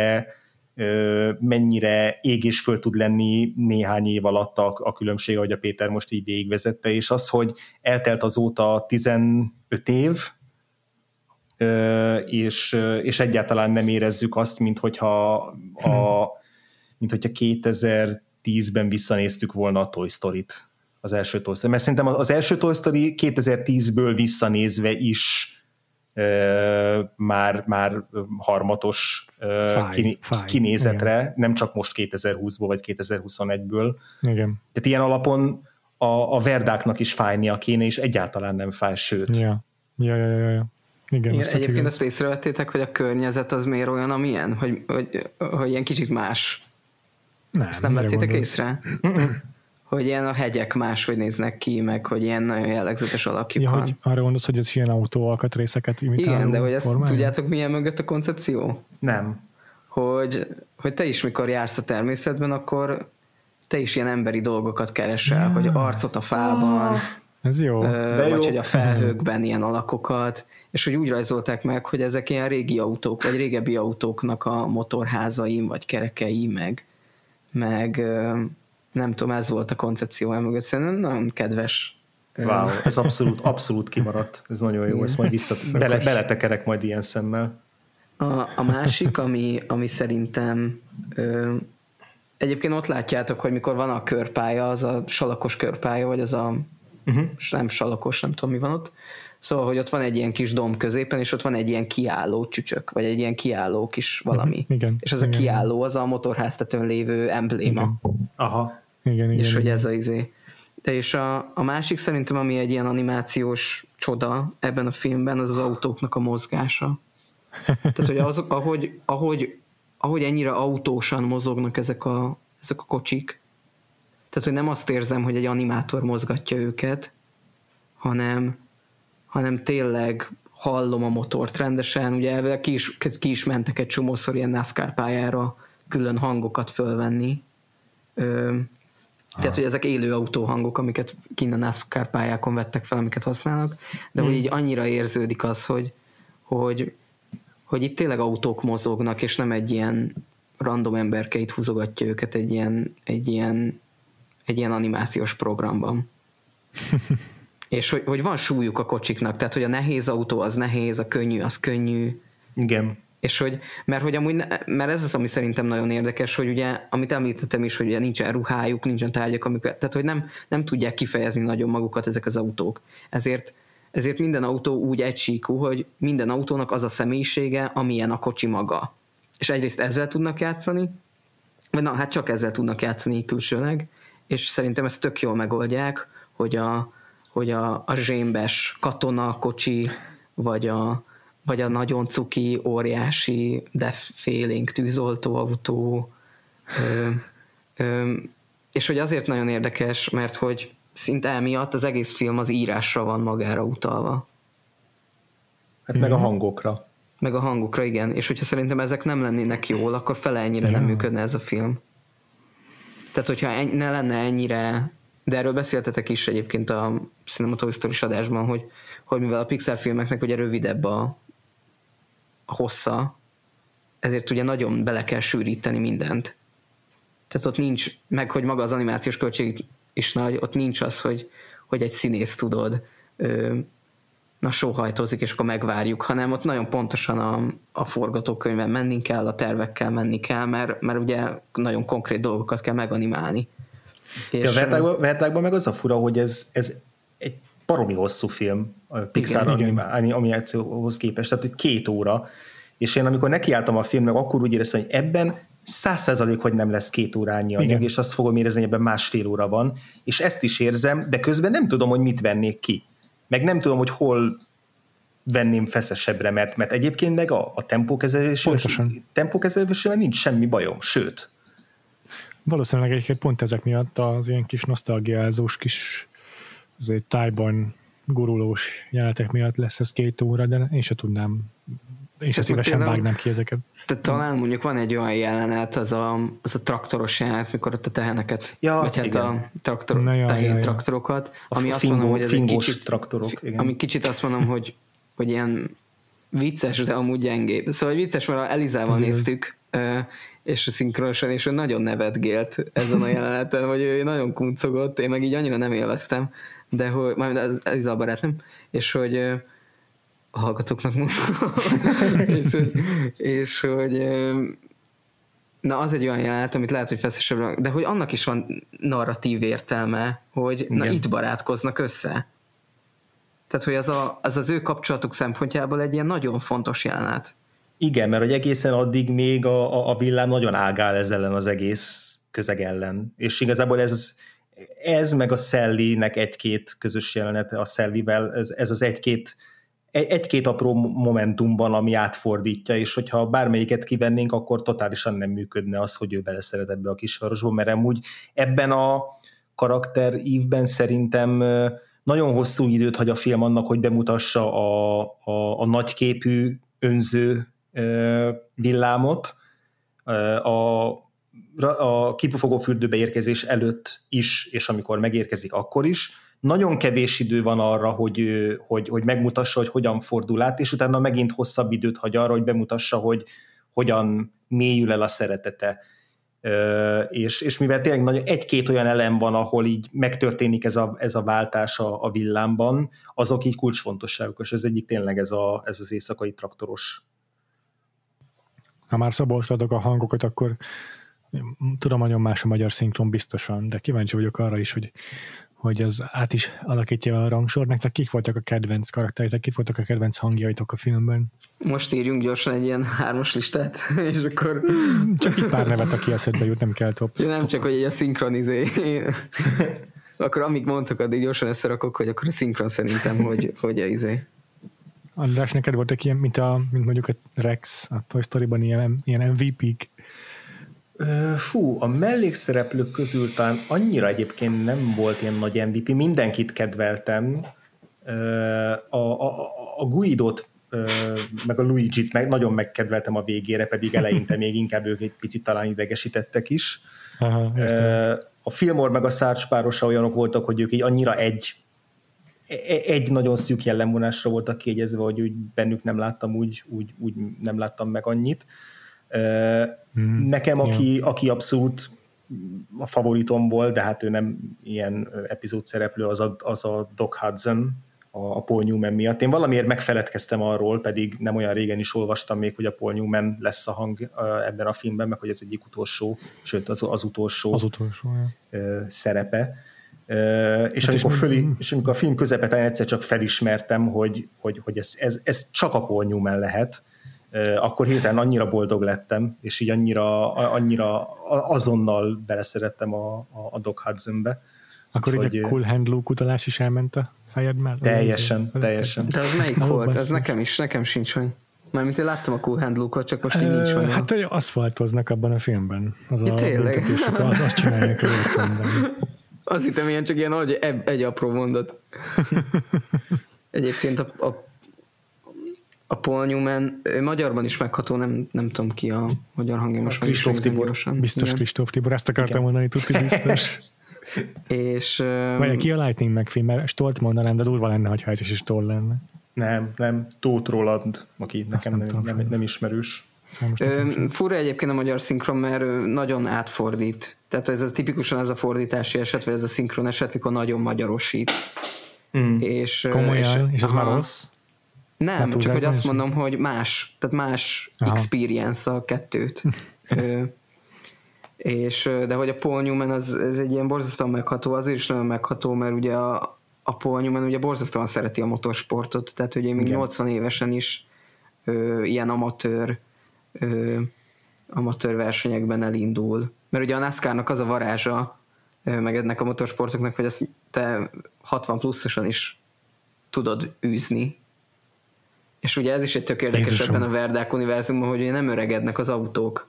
Speaker 2: mennyire ég és föl tud lenni néhány év alatt a különbség, ahogy a Péter most így végigvezette, és az, hogy eltelt azóta 15 év, és egyáltalán nem érezzük azt, mint hogyha 2010-ben visszanéztük volna a Toy Story-t, az első Toy Story. Mert szerintem az első Toy Story 2010-ből visszanézve is már harmatos kinézetre, igen. Nem csak most 2020-ból vagy 2021-ből.
Speaker 1: Igen.
Speaker 2: Tehát ilyen alapon a Verdáknak is fájnia kéne, és egyáltalán nem fáj, sőt.
Speaker 1: Ja. Igen,
Speaker 3: egyébként azt észrevettétek, hogy a környezet az miért olyan, amilyen? Hogy ilyen kicsit más.
Speaker 1: Nem,
Speaker 3: ezt nem vettétek észre? Hogy ilyen a hegyek máshogy néznek ki, meg hogy ilyen nagyon jellegzetes alakjuk van.
Speaker 1: Hogy arra gondolsz, hogy ez ilyen autóalkatrészeket imitáló.
Speaker 3: Igen, de hogy ezt
Speaker 1: formája?
Speaker 3: tudjátok, milyen mögött a koncepció?
Speaker 2: Nem.
Speaker 3: Hogy te is, mikor jársz a természetben, akkor te is ilyen emberi dolgokat keresel, hogy arcot a fában,
Speaker 1: ez jó.
Speaker 3: Vagy jó. Hogy a felhőkben ilyen alakokat, és hogy úgy rajzolták meg, hogy ezek ilyen régi autók, vagy régebbi autóknak a motorházaim, vagy kerekei, meg nem tudom, ez volt a koncepció mögött. Szerintem nagyon kedves.
Speaker 2: Wow, ez abszolút kimaradt. Ez nagyon jó, ezt majd beletekerek majd ilyen szemmel.
Speaker 3: A másik, ami szerintem egyébként ott látjátok, hogy mikor van a körpálya, az a salakos körpálya, vagy az a nem salakos, nem tudom mi van ott. Szóval, hogy ott van egy ilyen kis domb középen, és ott van egy ilyen kiálló csücsök, vagy egy ilyen kiálló kis valami.
Speaker 1: Igen,
Speaker 3: és az a kiálló, az a motorháztetőn lévő embléma.
Speaker 1: Igen.
Speaker 2: Aha.
Speaker 1: Igen,
Speaker 3: és hogy
Speaker 1: igen. Ez
Speaker 3: a izé. De és a másik szerintem, ami egy ilyen animációs csoda ebben a filmben, az az autóknak a mozgása. Tehát, hogy ahogy ennyire autósan mozognak ezek a kocsik, tehát, hogy nem azt érzem, hogy egy animátor mozgatja őket, hanem tényleg hallom a motort rendesen. Ugye elvileg ki is mentek egy csomószor ilyen NASCAR pályára külön hangokat fölvenni. Tehát, hogy ezek élő autóhangok, amiket kint a NASCAR pályákon vettek fel, amiket használnak, de hogy így annyira érződik az, hogy itt tényleg autók mozognak, és nem egy ilyen random emberkeit húzogatja őket egy ilyen animációs programban. És hogy van súlyuk a kocsiknak, tehát hogy a nehéz autó az nehéz, a könnyű az könnyű.
Speaker 2: Igen.
Speaker 3: És hogy, mert ez az, ami szerintem nagyon érdekes, hogy ugye, amit említettem is, hogy ugye nincsen ruhájuk, nincsen tárgyak, tehát hogy nem tudják kifejezni nagyon magukat ezek az autók. Ezért minden autó úgy egysíkú, hogy minden autónak az a személyisége, amilyen a kocsi maga. És egyrészt ezzel tudnak játszani, vagy hát csak ezzel tudnak játszani külsőleg, és szerintem ezt tök jól megoldják, hogy a zsémbes katona kocsi, vagy a nagyon cuki, óriási, de félénk tűzoltóautó, és hogy azért nagyon érdekes, mert hogy szinte emiatt az egész film az írásra van magára utalva.
Speaker 2: Hát meg a hangokra.
Speaker 3: Meg a hangokra, igen. És hogyha szerintem ezek nem lennének jól, akkor fele ennyire nem működne ez a film. Tehát, hogyha ne lenne ennyire, de erről beszéltetek is egyébként a Cinematohistoris adásban, hogy mivel a Pixar filmeknek ugye rövidebb a hossza, ezért ugye nagyon bele kell sűríteni mindent. Tehát ott nincs, meg hogy maga az animációs költség is nagy, ott nincs az, hogy egy színész tudod, sóhajtozik, és akkor megvárjuk, hanem ott nagyon pontosan a forgatókönyvben menni kell, a tervekkel menni kell, mert ugye nagyon konkrét dolgokat kell meganimálni.
Speaker 2: De a Vertágban meg az a fura, hogy ez egy baromi hosszú film a Pixar animációhoz képest, tehát 2 óra, és én amikor nekiálltam a filmnek, akkor úgy éreztem, hogy ebben 100% hogy nem lesz 2 órányi anyag, igen. És azt fogom érezni, hogy ebben 1,5 óra van, és ezt is érzem, de közben nem tudom, hogy mit vennék ki. Meg nem tudom, hogy hol venném feszesebbre, mert egyébként meg a tempókezelésével nincs semmi bajom, sőt.
Speaker 1: Valószínűleg egyébként pont ezek miatt az ilyen kis nosztalgiázós kis azért tájban gurulós jelenetek miatt lesz ez 2 óra, de én se tudnám, én se szívesen vágnám ki ezeket.
Speaker 3: Talán mondjuk van egy olyan jelenet, az a traktoros jelenet, mikor ott a teheneket, vagy hát a tehén traktorokat, ami azt mondom, hogy ez egy kicsit
Speaker 2: traktorok, igen.
Speaker 3: Ami kicsit azt mondom, hogy ilyen vicces, de amúgy gyengébb. Szóval vicces, mert Elizával néztük, és szinkronosan, és ő nagyon nevetgélt ezen a jeleneten, hogy ő nagyon kuncogott, én meg így annyira nem élveztem, de hogy, majd az Eliza a barátnőm, és hogy a hallgatóknak mondom, és hogy na az egy olyan jelenet, amit lehet, hogy feszesebb, de hogy annak is van narratív értelme, hogy na itt barátkoznak össze. Tehát, hogy az ő kapcsolatuk szempontjából egy ilyen nagyon fontos jelenet.
Speaker 2: Igen, mert hogy egészen addig még a villám nagyon ágál ez ellen az egész közeg ellen. És igazából ez meg a Sally-nek 1-2 közös jelenete a Sally-vel, ez az 1-2 egy-két apró momentum van, ami átfordítja, és hogyha bármelyiket kivennénk, akkor totálisan nem működne az, hogy ő beleszeret ebbe a kisvárosba, mert amúgy ebben a karakter ívben szerintem nagyon hosszú időt hagy a film annak, hogy bemutassa a nagyképű önző villámot, a kipufogó fürdőbe érkezés előtt is, és amikor megérkezik, akkor is. Nagyon kevés idő van arra, hogy megmutassa, hogy hogyan fordul át, és utána megint hosszabb időt hagy arra, hogy bemutassa, hogy hogyan mélyül el a szeretete. És mivel tényleg nagyon egy-két olyan elem van, ahol így megtörténik ez a váltás a villámban, azok így kulcsfontosságok, és ez egyik tényleg ez az éjszakai traktoros.
Speaker 1: Ha már szaboltadok a hangokat, akkor tudom, nagyon más a magyar szinkron biztosan, de kíváncsi vagyok arra is, hogy az át is alakítja a rangsor. Nektek kik voltak a kedvenc karaktereitek, kik voltak a kedvenc hangjaitok a filmben?
Speaker 3: Most írjunk gyorsan egy ilyen 3-as listát, és akkor...
Speaker 1: Csak itt pár nevet, aki eszedbe jut, nem kell top.
Speaker 3: Ja, nem csak, hogy a szinkronizé. Akkor amíg mondtak, addig gyorsan összerakok, hogy akkor a szinkron szerintem, hogy a izé.
Speaker 1: András, neked voltak ilyen, mint mondjuk a Rex, a Toy Story-ban ilyen MVP-k?
Speaker 2: A mellékszereplők közül talán annyira egyébként nem volt ilyen nagy MVP, mindenkit kedveltem. A Guidót meg a Luigi-t nagyon megkedveltem a végére, pedig eleinte még inkább ők egy picit talán idegesítettek is.
Speaker 1: Aha,
Speaker 2: a Fillmore meg a Sarge párosa olyanok voltak, hogy ők így annyira egy nagyon szűk jellemvonásra voltak kiegyezve, hogy úgy bennük nem láttam úgy nem láttam meg annyit. Nekem, aki abszolút a favoritom volt, de hát ő nem ilyen epizód szereplő, az a Doc Hudson, a Paul Newman miatt. Én valamiért megfeledkeztem arról, pedig nem olyan régen is olvastam még, hogy a Paul Newman lesz a hang ebben a filmben, meg hogy ez egyik utolsó, sőt az utolsó szerepe. És amikor a film közepetén egyszer csak felismertem, hogy ez csak a Paul Newman lehet, akkor hirtelen annyira boldog lettem, és így annyira azonnal beleszerettem a Doc Hudsonbe.
Speaker 1: Akkor így a Cool Hand Luke utalás is elment a fejed mellett?
Speaker 2: Teljesen.
Speaker 3: De az melyik volt? Ez nekem sincs meg. Mármint én láttam a Cool Hand Luke-ot, csak most így nincs meg.
Speaker 1: Hát, hogy aszfaltoznak abban a filmben.
Speaker 3: Tényleg?
Speaker 1: Azt csinálják az életemben.
Speaker 3: Azt hittem, ilyen csak ilyen egy apró mondat. Egyébként a Paul Newman magyarban is megható, nem tudom ki a magyar hangja, most meg is
Speaker 1: gyorsan. Biztos Kristóf Tibor, ezt akartam mondani, tudti biztos.
Speaker 3: És...
Speaker 1: Vagy ki a Lightning McQueen, mert Stolt mondanám, de durva lenne, hogyha ez is Stolt lenne.
Speaker 2: Nem, Tóth Roland, aki nekem nem ismerős.
Speaker 3: Fura egyébként a magyar szinkron, mert nagyon átfordít. Tehát ez tipikusan ez a fordítási eset, vagy ez a szinkron eset, mikor nagyon magyarosít.
Speaker 1: Komolyan, és az már rossz?
Speaker 3: Nem, csak hogy azt mondom, hogy más experience a kettőt. De hogy a Paul Newman ez egy ilyen borzasztóan megható, azért is nagyon megható, mert ugye a Paul Newman ugye borzasztóan szereti a motorsportot, tehát ugye még 80 évesen is ilyen amatőr versenyekben elindul. Mert ugye a NASCAR-nak az a varázsa, meg ennek a motorsportoknak, hogy azt te 60 pluszosan is tudod űzni. És ugye ez is egy tök érdekes ebben a Verdák univerzumban, hogy ugye nem öregednek az autók.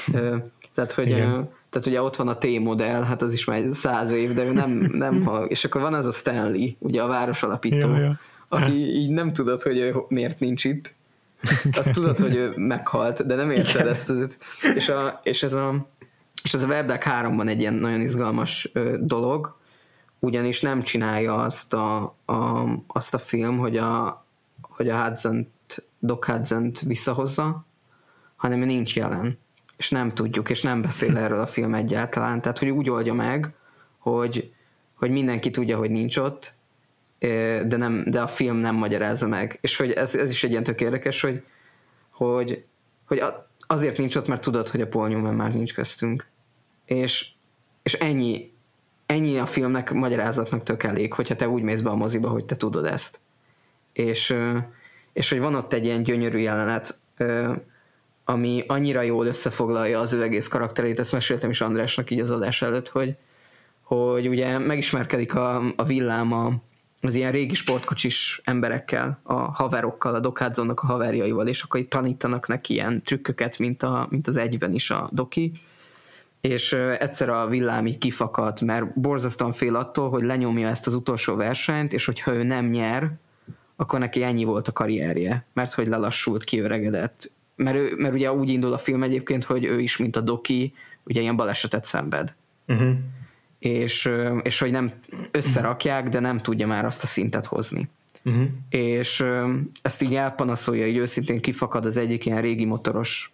Speaker 3: Tehát ugye ott van a T-modell, hát az is már 100 év, de ő nem és akkor van az a Stanley, ugye a városalapító, aki így nem tudod, hogy ő miért nincs itt. Azt tudod, hogy ő meghalt, de nem érted ezt. És ez a Verdák 3-ban egy ilyen nagyon izgalmas dolog, ugyanis nem csinálja azt a film, hogy a Doc Hudsont visszahozza, hanem ő nincs jelen. És nem tudjuk, és nem beszél erről a film egyáltalán. Tehát, hogy úgy oldja meg, hogy mindenki tudja, hogy nincs ott, de a film nem magyarázza meg. És hogy ez is egy ilyen tök érdekes, hogy azért nincs ott, mert tudod, hogy a Paul Newman már nincs köztünk. És ennyi a filmnek, magyarázatnak tök elég, hogyha te úgy mész be a moziba, hogy te tudod ezt. És hogy van ott egy ilyen gyönyörű jelenet, ami annyira jól összefoglalja az ő egész karakterét, ezt meséltem is Andrásnak így az adás előtt, hogy ugye megismerkedik a villám az ilyen régi sportkocsis emberekkel, a haverokkal, a Doc Hudsonnak a haverjaival, és akkor itt tanítanak neki ilyen trükköket, mint az egyben is a Doki, és egyszer a villám így kifakadt, mert borzasztóan fél attól, hogy lenyomja ezt az utolsó versenyt, és hogyha ő nem nyer, akkor neki ennyi volt a karrierje, mert hogy lelassult, kiöregedett. Mert ugye úgy indul a film egyébként, hogy ő is, mint a Doki, ugye ilyen balesetet szenved. Uh-huh. És hogy nem összerakják, de nem tudja már azt a szintet hozni. Uh-huh. És ezt így elpanaszolja, így őszintén kifakad az egyik ilyen régi motoros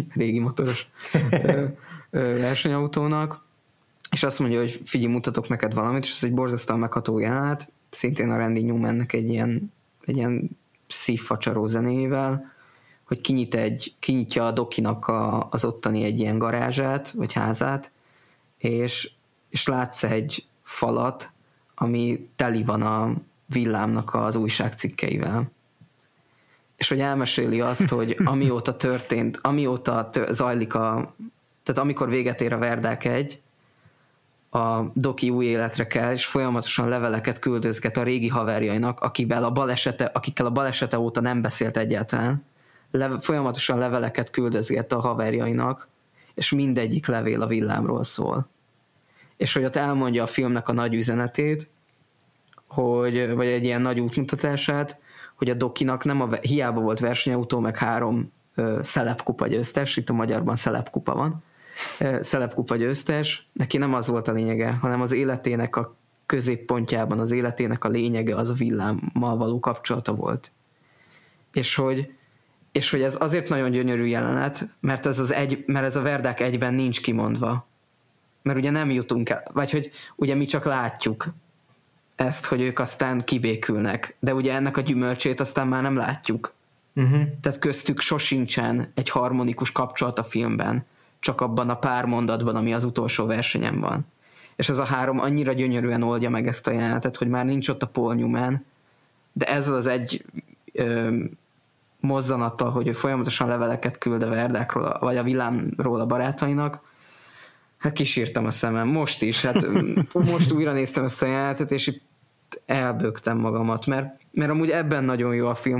Speaker 3: versenyautónak, és azt mondja, hogy figyelj, mutatok neked valamit, és ez egy borzasztóan megható jelenet, szintén a Randy Newmannek egy ilyen szívfacsaró zenével, hogy kinyitja a Dokinak az ottani egy ilyen garázsát, vagy házát, és látsz egy falat, ami teli van a villámnak az újságcikkeivel. És hogy elmeséli azt, hogy amióta zajlik tehát amikor véget ér a Verdák 1, a Doki új életre kell, és folyamatosan leveleket küldözget a régi haverjainak, akikkel a balesete óta nem beszélt egyáltalán. Folyamatosan leveleket küldözget a haverjainak, és mindegyik levél a villámról szól. És hogy ott elmondja a filmnek a nagy üzenetét, vagy egy ilyen nagy útmutatását, hogy a Dokinak hiába volt versenyautó, meg 3 szelepkupa győztes, itt a magyarban szelepkupa van, szelepkupa győztes, neki nem az volt a lényege, hanem az életének a középpontjában, az életének a lényege az a villámmal való kapcsolata volt. És hogy ez azért nagyon gyönyörű jelenet, mert ez a Verdák 1-ben nincs kimondva. Mert ugye nem jutunk el, vagy hogy ugye mi csak látjuk ezt, hogy ők aztán kibékülnek, de ugye ennek a gyümölcsét aztán már nem látjuk. Uh-huh. Tehát köztük sosincsen egy harmonikus kapcsolat a filmben, csak abban a pár mondatban, ami az utolsó versenyen van. És ez a 3 annyira gyönyörűen oldja meg ezt a jelenetet, hogy már nincs ott a Paul Newman, de ezzel az egy mozzanattal, hogy ő folyamatosan leveleket küld a Verdákról, vagy a villámról a barátainak, hát kisírtam a szemem. Most is, hát most újra néztem ezt a jelenetet, és itt elbögtem magamat, mert amúgy ebben nagyon jó a film,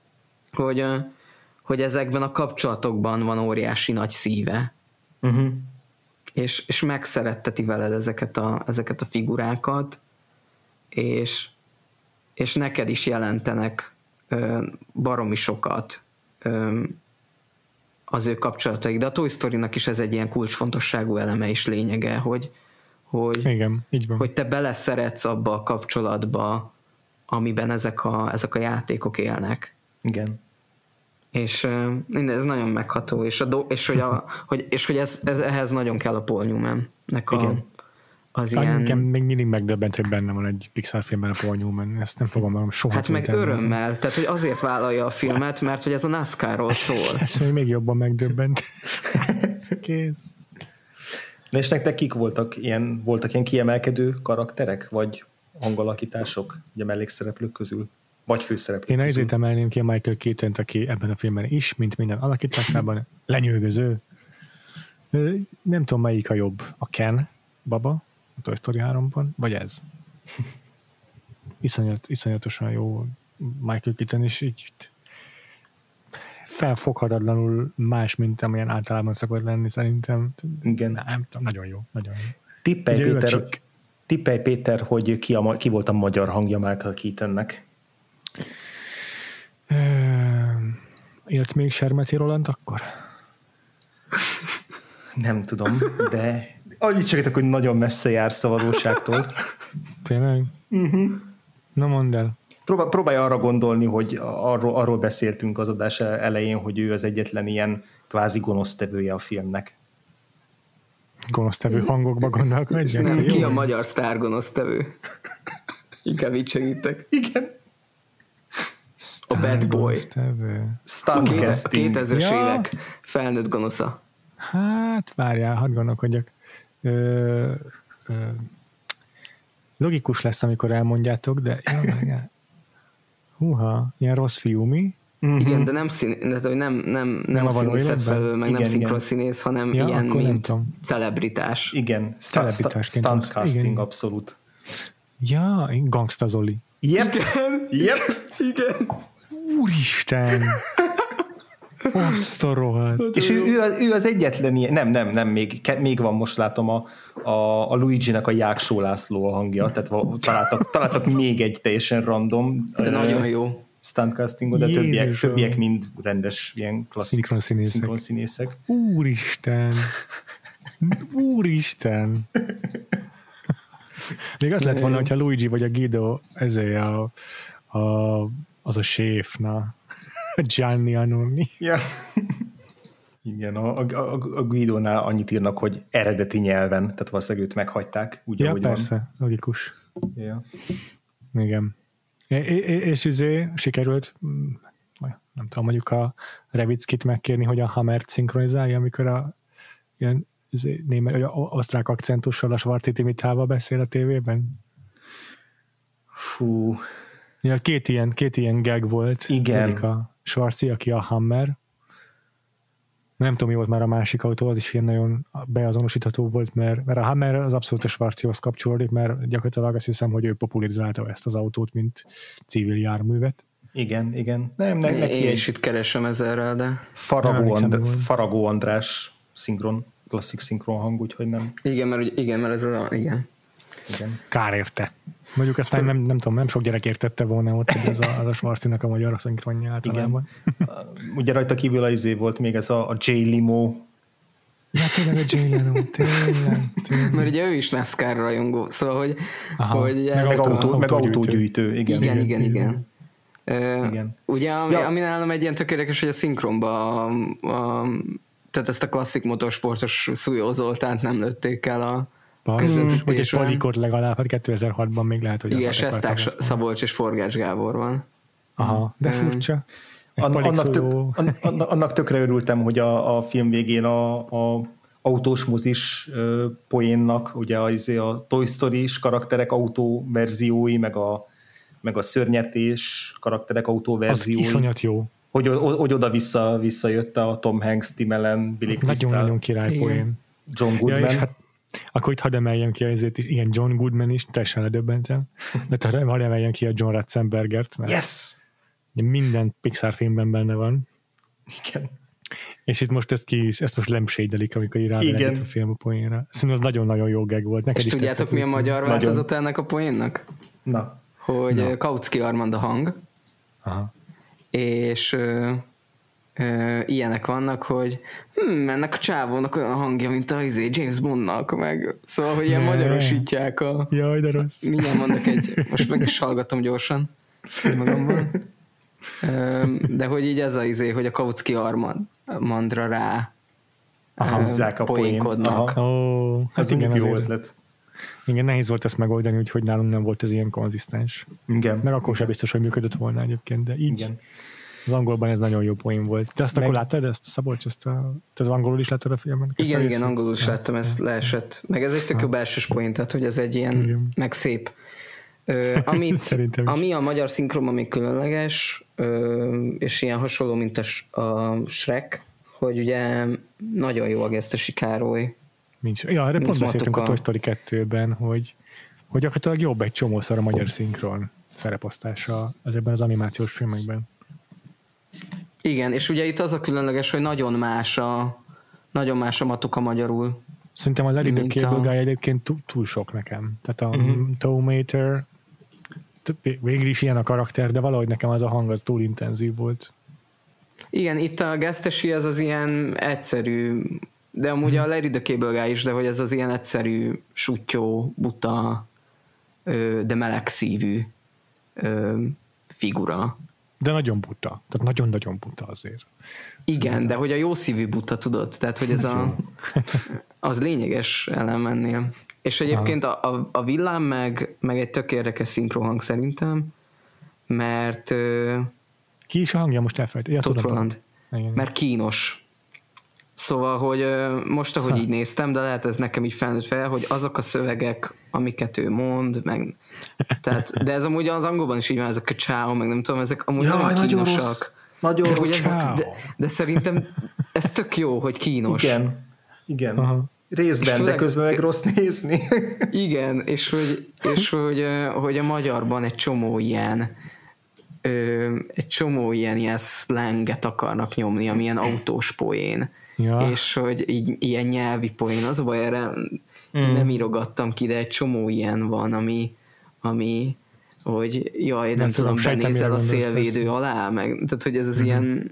Speaker 3: hogy ezekben a kapcsolatokban van óriási nagy szíve. Uh-huh. És megszeretteti veled ezeket a figurákat, és neked is jelentenek baromi sokat az ő kapcsolataik. De a Toy Story-nak is ez egy ilyen kulcsfontosságú eleme és lényege, hogy
Speaker 1: igen, így van.
Speaker 3: Hogy te beleszeretsz abba a kapcsolatba, amiben ezek a játékok élnek.
Speaker 2: Igen.
Speaker 3: És ez nagyon megható, és hogy ez ehhez nagyon kell a Paul Newman-nek az ilyen...
Speaker 1: Nekem még mindig megdöbbent, hogy benne van egy Pixar filmben a Paul Newman, ezt nem fogom magam soha.
Speaker 3: Hát meg örömmel, tehát hogy azért vállalja a filmet, mert hogy ez a NASCAR-ról szól.
Speaker 1: Ez még jobban megdöbbent. Ez kész.
Speaker 2: De és nektek kik voltak ilyen kiemelkedő karakterek, vagy hangalakítások, ugye mellékszereplők közül? Vagy főszereplők
Speaker 1: Én
Speaker 2: közül?
Speaker 1: azért emelném ki a Michael Keaton-t, aki ebben a filmben is, mint minden alakításában lenyűgöző. Nem tudom, melyik a jobb. A Ken baba, a Toy Story 3-ban, vagy ez? Iszonyatosan jó Michael Keaton, és így felfoghatatlanul más, mint amilyen általában szokott lenni, szerintem.
Speaker 2: Igen.
Speaker 1: Nem tudom, nagyon jó. Nagyon jó.
Speaker 2: Tippelj Péter, hogy ki volt a magyar hangja Michael Keatonnek?
Speaker 1: Élt még Sermeci Roland akkor?
Speaker 2: Nem tudom, de annyit segítek, hogy nagyon messze jársz a valóságtól.
Speaker 1: Tényleg? Uh-huh. Na mondd el.
Speaker 2: Próbálj arra gondolni, hogy arról beszéltünk az adás elején, hogy ő az egyetlen ilyen kvázi gonosztevője a filmnek.
Speaker 1: Gonosztevő hangokba gondolkodj?
Speaker 3: Nem, ki a magyar sztár gonosztevő? Inkább így segítek.
Speaker 2: Igen.
Speaker 3: A Bad Boy.
Speaker 2: Stunt casting.
Speaker 3: 2000-es évek felnőtt gonosza.
Speaker 1: Hát, várjál, hadd gondolkodjak. Logikus lesz, amikor elmondjátok, de húha, ilyen rossz fiú, mi?
Speaker 3: Uh-huh. Igen, de nem színészet felől, meg igen, nem szinkronszínész, hanem ilyen, mint celebritás.
Speaker 2: Igen, stunt casting, igen. Abszolút.
Speaker 1: Ja, Gangsta Zoli.
Speaker 2: Yep.
Speaker 3: Igen.
Speaker 1: Úristen! Azt a rohadt.
Speaker 2: És ő az egyetlen ilyen, nem, még van, most látom a Luigi-nek a Jáksó László a hangja, tehát találtak még egy teljesen random.
Speaker 3: De nagyon jó.
Speaker 2: Stuntcastingot, de többiek mind rendes ilyen klasszik szinkronszínészek. Úristen!
Speaker 1: Még az lett volna, hogyha Luigi vagy a Guido ezért az a séf, na. Gianni Annoni.
Speaker 2: Ja. Igen, a Guidónál annyit írnak, hogy eredeti nyelven, tehát valószínűleg őt meghagyták. Úgy,
Speaker 1: ja, persze, van. Logikus.
Speaker 2: Ja.
Speaker 1: Igen. És sikerült, nem tudom, mondjuk a Revickit megkérni, hogy a Hammert szinkronizálja, amikor ilyen német, vagy osztrák akcentussal a Schwarzit imitálva beszél a tévében.
Speaker 2: Fú.
Speaker 1: Ja, két ilyen gag volt.
Speaker 2: Igen.
Speaker 1: Az egyik a Schwarzi, aki a Hammer. Nem tudom, mi volt már a másik autó, az is ilyen nagyon beazonosítható volt, mert a Hammer az abszolút a Schwarzihoz kapcsolódik, mert gyakorlatilag azt hiszem, hogy ő popularizálta ezt az autót, mint civil járművet.
Speaker 2: Igen. Nem, neki
Speaker 3: is itt keresem ezerrel, de...
Speaker 2: Faragó András szinkron, klasszik szinkron hang, úgyhogy nem.
Speaker 3: Igen, mert ez igen.
Speaker 1: Kár érte. Mondjuk aztán nem tudom, nem sok gyerek értette volna ott, hogy ez a Schwarzinak a magyar szinkronja általában.
Speaker 2: Ugye rajta kívül az volt még ez a J-Limo.
Speaker 1: Ja, tényleg a J-Limo, tényleg.
Speaker 3: Mert ugye ő is NASCAR rajongó, szóval, hogy
Speaker 2: meg autógyűjtő.
Speaker 3: Igen. Ugye, ami nálam egy ilyen tök érdekes, hogy a szinkronban tehát ezt a klasszik motorsportos Szújó Zoltánt nem lőtték el a
Speaker 1: vagy egy Palikot legalább, hát 2006-ban még lehet, hogy
Speaker 3: igen, Sesták Szabolcs és Forgács Gábor van.
Speaker 1: Aha, de furcsa.
Speaker 2: Annak tökre örültem, hogy a film végén a autós mozis poénnak, ugye a Toy Story-s karakterek autóverziói, meg a szörnyetés karakterek autóverziói.
Speaker 1: Az iszonyat jó.
Speaker 2: Hogy oda-vissza jött a Tom Hanks, Tim Allen, Billy Crystal.
Speaker 1: Nagyon király poén.
Speaker 2: John Goodman.
Speaker 1: Ja, akkor itt hadd emeljem ki azért is, igen, John Goodman is, teljesen ledöbbentem, de hadd emeljem ki a John Ratzenbergert, mert minden Pixar filmben benne van.
Speaker 2: Igen.
Speaker 1: És itt most ezt most lemsédelik, amikor így rávezetett a film a poénra. Szerintem az nagyon-nagyon jó gag volt.
Speaker 3: Neked és tudjátok, mi a magyar változat ennek a poénnak?
Speaker 2: Na.
Speaker 3: Hogy Kautsky Armand a hang, és ilyenek vannak, hogy ennek a csávónak olyan hangja, mint a James Bondnak, meg szóval, hogy ilyen magyarosítják a...
Speaker 1: Jaj, de rossz.
Speaker 3: Mindjárt mondok most meg is hallgatom gyorsan magamban. De hogy így ez hogy a Kautsky Armandra rá
Speaker 2: húzzák a
Speaker 3: poénkodnak.
Speaker 2: Ez igen, jó ötlet.
Speaker 1: Igen, nehéz volt ezt megoldani, úgyhogy nálunk nem volt ez ilyen konzisztens.
Speaker 2: Igen.
Speaker 1: Meg akkor sem biztos, hogy működött volna egyébként, de így. Igen. Az angolban ez nagyon jó poén volt. Te azt akkor láttad, ezt Szabolcs, te az angolul is láttad a filmen?
Speaker 3: Igen, angolul is láttam, ezt leesett. Meg ez egy tök jó belsős poén, tehát hogy ez egy ilyen meg szép. Ami a magyar szinkronban még különleges, és ilyen hasonló, mint a Shrek, hogy ugye nagyon jó a Gesztesi Károly.
Speaker 1: Erre pont beszéltünk a Toy Story 2-ben, hogy gyakorlatilag jobb egy csomószor a magyar szinkron szereposztása ezekben az animációs filmekben.
Speaker 3: Igen, és ugye itt az a különleges, hogy nagyon más a matuka magyarul.
Speaker 1: Szerintem a Larry the Cable Guy egyébként túl sok nekem. Tehát a Tow Mater végül is ilyen a karakter, de valahogy nekem az a hang az túl intenzív volt.
Speaker 3: Igen, itt a Gesztesi az ilyen egyszerű, de amúgy a Larry the Cable Guy is, de hogy ez az ilyen egyszerű, suttyó, buta, de melegszívű figura.
Speaker 1: De nagyon buta. Tehát nagyon-nagyon buta azért.
Speaker 3: Igen, szerintem. De hogy a jó szívű buta, tudod? Tehát, hogy ez az lényeges elem ennél. És egyébként a villám meg egy tök érdekes szinkrohang szerintem, mert
Speaker 1: ki is a hangja? Most elfelejtem. Ja,
Speaker 3: Tóth Roland. Mert kínos. Szóval, hogy most, ahogy így néztem, de lehet ez nekem így felnőtt fel, hogy azok a szövegek, amiket ő mond, meg tehát, de ez amúgy az angolban is így van, ezek a ciao, meg nem tudom, ezek amúgy nagyon kínosak.
Speaker 2: Nagyon rossz.
Speaker 3: De szerintem ez tök jó, hogy kínos.
Speaker 2: Igen. Részben, de közben meg rossz nézni.
Speaker 3: Igen, és hogy a magyarban egy csomó ilyen slanget akarnak nyomni, amilyen autós poén. Ja. És hogy így, ilyen nyelvi poén. Az a baj, erre nem írogattam ki, de egy csomó ilyen van, ami hogy jaj, nem tudom, benézel a szélvédő alá, meg, tehát hogy ez az ilyen...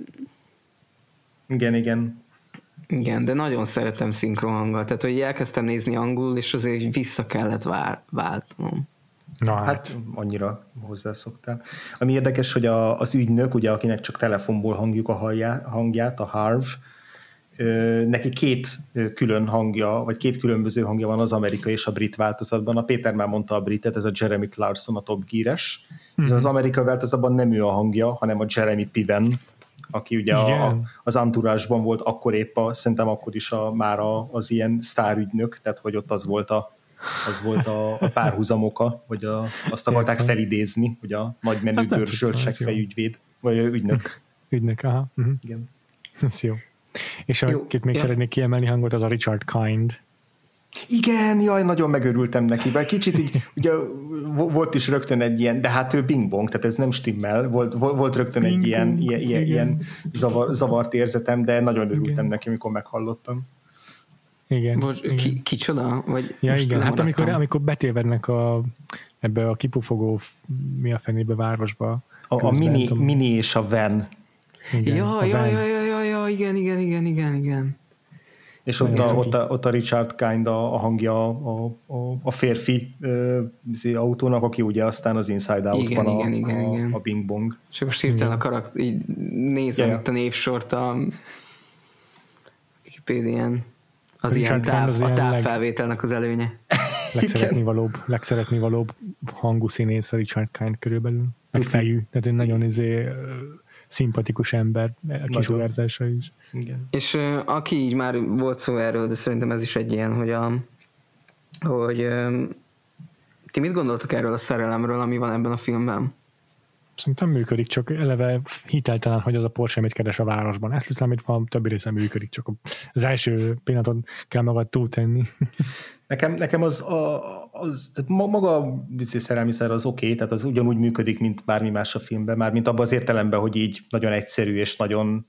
Speaker 2: Igen.
Speaker 3: Igen, de nagyon szeretem szinkronhanggal, tehát hogy elkezdtem nézni angolul, és azért vissza kellett váltnom.
Speaker 2: Na hát annyira hozzászoktál. Ami érdekes, hogy az ügynök, ugye, akinek csak telefonból hangjuk a hangját, a Harv, neki két külön hangja, vagy két különböző hangja van az amerikai és a brit változatban. A Péter már mondta a britet, ez a Jeremy Clarkson, a Top Gear-es. Ez az amerikai változatban nem ő a hangja, hanem a Jeremy Piven, aki ugye az Entourage-ban volt akkor épp, szerintem akkor is már az ilyen sztárügynök, tehát hogy ott az volt a párhuzamoka, vagy azt akarták felidézni, hogy a nagy menő zöldségfej ügyvéd, vagy ügynök.
Speaker 1: Ügynök, aha.
Speaker 2: Igen.
Speaker 1: Ez jó. És akit még szeretnék kiemelni hangot, az a Richard Kind.
Speaker 2: Igen, jaj, nagyon megörültem neki, mert kicsit így, ugye volt is rögtön egy ilyen, de hát ő Bing Bong, tehát ez nem stimmel, volt rögtön egy ilyen zavart érzetem, de nagyon örültem neki, amikor meghallottam.
Speaker 1: Igen.
Speaker 3: Kicsoda? Vagy
Speaker 1: igen, hát amikor betévednek ebbe a kipufogó mi a fenébe városba.
Speaker 2: A mini és a van.
Speaker 3: Ja, igen. És
Speaker 2: ott a Richard Kind a hangja a férfi autónak, aki ugye aztán az Inside Out-ban
Speaker 3: igen.
Speaker 2: a Bing Bong.
Speaker 3: És most hirtelen így nézem itt a névsort a Wikipédián. Az Richard ilyen a távfelvételnek az előnye.
Speaker 1: Legszeretnivalóbb hangú színész a Richard Kind körülbelül. Fejű, tehát egy nagyon szimpatikus ember, kisugárzása is.
Speaker 2: Igen.
Speaker 3: És aki így már volt szó erről, de szerintem ez is egy ilyen, hogy ti mit gondoltok erről a szerelemről, ami van ebben a filmben?
Speaker 1: Szerintem működik, csak eleve hiteltelen, hogy az a Porsche mit keres a városban. Ezt hiszem, hogy van többi részen működik, csak az első pillanaton kell magad túltenni.
Speaker 2: Nekem az maga a szerelmiszer az oké, tehát az ugyanúgy működik, mint bármi más a filmben, már mint abban az értelemben, hogy így nagyon egyszerű és nagyon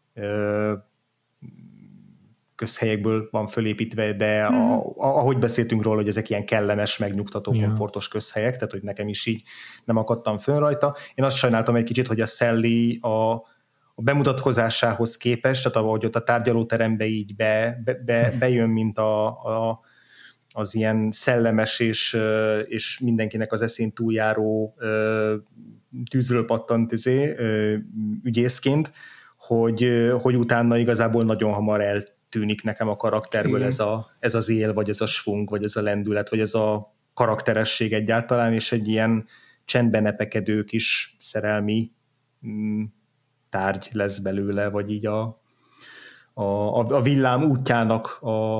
Speaker 2: közhelyekből van fölépítve, de ahogy beszéltünk róla, hogy ezek ilyen kellemes, megnyugtató, komfortos közhelyek, tehát hogy nekem is így nem akadtam fönn rajta. Én azt sajnáltam egy kicsit, hogy a Sally a bemutatkozásához képest, tehát ahogy ott a tárgyalóterembe így bejön, mint az ilyen szellemes és mindenkinek az eszén túljáró tűzről pattant ügyészként, hogy utána igazából nagyon hamar eltűnik nekem a karakterből ez az él, vagy ez a svung, vagy ez a lendület, vagy ez a karakteresség egyáltalán, és egy ilyen csendben epekedő kis szerelmi tárgy lesz belőle, vagy így a villám útjának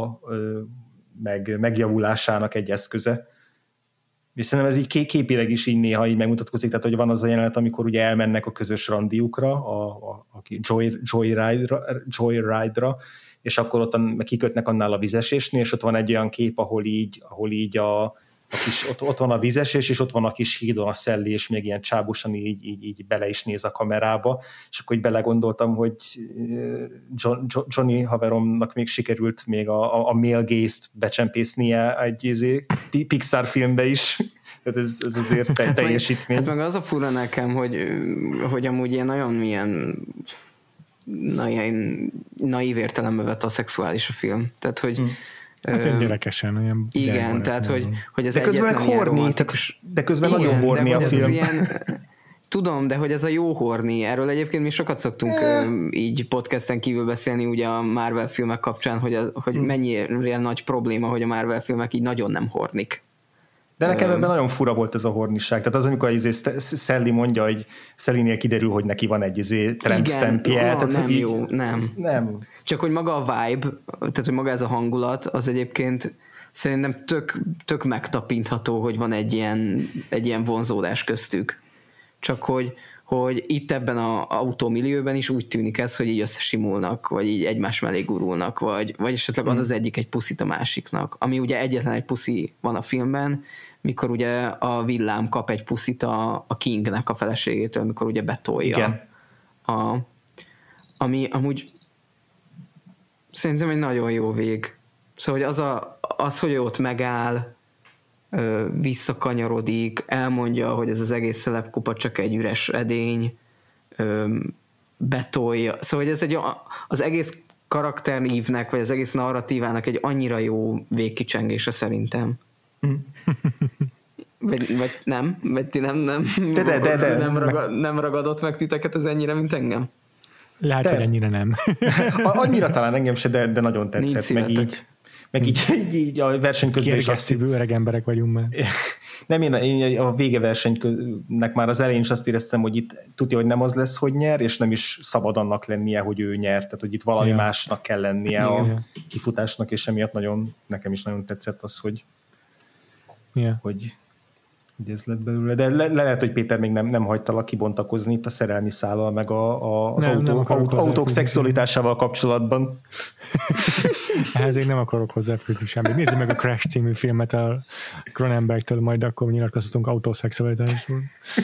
Speaker 2: megjavulásának egy eszköze. És szerintem ez így képileg is így néha így megmutatkozik, tehát hogy van az a jelenet, amikor ugye elmennek a közös randiukra, a Joyride-ra, és akkor ott kikötnek annál a vizesésnél, és ott van egy olyan kép, ahol így ott van a vizesés, és ott van a kis hídon a Sally, és még ilyen csábusan így bele is néz a kamerába, és akkor így belegondoltam, hogy Johnny haveromnak még sikerült még a male gaze-t becsempésznie egy Pixar filmbe is, tehát ez azért teljesítmény.
Speaker 3: Hát meg az a fura nekem, hogy amúgy ilyen nagyon milyen naív értelembe vett a szexuális a film, tehát hogy
Speaker 1: hát én gyerekesen, olyan
Speaker 3: igen, tehát hogy ez
Speaker 2: de közben meg horny, de közben igen, nagyon horny a film. Ilyen,
Speaker 3: tudom, de hogy ez a jó horny, erről egyébként mi sokat szoktunk így podcasten kívül beszélni ugye a Marvel filmek kapcsán, hogy mennyire nagy probléma, hogy a Marvel filmek így nagyon nem hornik.
Speaker 2: De nekem ebben nagyon fura volt ez a horniság. Tehát az, amikor Sally mondja, hogy Sally-nél kiderül, hogy neki van egy tramp-stampje.
Speaker 3: Nem jó, nem. Csak hogy maga a vibe, tehát hogy maga ez a hangulat, az egyébként szerintem tök megtapintható, hogy van egy ilyen vonzódás köztük. Csak hogy hogy itt ebben az autómillióben is úgy tűnik ez, hogy így összesimulnak, vagy így egymás mellé gurulnak, vagy esetleg ad az egyik egy puszit a másiknak. Ami ugye egyetlen egy puszi van a filmben, mikor ugye a villám kap egy puszit a Kingnek a feleségétől, mikor ugye betolja.
Speaker 2: Igen.
Speaker 3: Ami amúgy szerintem egy nagyon jó vég. Szóval hogy az, hogy ő ott megáll, visszakanyarodik, elmondja, hogy ez az egész szelepkupa csak egy üres edény, betolja. Szóval hogy ez az egész karakternívnek, vagy az egész narratívának egy annyira jó végkicsengése szerintem. Vagy nem? Vagy ti nem?
Speaker 2: De.
Speaker 3: Nem ragadott meg titeket ez ennyire, mint engem?
Speaker 1: Lehet, hogy ennyire nem.
Speaker 2: Annyira talán engem se, de nagyon tetszett. Meg így a verseny közben is
Speaker 1: azt öreg emberek vagyunk már.
Speaker 2: Nem, én a vége versenynek már az elején is azt éreztem, hogy itt tudja, hogy nem az lesz, hogy nyer, és nem is szabad annak lennie, hogy ő nyer. Tehát, hogy itt valami másnak kell lennie a kifutásnak, és emiatt nekem is nagyon tetszett az, hogy ez lett belőle. De lehet, hogy Péter még nem hagytalak kibontakozni itt a szerelmi szállal, meg az autók szexualitásával kapcsolatban.
Speaker 1: Ehhez én nem akarok hozzáfűzni semmit. Nézzük meg a Crash című filmet a Cronenbergtől, majd akkor nyilatkozhatunk autószexualitásról.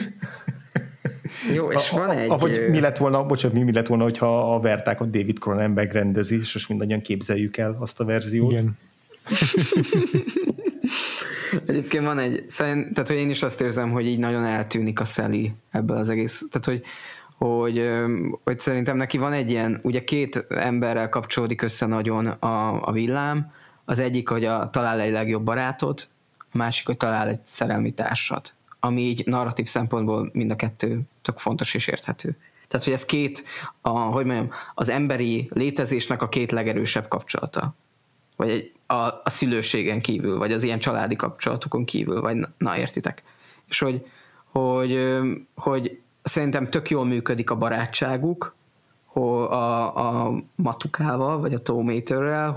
Speaker 3: Jó, és van egy...
Speaker 2: mi lett volna, hogyha a Vertákat David Cronenberg rendezi, és most mindannyian képzeljük el azt a verziót. Igen.
Speaker 3: Egyébként van tehát hogy én is azt érzem, hogy így nagyon eltűnik a Sally ebből az egész, tehát hogy szerintem neki van egy ilyen, ugye két emberrel kapcsolódik össze nagyon a villám, az egyik, hogy talál egy legjobb barátot, a másik, hogy talál egy szerelmi társat, ami így narratív szempontból mind a kettő tök fontos és érthető. Tehát, hogy ez az emberi létezésnek a két legerősebb kapcsolata. Vagy a szülőségen kívül, vagy az ilyen családi kapcsolatokon kívül, vagy na értitek. És hogy szerintem tök jól működik a barátságuk a Matukával, vagy a Tow-Materrel,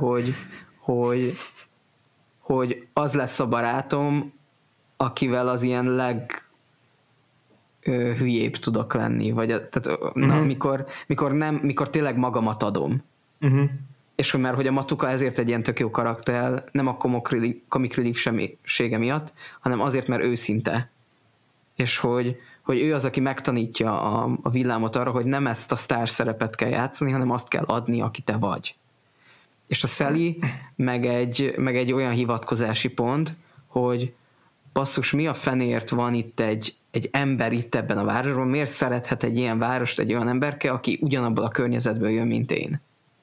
Speaker 3: hogy az lesz a barátom, akivel az ilyen hülyébb tudok lenni, vagy mikor tényleg magamat adom. És hogy a Matuka ezért egy ilyen tök jó karakter, nem a comic relief semmisége miatt, hanem azért, mert őszinte. És hogy ő az, aki megtanítja a villámot arra, hogy nem ezt a sztár szerepet kell játszani, hanem azt kell adni, aki te vagy. És a Sally meg egy olyan hivatkozási pont, hogy basszus, mi a fenért van itt egy ember itt ebben a városban, miért szerethet egy ilyen várost egy olyan emberke, aki ugyanabból a környezetből jön, mint én.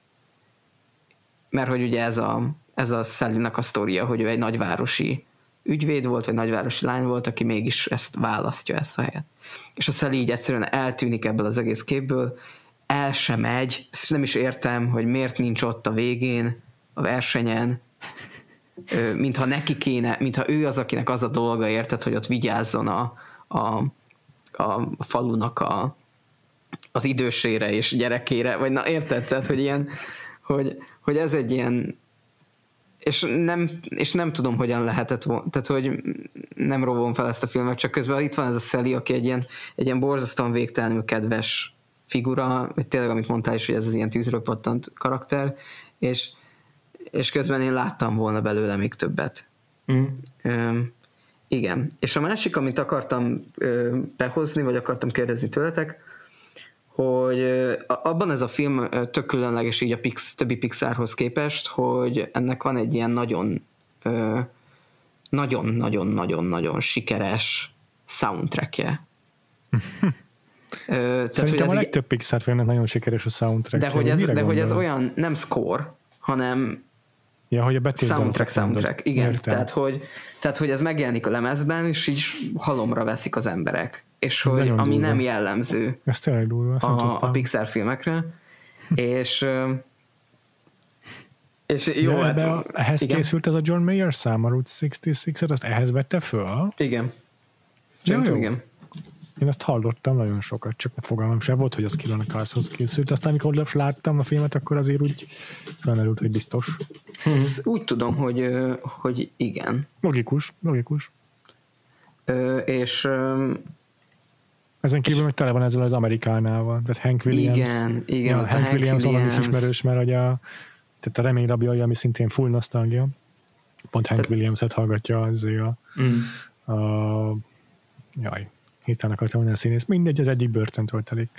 Speaker 3: Mert hogy ugye ez a Sally-nak a sztoria, hogy ő egy nagyvárosi ügyvéd volt, vagy nagyvárosi lány volt, aki mégis ezt választja, ezt a helyet. És a Sally így egyszerűen eltűnik ebből az egész képből, el sem megy, ezt nem is értem, hogy miért nincs ott a végén, a versenyen, mintha neki kéne, mintha ő az, akinek az a dolga, érted, hogy ott vigyázzon a falunak az idősére és gyerekére, vagy na érted, tehát, hogy ilyen, hogy ez egy ilyen, és nem tudom, hogyan lehetett volna, tehát, hogy nem rovom fel ezt a filmet, csak közben itt van ez a Sally, aki egy ilyen borzasztóan végtelenül kedves figura, vagy tényleg, amit mondtál is, hogy ez az ilyen tűzről pattant karakter, és közben én láttam volna belőle még többet. Igen. És a másik, amit akartam behozni, vagy akartam kérdezni tőletek, hogy abban ez a film tök különleges így a többi Pixarhoz képest, hogy ennek van egy ilyen nagyon-nagyon-nagyon-nagyon sikeres soundtrackje.
Speaker 1: Szerintem a legtöbb Pixar filmnek nagyon sikeres a soundtrack.
Speaker 3: De hogy ez olyan, nem score, hanem
Speaker 1: hogy a
Speaker 3: soundtrack. Igen, tehát hogy ez megjelenik a lemezben, és így halomra veszik az emberek. És hogy ami nem jellemző a Pixar filmekre. És jó,
Speaker 1: de ehhez igen? Készült ez a John Mayer szám, a Route 66-et, azt ehhez vette föl?
Speaker 3: Igen. Igen.
Speaker 1: Én ezt hallottam nagyon sokat, csak a fogalmam sem volt, hogy az Killon Carshoz készült. Aztán, amikor láttam a filmet, akkor azért úgy felmerült, hogy biztos.
Speaker 3: Úgy tudom, hogy igen.
Speaker 1: Logikus. Ezen kívül meg tele van ezzel az Amerikánával, tehát Hank Williams.
Speaker 3: Igen,
Speaker 1: ja, Hank Williams is ismerős, mert tehát a Remény rabjai, ami szintén full nosztalgia. Pont Hank Williams-et hallgatja azért jaj, hirtelen akartam mondani a színész. Mindegy, az egyik börtönt volt elég.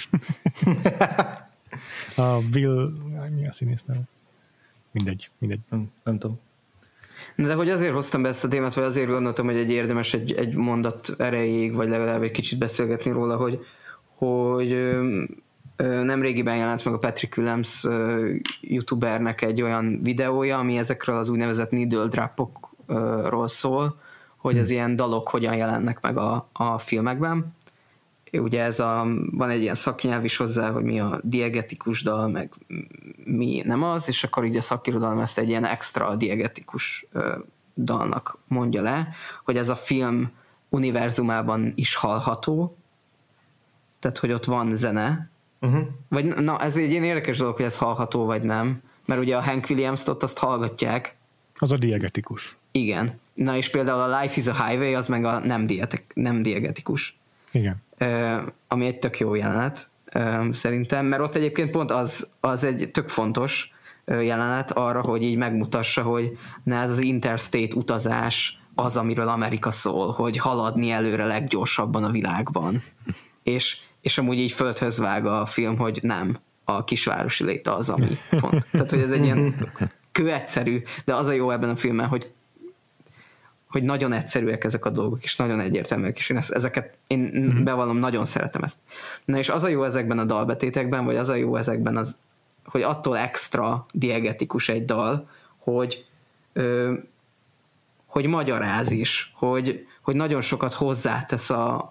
Speaker 1: A Will, mi a színész neve? Mindegy.
Speaker 2: Nem tudom.
Speaker 3: De hogy azért hoztam be ezt a témát, vagy azért gondoltam, hogy érdemes egy mondat erejéig, vagy legalább egy kicsit beszélgetni róla, hogy nemrégiben jelent meg a Patrick Willems youtubernek egy olyan videója, ami ezekről az úgynevezett needle dropokról szól, hogy az ilyen dalok hogyan jelennek meg a filmekben. Ugye van egy ilyen szaknyelv is hozzá, hogy mi a diegetikus dal, meg mi nem az, és akkor így a szakirodalom ezt egy ilyen extra diegetikus dalnak mondja le, hogy ez a film univerzumában is hallható, tehát hogy ott van zene, vagy na ez egy ilyen érdekes dolog, hogy ez hallható vagy nem, mert ugye a Hank Williams-t ott azt hallgatják.
Speaker 1: Az a diegetikus.
Speaker 3: Igen. Na és például a Life is a Highway az meg a nem diegetikus.
Speaker 1: Igen.
Speaker 3: Ami egy tök jó jelenet szerintem, mert ott egyébként pont az egy tök fontos jelenet arra, hogy így megmutassa, hogy ez az interstate utazás az, amiről Amerika szól, hogy haladni előre leggyorsabban a világban. És amúgy így földhöz vág a film, hogy nem, a kisvárosi léte az, ami font. Tehát, hogy ez egy ilyen kőegyszerű, de az a jó ebben a filmben, hogy nagyon egyszerűek ezek a dolgok, és nagyon egyértelműek, és én bevallom, nagyon szeretem ezt. Na és az a jó ezekben a dalbetétekben, vagy az a jó ezekben hogy attól extra diegetikus egy dal, hogy magyaráz is, hogy nagyon sokat hozzátesz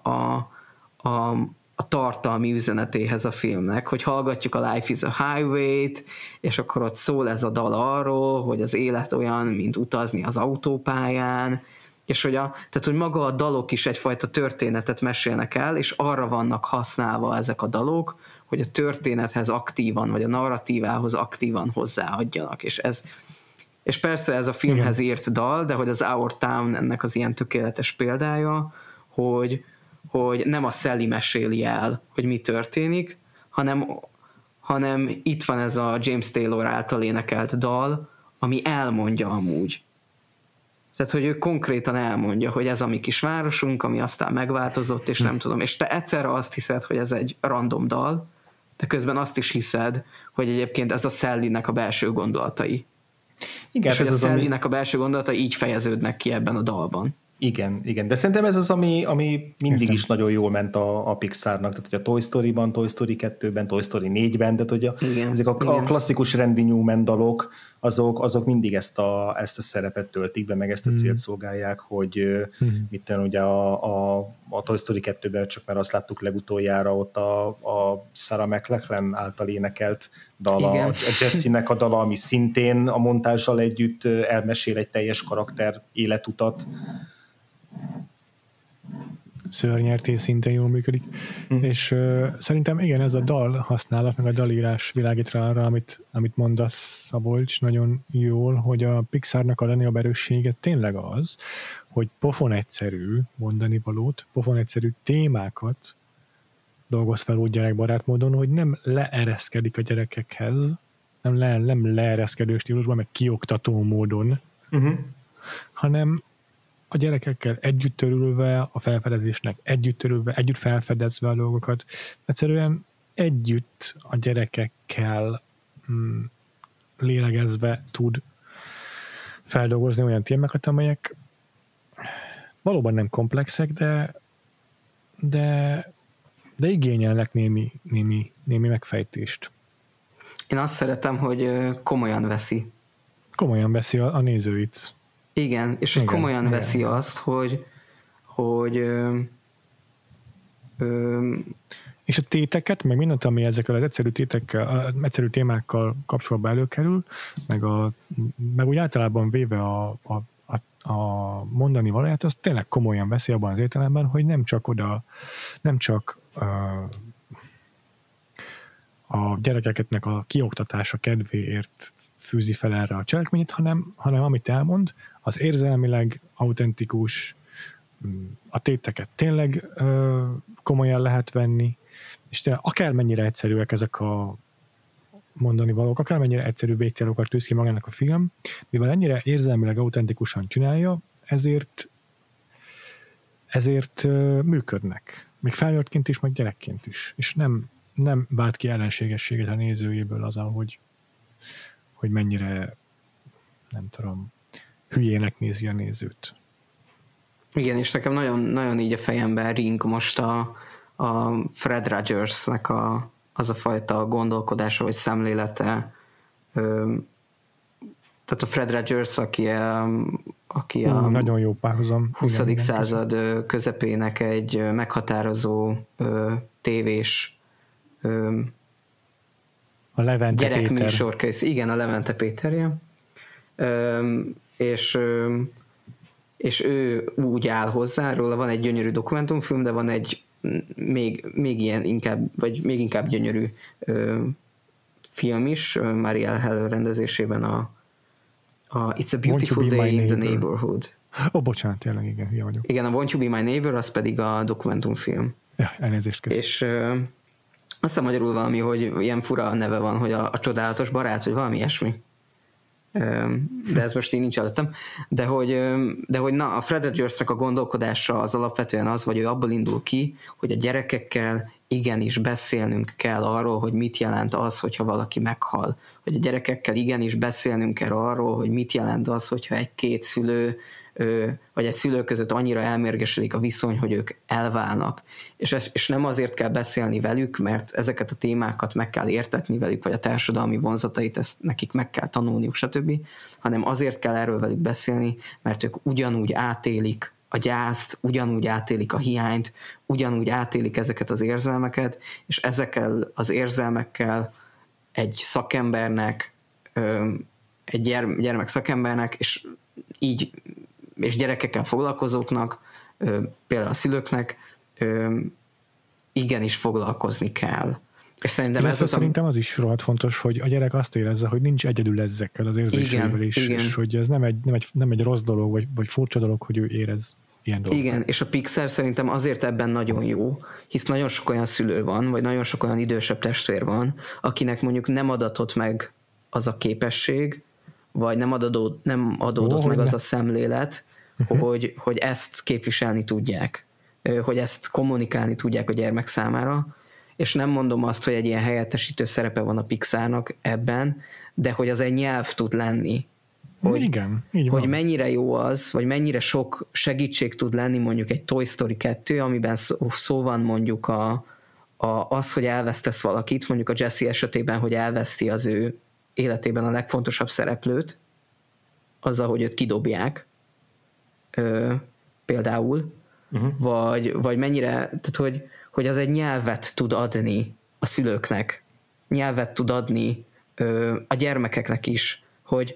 Speaker 3: a tartalmi üzenetéhez a filmnek, hogy hallgatjuk a Life is a Highway-t, és akkor ott szól ez a dal arról, hogy az élet olyan, mint utazni az autópályán, és tehát, hogy maga a dalok is egyfajta történetet mesélnek el, és arra vannak használva ezek a dalok, hogy a történethez aktívan, vagy a narratívához aktívan hozzáadjanak, és persze ez a filmhez írt dal, de hogy az Our Town ennek az ilyen tökéletes példája, hogy nem a Sally meséli el, hogy mi történik, hanem itt van ez a James Taylor által énekelt dal, ami elmondja amúgy. Tehát, hogy ő konkrétan elmondja, hogy ez a mi kis városunk, ami aztán megváltozott, és nem tudom. És te egyszerre azt hiszed, hogy ez egy random dal, de közben azt is hiszed, hogy egyébként ez a Sally-nek a belső gondolatai. Igen, és ez a Sally-nek a belső gondolatai így fejeződnek ki ebben a dalban.
Speaker 2: Igen, de szerintem ez az, ami mindig is nagyon jól ment a Pixarnak, tehát hogy a Toy Story-ban, Toy Story 2-ben, Toy Story 4-ben, tehát hogy ezek a klasszikus Randy Newman dalok, azok mindig ezt a szerepet töltik be, meg ezt a célt szolgálják, hogy mit tenni, ugye a Toy Story 2-ben csak mert azt láttuk legutoljára ott a Sarah McLachlan által énekelt dal, a Jessie-nek a dala, ami szintén a montással együtt elmesél egy teljes karakter életutat.
Speaker 1: Szörnyertés szintén jól működik. És szerintem igen, ez a dal használat, meg a dalírás világít rá arra, amit mondasz, Szabolcs, nagyon jól, hogy a Pixarnak a legnagyobb erőssége tényleg az, hogy pofon egyszerű mondani valót, pofon egyszerű témákat dolgoz fel úgy gyerekbarát módon, hogy nem leereszkedik a gyerekekhez, nem leereszkedő stílusban, meg kioktató módon, hanem a gyerekekkel együtt törülve, a felfedezésnek együtt törülve, együtt felfedezve a dolgokat, egyszerűen együtt a gyerekekkel lélegezve tud feldolgozni olyan témákat, amelyek valóban nem komplexek, de igényelnek némi megfejtést.
Speaker 3: Én azt szeretem, hogy komolyan veszi.
Speaker 1: Komolyan veszi a nézőit.
Speaker 3: Igen, és hogy komolyan veszi azt, hogy
Speaker 1: és a téteket, meg mindent, ami ezekkel az egyszerű témákkal kapcsolatban előkerül, meg úgy általában véve a mondani valóját, az tényleg komolyan veszi abban az értelemben, hogy nem csak a gyerekeknek a kioktatása kedvéért fűzi fel erre a cselekményt, hanem amit elmond, az érzelmileg autentikus, a téteket tényleg komolyan lehet venni, és akármennyire egyszerűek ezek a mondani valók, akármennyire egyszerű végcélokat tűz ki magának a film, mivel ennyire érzelmileg autentikusan csinálja, ezért működnek. Még felnőttként is, meg gyerekként is. És nem vált ki ellenségességet a nézőjéből az, hogy mennyire, nem tudom, hülyének nézi a nézőt.
Speaker 3: Igen, és nekem nagyon, nagyon így a fejemben ring most a Fred Rogersnek az a fajta gondolkodása, vagy szemlélete. Tehát a Fred Rogers, aki a
Speaker 1: nagyon jó párhuzam.
Speaker 3: 20. század közepének egy meghatározó tévés
Speaker 1: a Levente
Speaker 3: gyerekműsorkész. Igen, a Levente Péterje. És ő úgy áll hozzá, róla van egy gyönyörű dokumentumfilm, de van egy még ilyen inkább, vagy még inkább gyönyörű film is, Marielle Heller rendezésében a It's a Beautiful Day in the Neighborhood.
Speaker 1: Bocsánat, tényleg, igen, hülye vagyok.
Speaker 3: Igen, a Won't You Be My Neighbor, az pedig a dokumentumfilm.
Speaker 1: Ja, elnézést köszönöm.
Speaker 3: És azt hiszem magyarul valami, hogy ilyen fura neve van, hogy a csodálatos barát, vagy valami ilyesmi. De ez most én nincs előttem. De hogy na, a Fred Rogersnek a gondolkodása az alapvetően az, vagy ő abból indul ki, hogy a gyerekekkel igenis beszélnünk kell arról, hogy mit jelent az, hogyha valaki meghal. Hogy a gyerekekkel igenis beszélnünk kell arról, hogy mit jelent az, hogyha egy-két szülő vagy egy szülő között annyira elmérgesedik a viszony, hogy ők elválnak. És nem azért kell beszélni velük, mert ezeket a témákat meg kell értetni velük, vagy a társadalmi vonzatait, ezt nekik meg kell tanulniuk, stb., hanem azért kell erről velük beszélni, mert ők ugyanúgy átélik a gyászt, ugyanúgy átélik a hiányt, ugyanúgy átélik ezeket az érzelmeket, és ezekkel az érzelmekkel egy szakembernek, egy gyermek szakembernek, és gyerekekkel foglalkozóknak, például a szülőknek igenis foglalkozni kell. És szerintem
Speaker 1: szerintem az is rohadt fontos, hogy a gyerek azt érezze, hogy nincs egyedül ezekkel az érzéseivel is, és hogy ez nem egy rossz dolog, vagy furcsa dolog, hogy ő érez ilyen dolgokat.
Speaker 3: Igen, és a Pixar szerintem azért ebben nagyon jó, hisz nagyon sok olyan szülő van, vagy nagyon sok olyan idősebb testvér van, akinek mondjuk nem adatott meg az a képesség, vagy nem adódott meg az a szemlélet, hogy ezt képviselni tudják, hogy ezt kommunikálni tudják a gyermek számára, és nem mondom azt, hogy egy ilyen helyettesítő szerepe van a Pixarnak ebben, de hogy az egy nyelv tud lenni. Hogy,
Speaker 1: igen, így
Speaker 3: hogy
Speaker 1: van.
Speaker 3: mennyire jó az, vagy mennyire sok segítség tud lenni mondjuk egy Toy Story 2, amiben szó van mondjuk az, hogy elvesztesz valakit, mondjuk a Jessie esetében, hogy elveszti az ő életében a legfontosabb szereplőt, azzal, hogy őt kidobják, például, vagy mennyire, tehát hogy az egy nyelvet tud adni a szülőknek, nyelvet tud adni a gyermekeknek is, hogy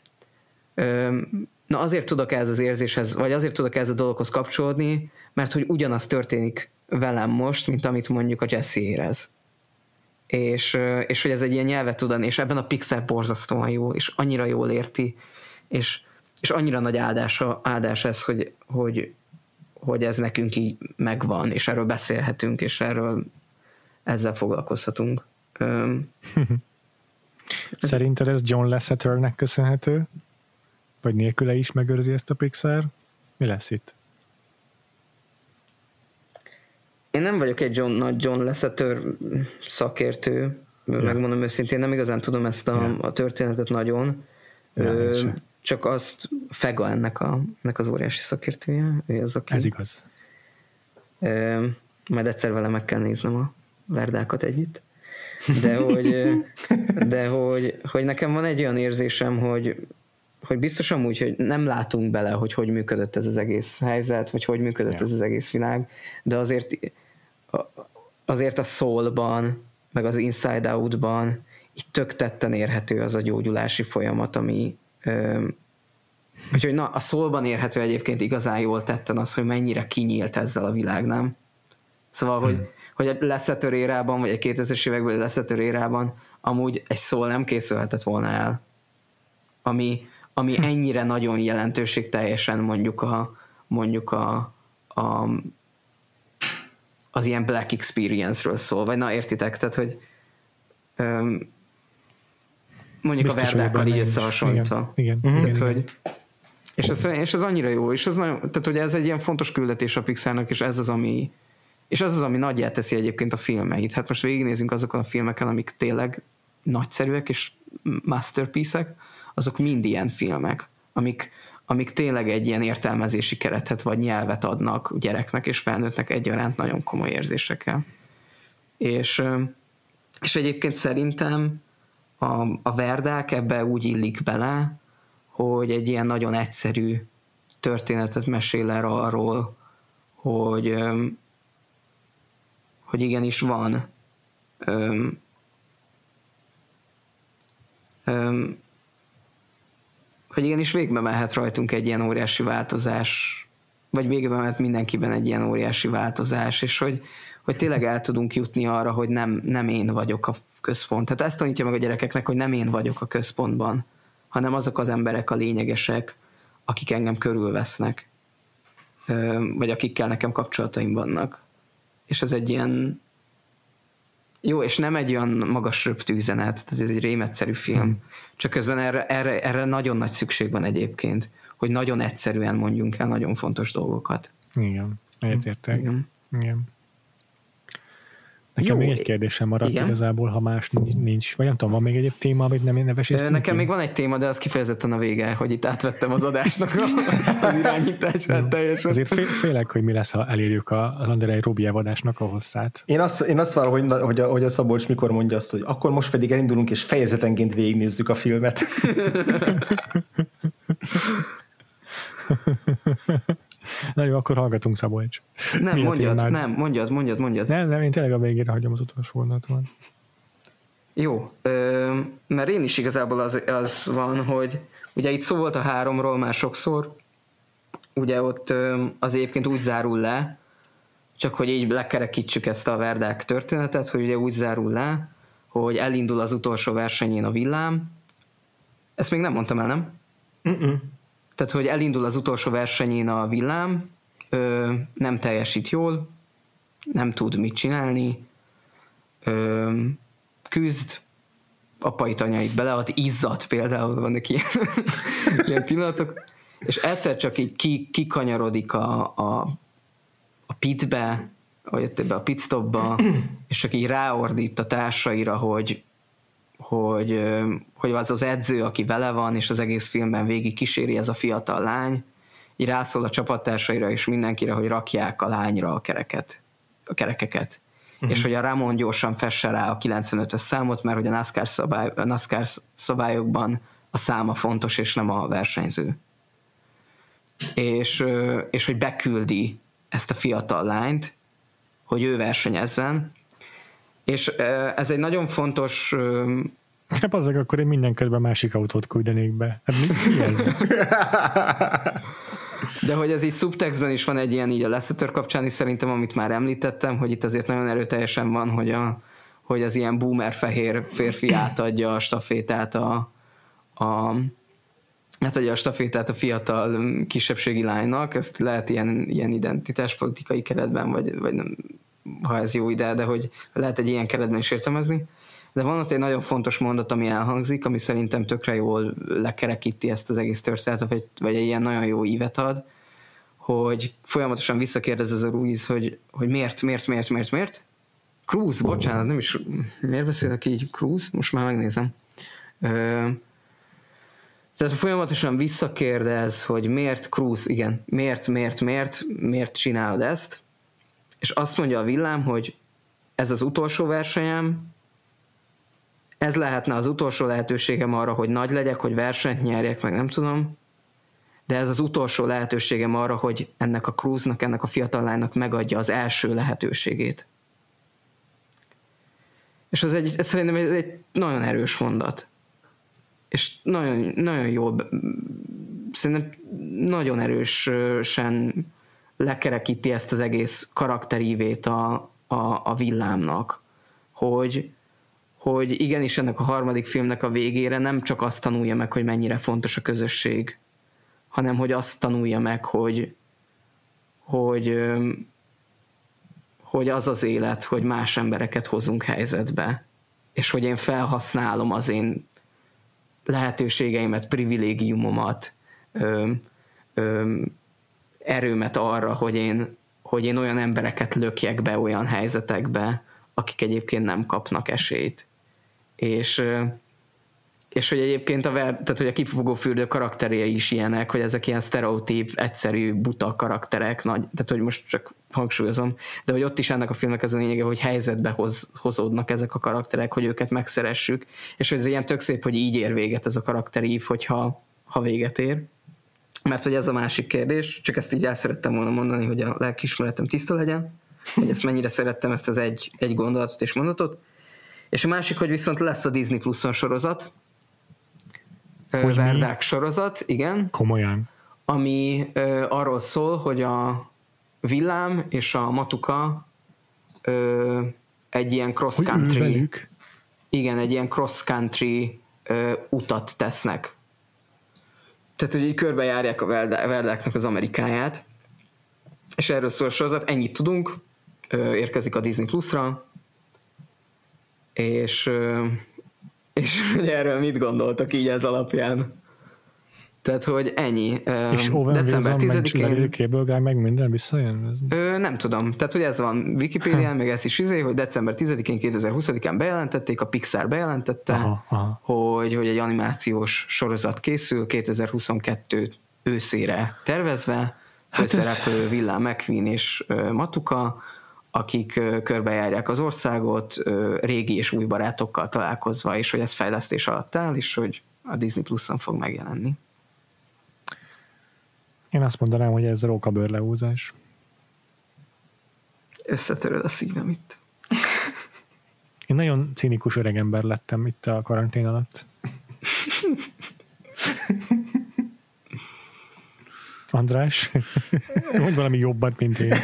Speaker 3: na azért tudok ehhez az érzéshez, vagy azért tudok ehhez a dologhoz kapcsolódni, mert hogy ugyanaz történik velem most, mint amit mondjuk a Jessie érez. És hogy ez egy ilyen nyelvet tud adni, és ebben a Pixar borzasztóan jó, és annyira jól érti, és annyira nagy áldás ez, hogy ez nekünk így megvan, és erről beszélhetünk, és ezzel foglalkozhatunk.
Speaker 1: Szerinted ez John Lasseternek köszönhető? Vagy nélküle is megőrzi ezt a Pixar? Mi lesz itt?
Speaker 3: Én nem vagyok egy nagy John Lasseter szakértő, megmondom őszintén, nem igazán tudom ezt a történetet nagyon. Csak azt Fega ennek az óriási szakértője. Ő az, aki,
Speaker 1: ez igaz.
Speaker 3: Majd egyszer vele meg kell néznem a Verdákat együtt. De hogy nekem van egy olyan érzésem, hogy biztosan úgy, hogy nem látunk bele, hogy működött ez az egész helyzet, vagy hogy működött ez az egész világ, de azért a Soul-ban, meg az Inside Out-ban így tök tetten érhető az a gyógyulási folyamat, ami hogy na, a Soul-ban érhető egyébként igazán jól tetten az, hogy mennyire kinyílt ezzel a világ, nem? Szóval, hogy a Lasseter érában, vagy a 2000-es évekből Lasseter érában amúgy egy Soul nem készülhetett volna el. Ami ennyire nagyon jelentőségteljesen mondjuk az ilyen black experience-ről szól, vagy na értitek, tehát hogy mondjuk biztos, a Verdákkal így összehasonlítva.
Speaker 1: Igen.
Speaker 3: Tehát, hogy és ez annyira jó, és ez nagyon, tehát hogy ez egy ilyen fontos küldetés a Pixarnak, és ez az, ami nagyját teszi egyébként a filmeit. Hát most végignézünk azokon a filmeken, amik tényleg nagyszerűek, és masterpiece-ek, azok mind ilyen filmek, amik tényleg egy ilyen értelmezési keretet vagy nyelvet adnak gyereknek és felnőttnek egyaránt nagyon komoly érzésekkel. És egyébként szerintem a Verdák ebbe úgy illik bele, hogy egy ilyen nagyon egyszerű történetet mesél el arról, hogy igenis van hogy igenis végbe mehet rajtunk egy ilyen óriási változás, vagy végbe mehet mindenkiben egy ilyen óriási változás, és hogy tényleg el tudunk jutni arra, hogy nem én vagyok a központ. Tehát ezt tanítja meg a gyerekeknek, hogy nem én vagyok a központban, hanem azok az emberek a lényegesek, akik engem körülvesznek, vagy akikkel nekem kapcsolataim vannak. És ez egy ilyen jó, és nem egy olyan magas röptű üzenet, tehát ez egy rémegyszerű film. Csak közben erre nagyon nagy szükség van egyébként, hogy nagyon egyszerűen mondjunk el nagyon fontos dolgokat.
Speaker 1: Igen, egyetértek. Igen. Nekem még egy kérdésem maradt igazából, ha más nincs. Vagy nem tudom, van még egy téma, amit nem neveséztünk?
Speaker 3: Nekem még van egy téma, de az kifejezetten a vége, hogy itt átvettem az adásnak az irányítását teljesen.
Speaker 1: Azért félek, hogy mi lesz, ha elérjük az Andrei Robiev adásnak a hosszát.
Speaker 2: Én azt várom, hogy a Szabolcs mikor mondja azt, hogy akkor most pedig elindulunk, és fejezetenként végignézzük a filmet.
Speaker 1: Na jó, akkor hallgatunk, Szabolcs.
Speaker 3: Nem, mondjad.
Speaker 1: Nem, én tényleg a végére hagyom az utolsó vonatot.
Speaker 3: Jó, mert én is igazából az van, hogy ugye itt szó volt a 3-ról már sokszor, ugye ott az egyébként úgy zárul le, csak hogy így lekerekítsük ezt a Verdák történetet, hogy ugye úgy zárul le, hogy elindul az utolsó versenyén a villám. Ezt még nem mondtam el, nem? Tehát, hogy elindul az utolsó versenyén a villám, nem teljesít jól, nem tud mit csinálni, küzd, apait, anyait belead, izzad például, vannak ilyen pillanatok, és egyszer csak így kikanyarodik a pitbe, vagy ebbe a pitstopba, és csak így ráordít a társaira, hogy az edző, aki vele van, és az egész filmben végig kíséri ez a fiatal lány, így rászól a csapattársaira és mindenkire, hogy rakják a lányra a kerekeket. És hogy a Ramon gyorsan fesse rá a 95-ös számot, mert hogy a NASCAR szabályokban a száma fontos, és nem a versenyző. És hogy beküldi ezt a fiatal lányt, hogy ő versenyezzen, és ez egy nagyon fontos...
Speaker 1: Hát azzal akkor én minden közben másik autót küldenék be. Hát mi ez?
Speaker 3: De hogy ez így szubtextben is van egy ilyen így a Lasseter kapcsán is szerintem, amit már említettem, hogy itt azért nagyon erőteljesen van, hogy az ilyen boomer fehér férfi átadja a stafétát a stafétát a fiatal kisebbségi lánynak, ezt lehet ilyen identitáspolitikai keretben, vagy nem, ha ez jó ide, de hogy lehet egy ilyen keretben is értelmezni. De van ott egy nagyon fontos mondat, ami elhangzik, ami szerintem tökre jól lekerekíti ezt az egész történetet, vagy egy ilyen nagyon jó ívet ad, hogy folyamatosan visszakérdez ez a Ruiz, hogy miért? Cruz, bocsánat, nem is, miért beszélek így? Cruz? Most már megnézem. Tehát folyamatosan visszakérdez, hogy miért Cruz, igen, miért csinálod ezt, és azt mondja a villám, hogy ez az utolsó versenyem, ez lehetne az utolsó lehetőségem arra, hogy nagy legyek, hogy versenyt nyerjek, meg nem tudom, de ez az utolsó lehetőségem arra, hogy ennek a Cruznak, ennek a fiatal lánynak megadja az első lehetőségét. És ez szerintem egy nagyon erős mondat. És nagyon, nagyon jól, szerintem nagyon erősen lekerekíti ezt az egész karakterívét a villámnak, hogy igenis ennek a harmadik filmnek a végére nem csak azt tanulja meg, hogy mennyire fontos a közösség, hanem hogy azt tanulja meg, hogy hogy az az élet, hogy más embereket hozunk helyzetbe, és hogy én felhasználom az én lehetőségeimet, privilégiumomat, erőmet arra, hogy én olyan embereket lökjek be olyan helyzetekbe, akik egyébként nem kapnak esélyt. És hogy egyébként tehát hogy a Kipufogó fürdő karakterei is ilyenek, hogy ezek ilyen sztereotíp, egyszerű, buta karakterek, tehát hogy most csak hangsúlyozom, de hogy ott is ennek a filmnek ez a lényege, hogy helyzetbe hozódnak ezek a karakterek, hogy őket megszeressük, és hogy ez ilyen tök szép, hogy így ér véget ez a karakterív, hogyha véget ér. Mert hogy ez a másik kérdés, csak ezt így el szerettem volna mondani, hogy a lelkiismeretem tiszta legyen, hogy ezt mennyire szerettem, ezt az egy gondolatot és mondatot. És a másik, hogy viszont lesz a Disney Pluson sorozat, Verdák sorozat, igen.
Speaker 1: Komolyan.
Speaker 3: Ami arról szól, hogy a Villám és a Matuka egy ilyen cross-country, igen, egy ilyen cross-country utat tesznek. Tehát, hogy így körbejárják a Verdáknak az Amerikáját, és erről szól a sorozat, ennyit tudunk, érkezik a Disney Plus-ra, és hogy erről mit gondoltak így ez alapján? Tehát, hogy ennyi.
Speaker 1: És december 10-én... Cable Guy meg minden visszajön?
Speaker 3: Nem tudom. Tehát, hogy ez van Wikipédián, meg ezt is hogy december 10-én 2020-án bejelentették, a Pixar bejelentette, hogy egy animációs sorozat készül 2022 őszére tervezve, főszereplő Villám McQueen és Matuka, akik körbejárják az országot, régi és új barátokkal találkozva, és hogy ez fejlesztés alatt áll, és hogy a Disney Plus-on fog megjelenni.
Speaker 1: Én azt mondanám, hogy ez rókabőrlehúzás.
Speaker 3: Összetöröd a szívem itt.
Speaker 1: Én nagyon cinikus öregember lettem itt a karantén alatt. András, mondj valami jobbat, mint én.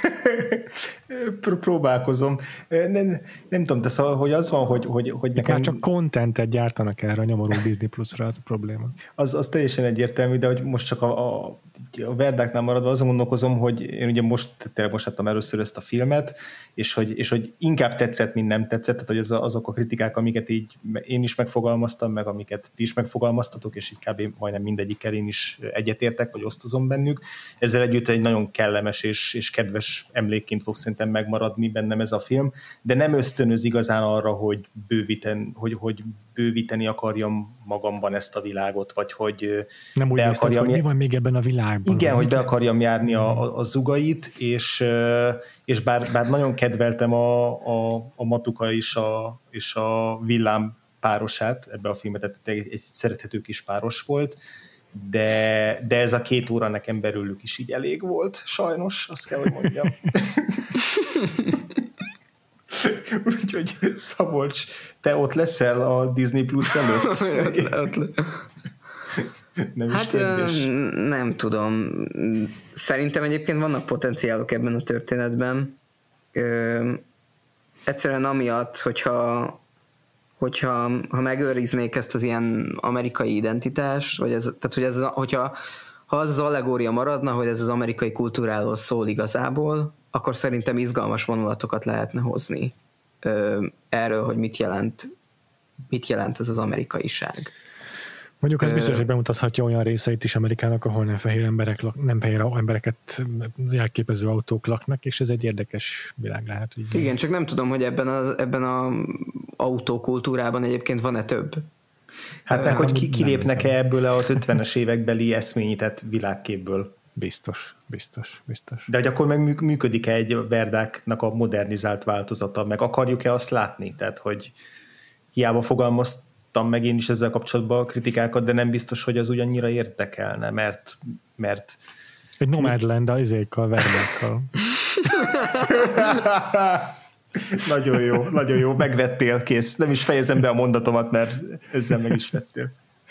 Speaker 2: Próbálkozom. Nem tudom, de szóval, hogy az van, hogy
Speaker 1: nekem... csak contentet gyártanak erre a nyomorú Disney Plus-ra, az a probléma.
Speaker 2: Az teljesen egyértelmű, de hogy most csak a Verdáknál maradva azon gondolkozom, hogy én ugye most láttam először ezt a filmet, és hogy inkább tetszett, mint nem tetszett, tehát hogy azok a kritikák, amiket így én is megfogalmaztam, meg amiket ti is megfogalmaztatok, és így kb. Majdnem mindegyikkel én is egyetértek, vagy osztozom bennük. Ezzel együtt egy nagyon kellemes és kedves emlékként fog szerintem megmaradni bennem ez a film, de nem ösztönöz igazán arra, hogy bővíteni akarjam magamban ezt a világot, vagy hogy
Speaker 1: nem úgy nézted, hogy mi van még ebben a világban.
Speaker 2: Igen, hogy be akarjam járni a zugait, és bár nagyon kedveltem a Matuka és a Villám párosát ebbe a filmet, tehát egy szerethető kis páros volt, de ez a 2 óra nekem belőlük is így elég volt, sajnos, azt kell, hogy mondjam. Úgyhogy Szabolcs, te ott leszel a Disney Plus előtt?
Speaker 3: Nem tudom. Szerintem egyébként vannak potenciálok ebben a történetben. Egyszerűen amiatt, hogyha megőriznék ezt az ilyen amerikai identitást, vagy ha az allegória maradna, hogy ez az amerikai kultúráról szól igazából, akkor szerintem izgalmas vonulatokat lehetne hozni erről, hogy mit jelent ez az amerikaiság.
Speaker 1: Mondjuk az biztos, hogy bemutathatja olyan részeit is Amerikának, ahol nem fehér embereket jelképező autók laknak, és ez egy érdekes világ lehet. Így.
Speaker 3: Igen, csak nem tudom, hogy ebben a autókultúrában egyébként van-e több.
Speaker 2: Hát meg, hogy kilépnek-e ebből az 50-es évekbeli eszményített világképből.
Speaker 1: Biztos.
Speaker 2: De hogy akkor meg működik-e egy Verdáknak a modernizált változata, meg akarjuk-e azt látni? Tehát, hogy hiába fogalmaztam meg én is ezzel kapcsolatban kritikákat, de nem biztos, hogy az ugyannyira érdekelne, mert
Speaker 1: egy Nomadland a izékkal, Verdákkal.
Speaker 2: Nagyon jó, megvettél, kész. Nem is fejezem be a mondatomat, mert ezzel meg is vettél.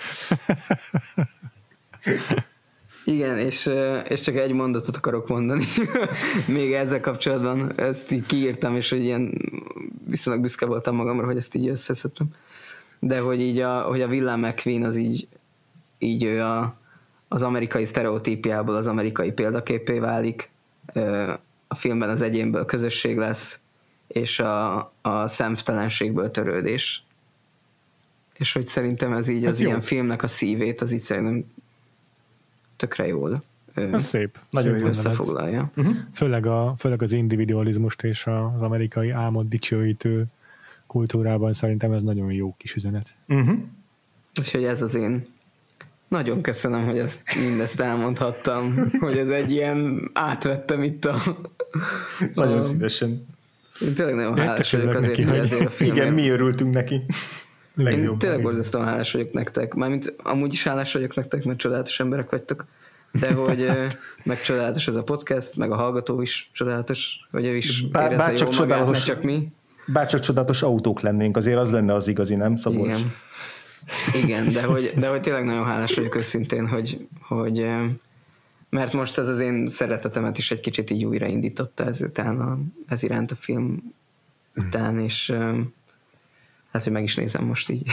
Speaker 3: Igen, és csak egy mondatot akarok mondani. Még ezzel kapcsolatban ezt így kiírtam, és hogy ilyen viszonylag büszke voltam magamra, hogy ezt így összeszedtem. De hogy a Villám McQueen az így ő az amerikai sztereotípiából az amerikai példaképé válik, a filmben az egyénből közösség lesz, és a szemtelenségből törődés. És hogy szerintem ez így az ilyen filmnek a szívét, az így szerintem tökre jól
Speaker 1: ez szép.
Speaker 3: Nagyon szép összefoglalja.
Speaker 1: Főleg az individualizmust és az amerikai álmod dicsőítő kultúrában szerintem ez nagyon jó kis üzenet.
Speaker 3: Úgyhogy ez az én. Nagyon köszönöm, hogy mindezt elmondhattam, hogy ez egy ilyen átvettem itt
Speaker 2: Nagyon szívesen.
Speaker 3: Én tényleg nagyon hálás vagyok azért, hogy ezért a filmért.
Speaker 2: Igen, mi örültünk neki.
Speaker 3: Én tényleg borzasztóan hálás vagyok nektek. Mármint amúgy is hálás vagyok nektek, mert csodálatos emberek vagytok. De hogy meg csodálatos ez a podcast, meg a hallgató is csodálatos, hogy ő is érezze jól magát, ne csak mi.
Speaker 2: Bárcsak csodálatos autók lennénk, azért az lenne az igazi, nem, Szabolcs?
Speaker 3: Igen, de hogy tényleg nagyon hálás vagyok őszintén, hogy mert most ez az én szeretetemet is egy kicsit így újraindította ez iránt a film után, és hát, hogy meg is nézem most így.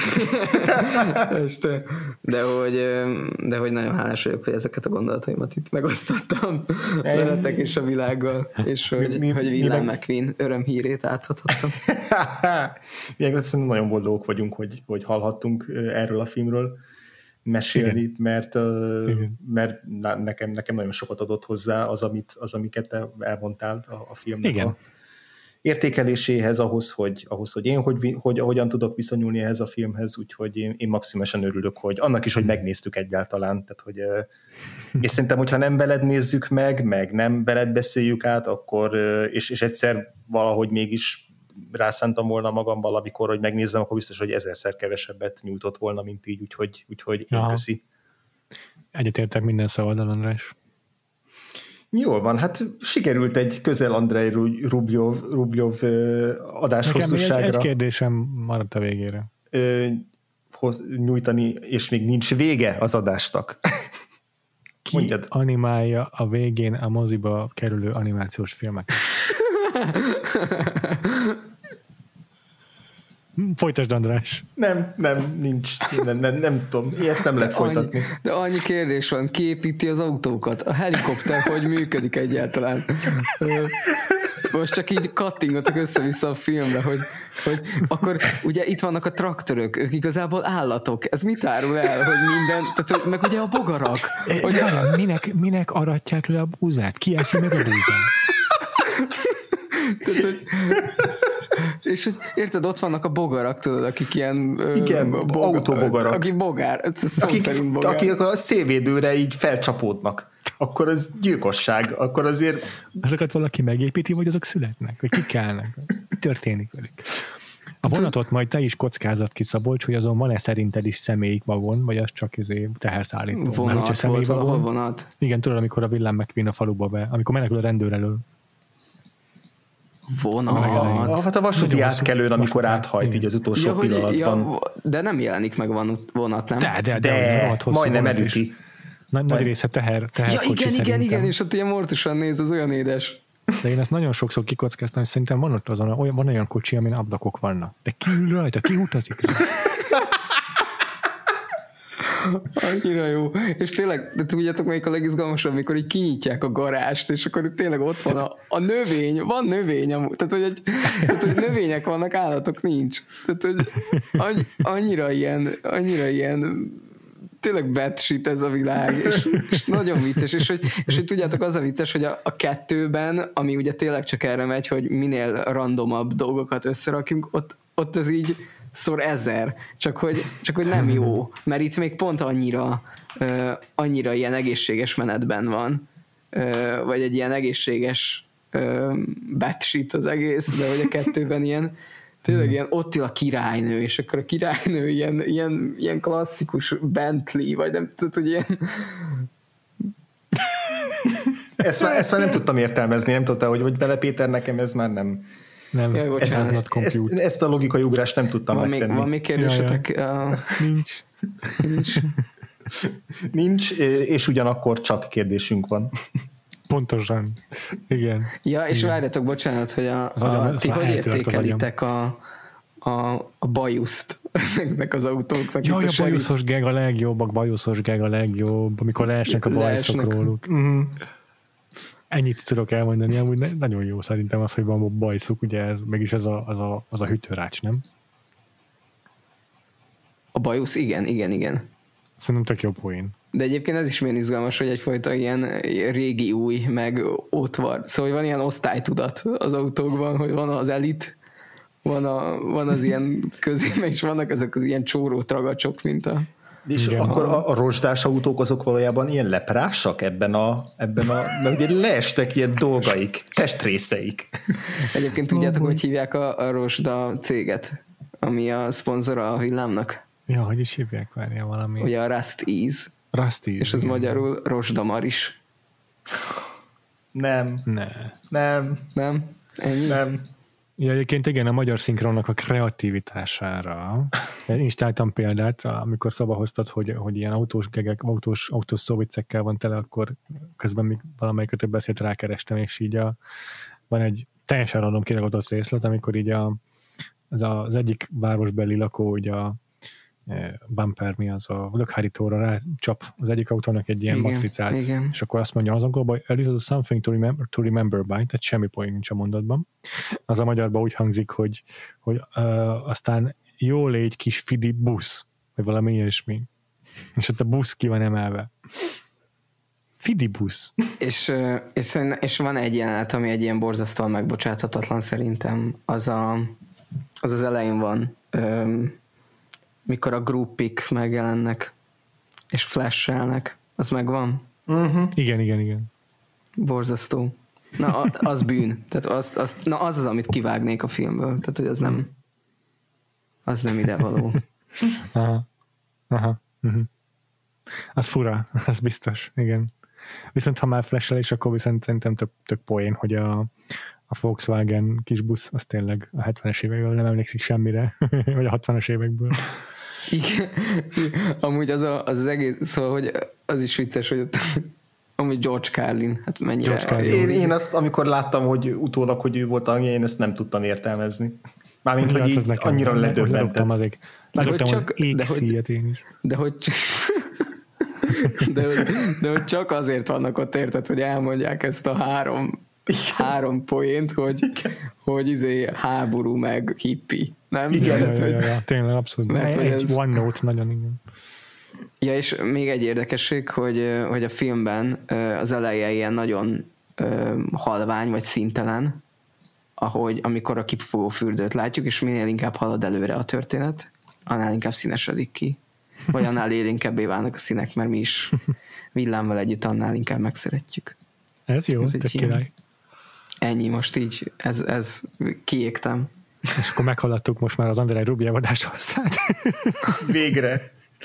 Speaker 3: de hogy nagyon hálás vagyok, hogy ezeket a gondolataimat itt megosztottam veletek és a világgal, és hogy Villám McQueen örömhírét átadhattam.
Speaker 2: Mi nagyon boldogok vagyunk, hogy hallhattunk erről a filmről mesélni, igen. mert nekem nagyon sokat adott hozzá amiket te elmondtál a filmnek.
Speaker 1: Igen.
Speaker 2: Értékeléséhez, ahhoz, hogy én hogyan tudok viszonyulni ehhez a filmhez, úgyhogy én maximálisan örülök, hogy annak is, hogy megnéztük egyáltalán. Tehát, hogy, és szerintem, hogyha nem veled nézzük meg nem veled beszéljük át, akkor, és egyszer valahogy mégis rászántam volna magam valamikor, hogy megnézzem, akkor biztos, hogy 1000-szer kevesebbet nyújtott volna, mint így, úgyhogy én köszi.
Speaker 1: Egyetértek minden szavaddal, András.
Speaker 2: Jól van, hát sikerült egy közel Andrei Rubljov adás hosszúságra.
Speaker 1: Egy kérdésem maradt a végére.
Speaker 2: Nyújtani, és még nincs vége az adásnak.
Speaker 1: Ki mondjad. Animálja a végén a moziba kerülő animációs filmek? Folytasd, András.
Speaker 2: Nincs. Nem tudom. Ezt nem lehet folytatni.
Speaker 3: De annyi kérdés van. Ki építi az autókat? A helikopter hogy működik egyáltalán? Most csak így kattingatok össze-vissza a filmbe, hogy akkor ugye itt vannak a traktorok, ők igazából állatok. Ez mit árul el, hogy minden, tehát, meg ugye a bogarak.
Speaker 1: Hogy minek aratják le a búzát? Ki eszi meg a búzát?
Speaker 3: Tehát, hogy és hogy érted, ott vannak a bogarak, tudod, akik ilyen
Speaker 2: igen, autóbogarak.
Speaker 3: Aki bogár,
Speaker 2: akik a szélvédőre így felcsapódnak. Akkor az gyilkosság, akkor azért...
Speaker 1: Azokat valaki megépíti, vagy azok születnek? Vagy kikálnak? Mi történik velük? A vonatot majd te is kockázat ki, Szabolcs, hogy azon van-e szerinted is személyvagon, vagy az csak teherszállító?
Speaker 3: Vonat volt, valahol vonat.
Speaker 1: Igen, tudod, amikor a Villám McQueen a faluba amikor menekül a rendőr elől.
Speaker 3: Vonat.
Speaker 2: Hát a vasúti átkelőn, amikor áthajt így az utolsó pillanatban.
Speaker 3: De nem jelenik meg vonat, nem?
Speaker 2: De majdnem elüti.
Speaker 1: Nagy része teherkocsi szerintem.
Speaker 3: Igen, és ott ilyen mortosan néz, az olyan édes.
Speaker 1: De én ezt nagyon sokszor kikockáztam, hogy szerintem van ott van olyan kocsi, amin ablakok vannak. De ki ül rajta? Ki utazik rá?
Speaker 3: Annyira jó. És tényleg, de tudjátok, melyik a legizgalmasabb, amikor így kinyitják a garást, és akkor tényleg ott van a növény, van növény, tehát hogy növények vannak, állatok nincs. Tehát, hogy annyira ilyen tényleg bad shit ez a világ, és nagyon vicces, és hogy tudjátok, az a vicces, hogy a kettőben, ami ugye tényleg csak erre megy, hogy minél randomabb dolgokat összerakjunk, ott ez így szor 1000, csak hogy nem jó, mert itt még pont annyira ilyen egészséges menetben van, vagy egy ilyen egészséges bad shit az egész, de hogy a kettőben ilyen tényleg ilyen ott ül a királynő, és akkor a királynő ilyen klasszikus Bentley, vagy nem tudod, hogy ilyen...
Speaker 2: Ezt már nem tudtam értelmezni, nem tudta, hogy Bele Péter, nekem ez már nem...
Speaker 1: Jaj,
Speaker 2: ezt a logikai ugrást nem tudtam megtenni.
Speaker 3: Van még kérdésetek?
Speaker 2: Nincs, és ugyanakkor csak kérdésünk van.
Speaker 1: Pontosan. Igen.
Speaker 3: Ja, és várjatok, bocsánat, hogy ti hogy értékelitek a bajuszt ezeknek az autóknak?
Speaker 1: Jaj, a bajuszos geg a legjobb, amikor leesnek a bajszok róluk. Ennyit tudok elmondani, amúgy nagyon jó szerintem az, hogy van bajszuk, ugye ez mégis az a hűtőrács, nem?
Speaker 3: A bajusz, igen.
Speaker 1: Szerintem tök jó poén.
Speaker 3: De egyébként ez is milyen izgalmas, hogy egyfajta ilyen régi új, meg ótvar. Szóval van ilyen osztálytudat az autókban, hogy van az elit, van az ilyen közé, és vannak ezek az ilyen csóró tragacsok, mint a...
Speaker 2: És igen, akkor a rozsdás autók azok valójában ilyen leprásak ebben a mert ugye leestek ilyen dolgaik, testrészeik.
Speaker 3: Egyébként tudjátok, hogy hívják a rozsda céget, ami a szponzora a villámnak?
Speaker 1: Ja, hogy is hívják, várja valami.
Speaker 3: Ugye a Rust Ease.
Speaker 1: Rust Ease.
Speaker 3: És az igen. Magyarul rozsdamar is.
Speaker 2: Nem.
Speaker 3: Ennyi? Nem.
Speaker 1: Ja, egyébként igen, a magyar szinkronnak a kreativitására. Instáltam példát, amikor szóba hoztad, hogy ilyen autós gegek, autós szóviccekkel van tele, akkor közben még valamelyikötök beszélt, rákerestem, és így van egy teljesen random kiragadott részlet, amikor így az egyik városbeli lakó, ugye a bumper, mi az a lökhárítóra rácsap az egyik autónak egy ilyen matricát, és akkor azt mondja az angolban, hogy a little something to remember by, tehát semmi poén nincs a mondatban. Az a magyarban úgy hangzik, hogy aztán jó légy kis fidi busz, vagy valami ilyesmi. És ott a busz ki van emelve. Fidi busz.
Speaker 3: És van egy jelenet, ami egy ilyen borzasztóan megbocsáthatatlan szerintem. Az elején van, mikor a groupik megjelennek, és flashelnek. Az megvan?
Speaker 1: Uh-huh. Igen.
Speaker 3: Borzasztó. Na, az bűn. Tehát az, amit kivágnék a filmből. Tehát, hogy az nem idevaló.
Speaker 1: Aha. Uh-huh. Az fura, az biztos, igen. Viszont ha már flashelés, akkor viszont szerintem tök poén, hogy a Volkswagen kis busz, az tényleg a 70-es évekből nem emlékszik semmire, vagy a 60-as évekből.
Speaker 3: Igen. Amúgy az egész, szóval, hogy az is vicces, hogy ott amúgy George Carlin, hát mennyire...
Speaker 2: Én azt, amikor láttam, hogy utólag, hogy ő volt angol, én ezt nem tudtam értelmezni. Mármint, hogy így annyira ledöbbentett.
Speaker 1: Látottam az égszíjat én is.
Speaker 3: De hogy csak azért vannak ott, érted, hogy elmondják ezt a három poént, hogy háború meg hippi. Nem?
Speaker 1: Igen, ja, tényleg abszolút. Egy OneNote nagyon igen.
Speaker 3: Ja, és még egy érdekesség, hogy a filmben az eleje ilyen nagyon halvány, vagy színtelen, amikor a kipufogó fürdőt látjuk, és minél inkább halad előre a történet, annál inkább színesedik ki. Vagy annál élénkebbé válnak a színek, mert mi is villámmal együtt annál inkább megszeretjük.
Speaker 1: Ez jó, tök király.
Speaker 3: Ennyi, most így, ez kiégtem.
Speaker 1: És akkor meghaladtuk most már az Andrej Rubjev adáshosszát.
Speaker 2: Végre.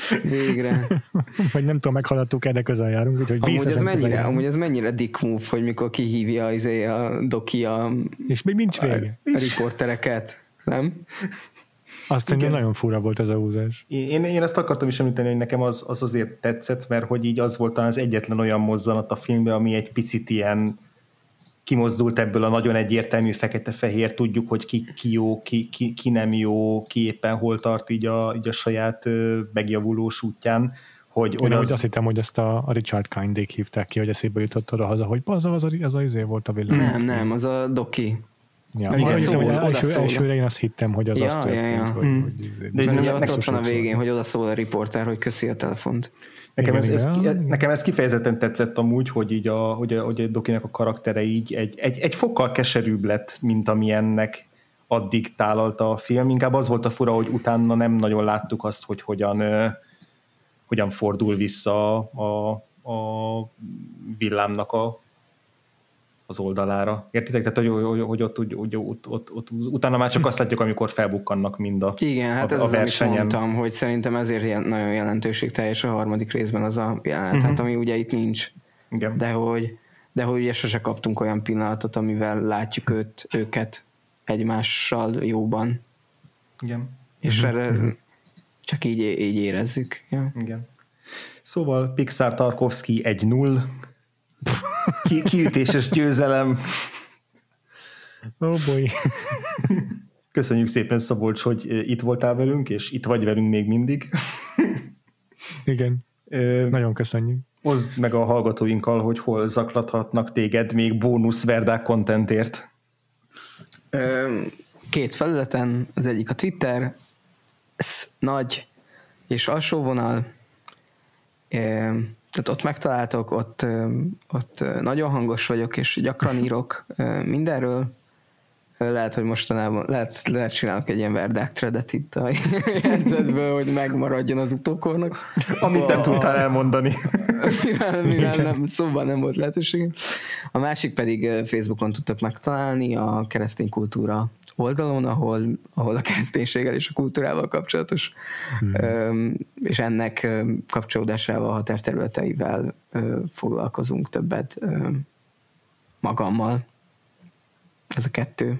Speaker 1: Vagy nem tudom, meghaladtuk, de közel járunk. Úgyhogy
Speaker 3: amúgy ez mennyire dick move, hogy mikor kihívja a doki
Speaker 1: és még nincs vége.
Speaker 3: A riportereket, nem?
Speaker 1: Azt mondja, nagyon fura volt ez a húzás.
Speaker 2: Én ezt akartam is említeni, hogy nekem az azért tetszett, mert hogy így az volt az egyetlen olyan mozzanat a filmben, ami egy picit ilyen kimozdult ebből a nagyon egyértelmű fekete-fehér, tudjuk, hogy ki jó, ki nem jó, ki éppen hol tart így a saját megjavulós útján. Hogy
Speaker 1: azt hittem, hogy ezt a Richard Kindék hívták ki, hogy eszébe jutott oda haza, hogy az izé volt a villám.
Speaker 3: Nem, az a doki.
Speaker 1: Ja, elsőre én azt hittem, hogy az azt történt, hogy
Speaker 3: de ott van a végén, hogy oda szól a riporter, hogy köszi a telefont.
Speaker 2: Nekem ez kifejezetten tetszett amúgy, hogy így hogy a Dokinek a karaktere így egy fokkal keserűbb lett, mint amilyennek addig tálalta a film. Inkább az volt a fura, hogy utána nem nagyon láttuk azt, hogy hogyan fordul vissza a villámnak az oldalára. Értitek? Tehát, hogy ott utána már csak azt látjuk, amikor felbukkannak mind a versenyen.
Speaker 3: Igen, hát ez az, amit mondtam, hogy szerintem ezért nagyon jelentőségteljes a harmadik részben az a jelenet, hát ami ugye itt nincs.
Speaker 2: Igen.
Speaker 3: De hogy ugye sose kaptunk olyan pillanatot, amivel látjuk őket egymással jóban.
Speaker 2: Igen.
Speaker 3: És erre csak így érezzük. Ja.
Speaker 2: Igen. Szóval Pixar Tarkovsky 1-0. Kiütéses győzelem.
Speaker 1: Oh boy.
Speaker 2: Köszönjük szépen, Szabolcs, hogy itt voltál velünk, és itt vagy velünk még mindig.
Speaker 1: Igen. Nagyon köszönjük.
Speaker 2: Oszd meg a hallgatóinkkal, hogy hol zaklathatnak téged még bónusz verdák contentért.
Speaker 3: 2 felületen, az egyik a Twitter, nagy és alsó vonal, tehát ott megtaláltok, ott nagyon hangos vagyok, és gyakran írok mindenről. Lehet, hogy mostanában lehet csinálok egy ilyen verdák threadet itt a jegyzetből, hogy megmaradjon az utókornak.
Speaker 2: Amit nem tudtál elmondani.
Speaker 3: mivel nem, szóval nem volt lehetőség. A másik pedig Facebookon tudtok megtalálni, a Keresztény Kultúra oldalon, ahol a kereszténységgel és a kultúrával kapcsolatos, és ennek kapcsolódásával, határterületeivel foglalkozunk többet magammal. Ez a 2.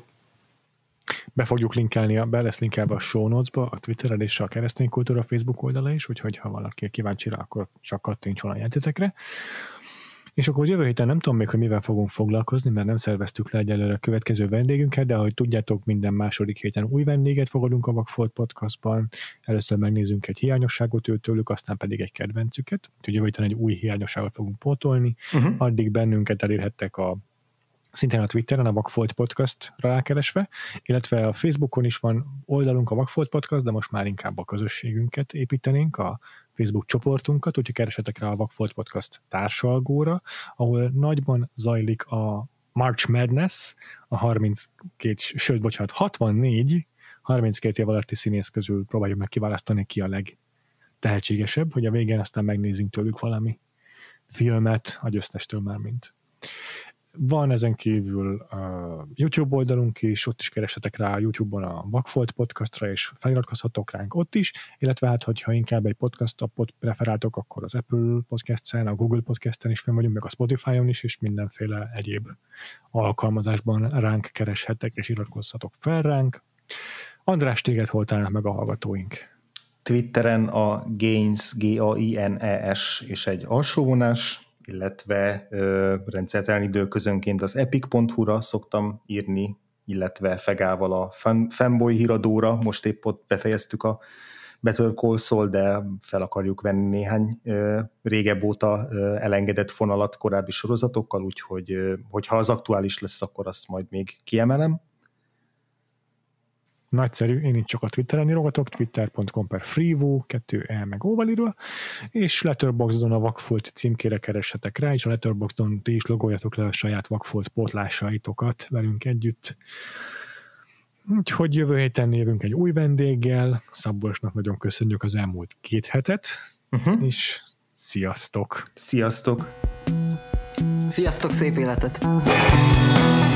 Speaker 1: Be lesz linkelve a show notes-ba, a Twitteren és a Keresztény Kultúra Facebook oldala is, úgyhogy ha valaki kíváncsi rá, akkor csak kattintson a jegyzetekre. És akkor jövő héten nem tudom még, hogy mivel fogunk foglalkozni, mert nem szerveztük le egyelőre a következő vendégünket, de ahogy tudjátok, minden második héten új vendéget fogadunk a Vagfolt Podcastban. Először megnézzünk egy hiányosságot tőlük, aztán pedig egy kedvencüket. Úgyhogy jövő héten egy új hiányosságot fogunk pótolni. Addig bennünket elérhettek szintén a Twitteren, a Vagfolt Podcast-ra rákeresve, illetve a Facebookon is van oldalunk, a Vagfolt Podcast, de most már inkább a közösségünket építenénk, a Facebook csoportunkat, úgyhogy keresetek rá a Vagfolt Podcast társalgóra, ahol nagyban zajlik a March Madness, a 64 év alatti színész közül próbáljuk meg kiválasztani, ki a legtehetségesebb, hogy a végén aztán megnézzünk tőlük valami filmet, a győztestől már mint. Van ezen kívül a YouTube oldalunk is, ott is keresetek rá a YouTube-on a Vagfolt Podcastra, és feliratkozhatok ránk ott is, illetve hát, hogyha inkább egy podcast appot preferáltok, akkor az Apple Podcast-en, a Google Podcast-en is fenn vagyunk, meg a Spotify-on is, és mindenféle egyéb alkalmazásban ránk kereshettek, és iratkozhatok fel ránk. András, téged hol találnak meg a hallgatóink?
Speaker 2: Twitteren a Gaines, Gaines és egy alsóvonás, illetve rendszertelen időközönként az epic.hu-ra szoktam írni, illetve Fegával a Fanboy híradóra. Most épp ott befejeztük a Better Call Saul, de fel akarjuk venni néhány régebb óta elengedett fonalat korábbi sorozatokkal, úgyhogy hogyha az aktuális lesz, akkor azt majd még kiemelem.
Speaker 1: Nagyszerű, én itt csak a Twitteren írogatok, twitter.com/freevo, 2E meg óval írva, és Letterboxdon a Vagfolt címkére keressetek rá, és a Letterboxdon ti is logoljatok le a saját Vagfolt pótlásaitokat velünk együtt. Úgyhogy jövő héten jövünk egy új vendéggel, Szabolcsnak nagyon köszönjük az elmúlt 2 hetet, és sziasztok!
Speaker 2: Sziasztok!
Speaker 3: Sziasztok, szép életet!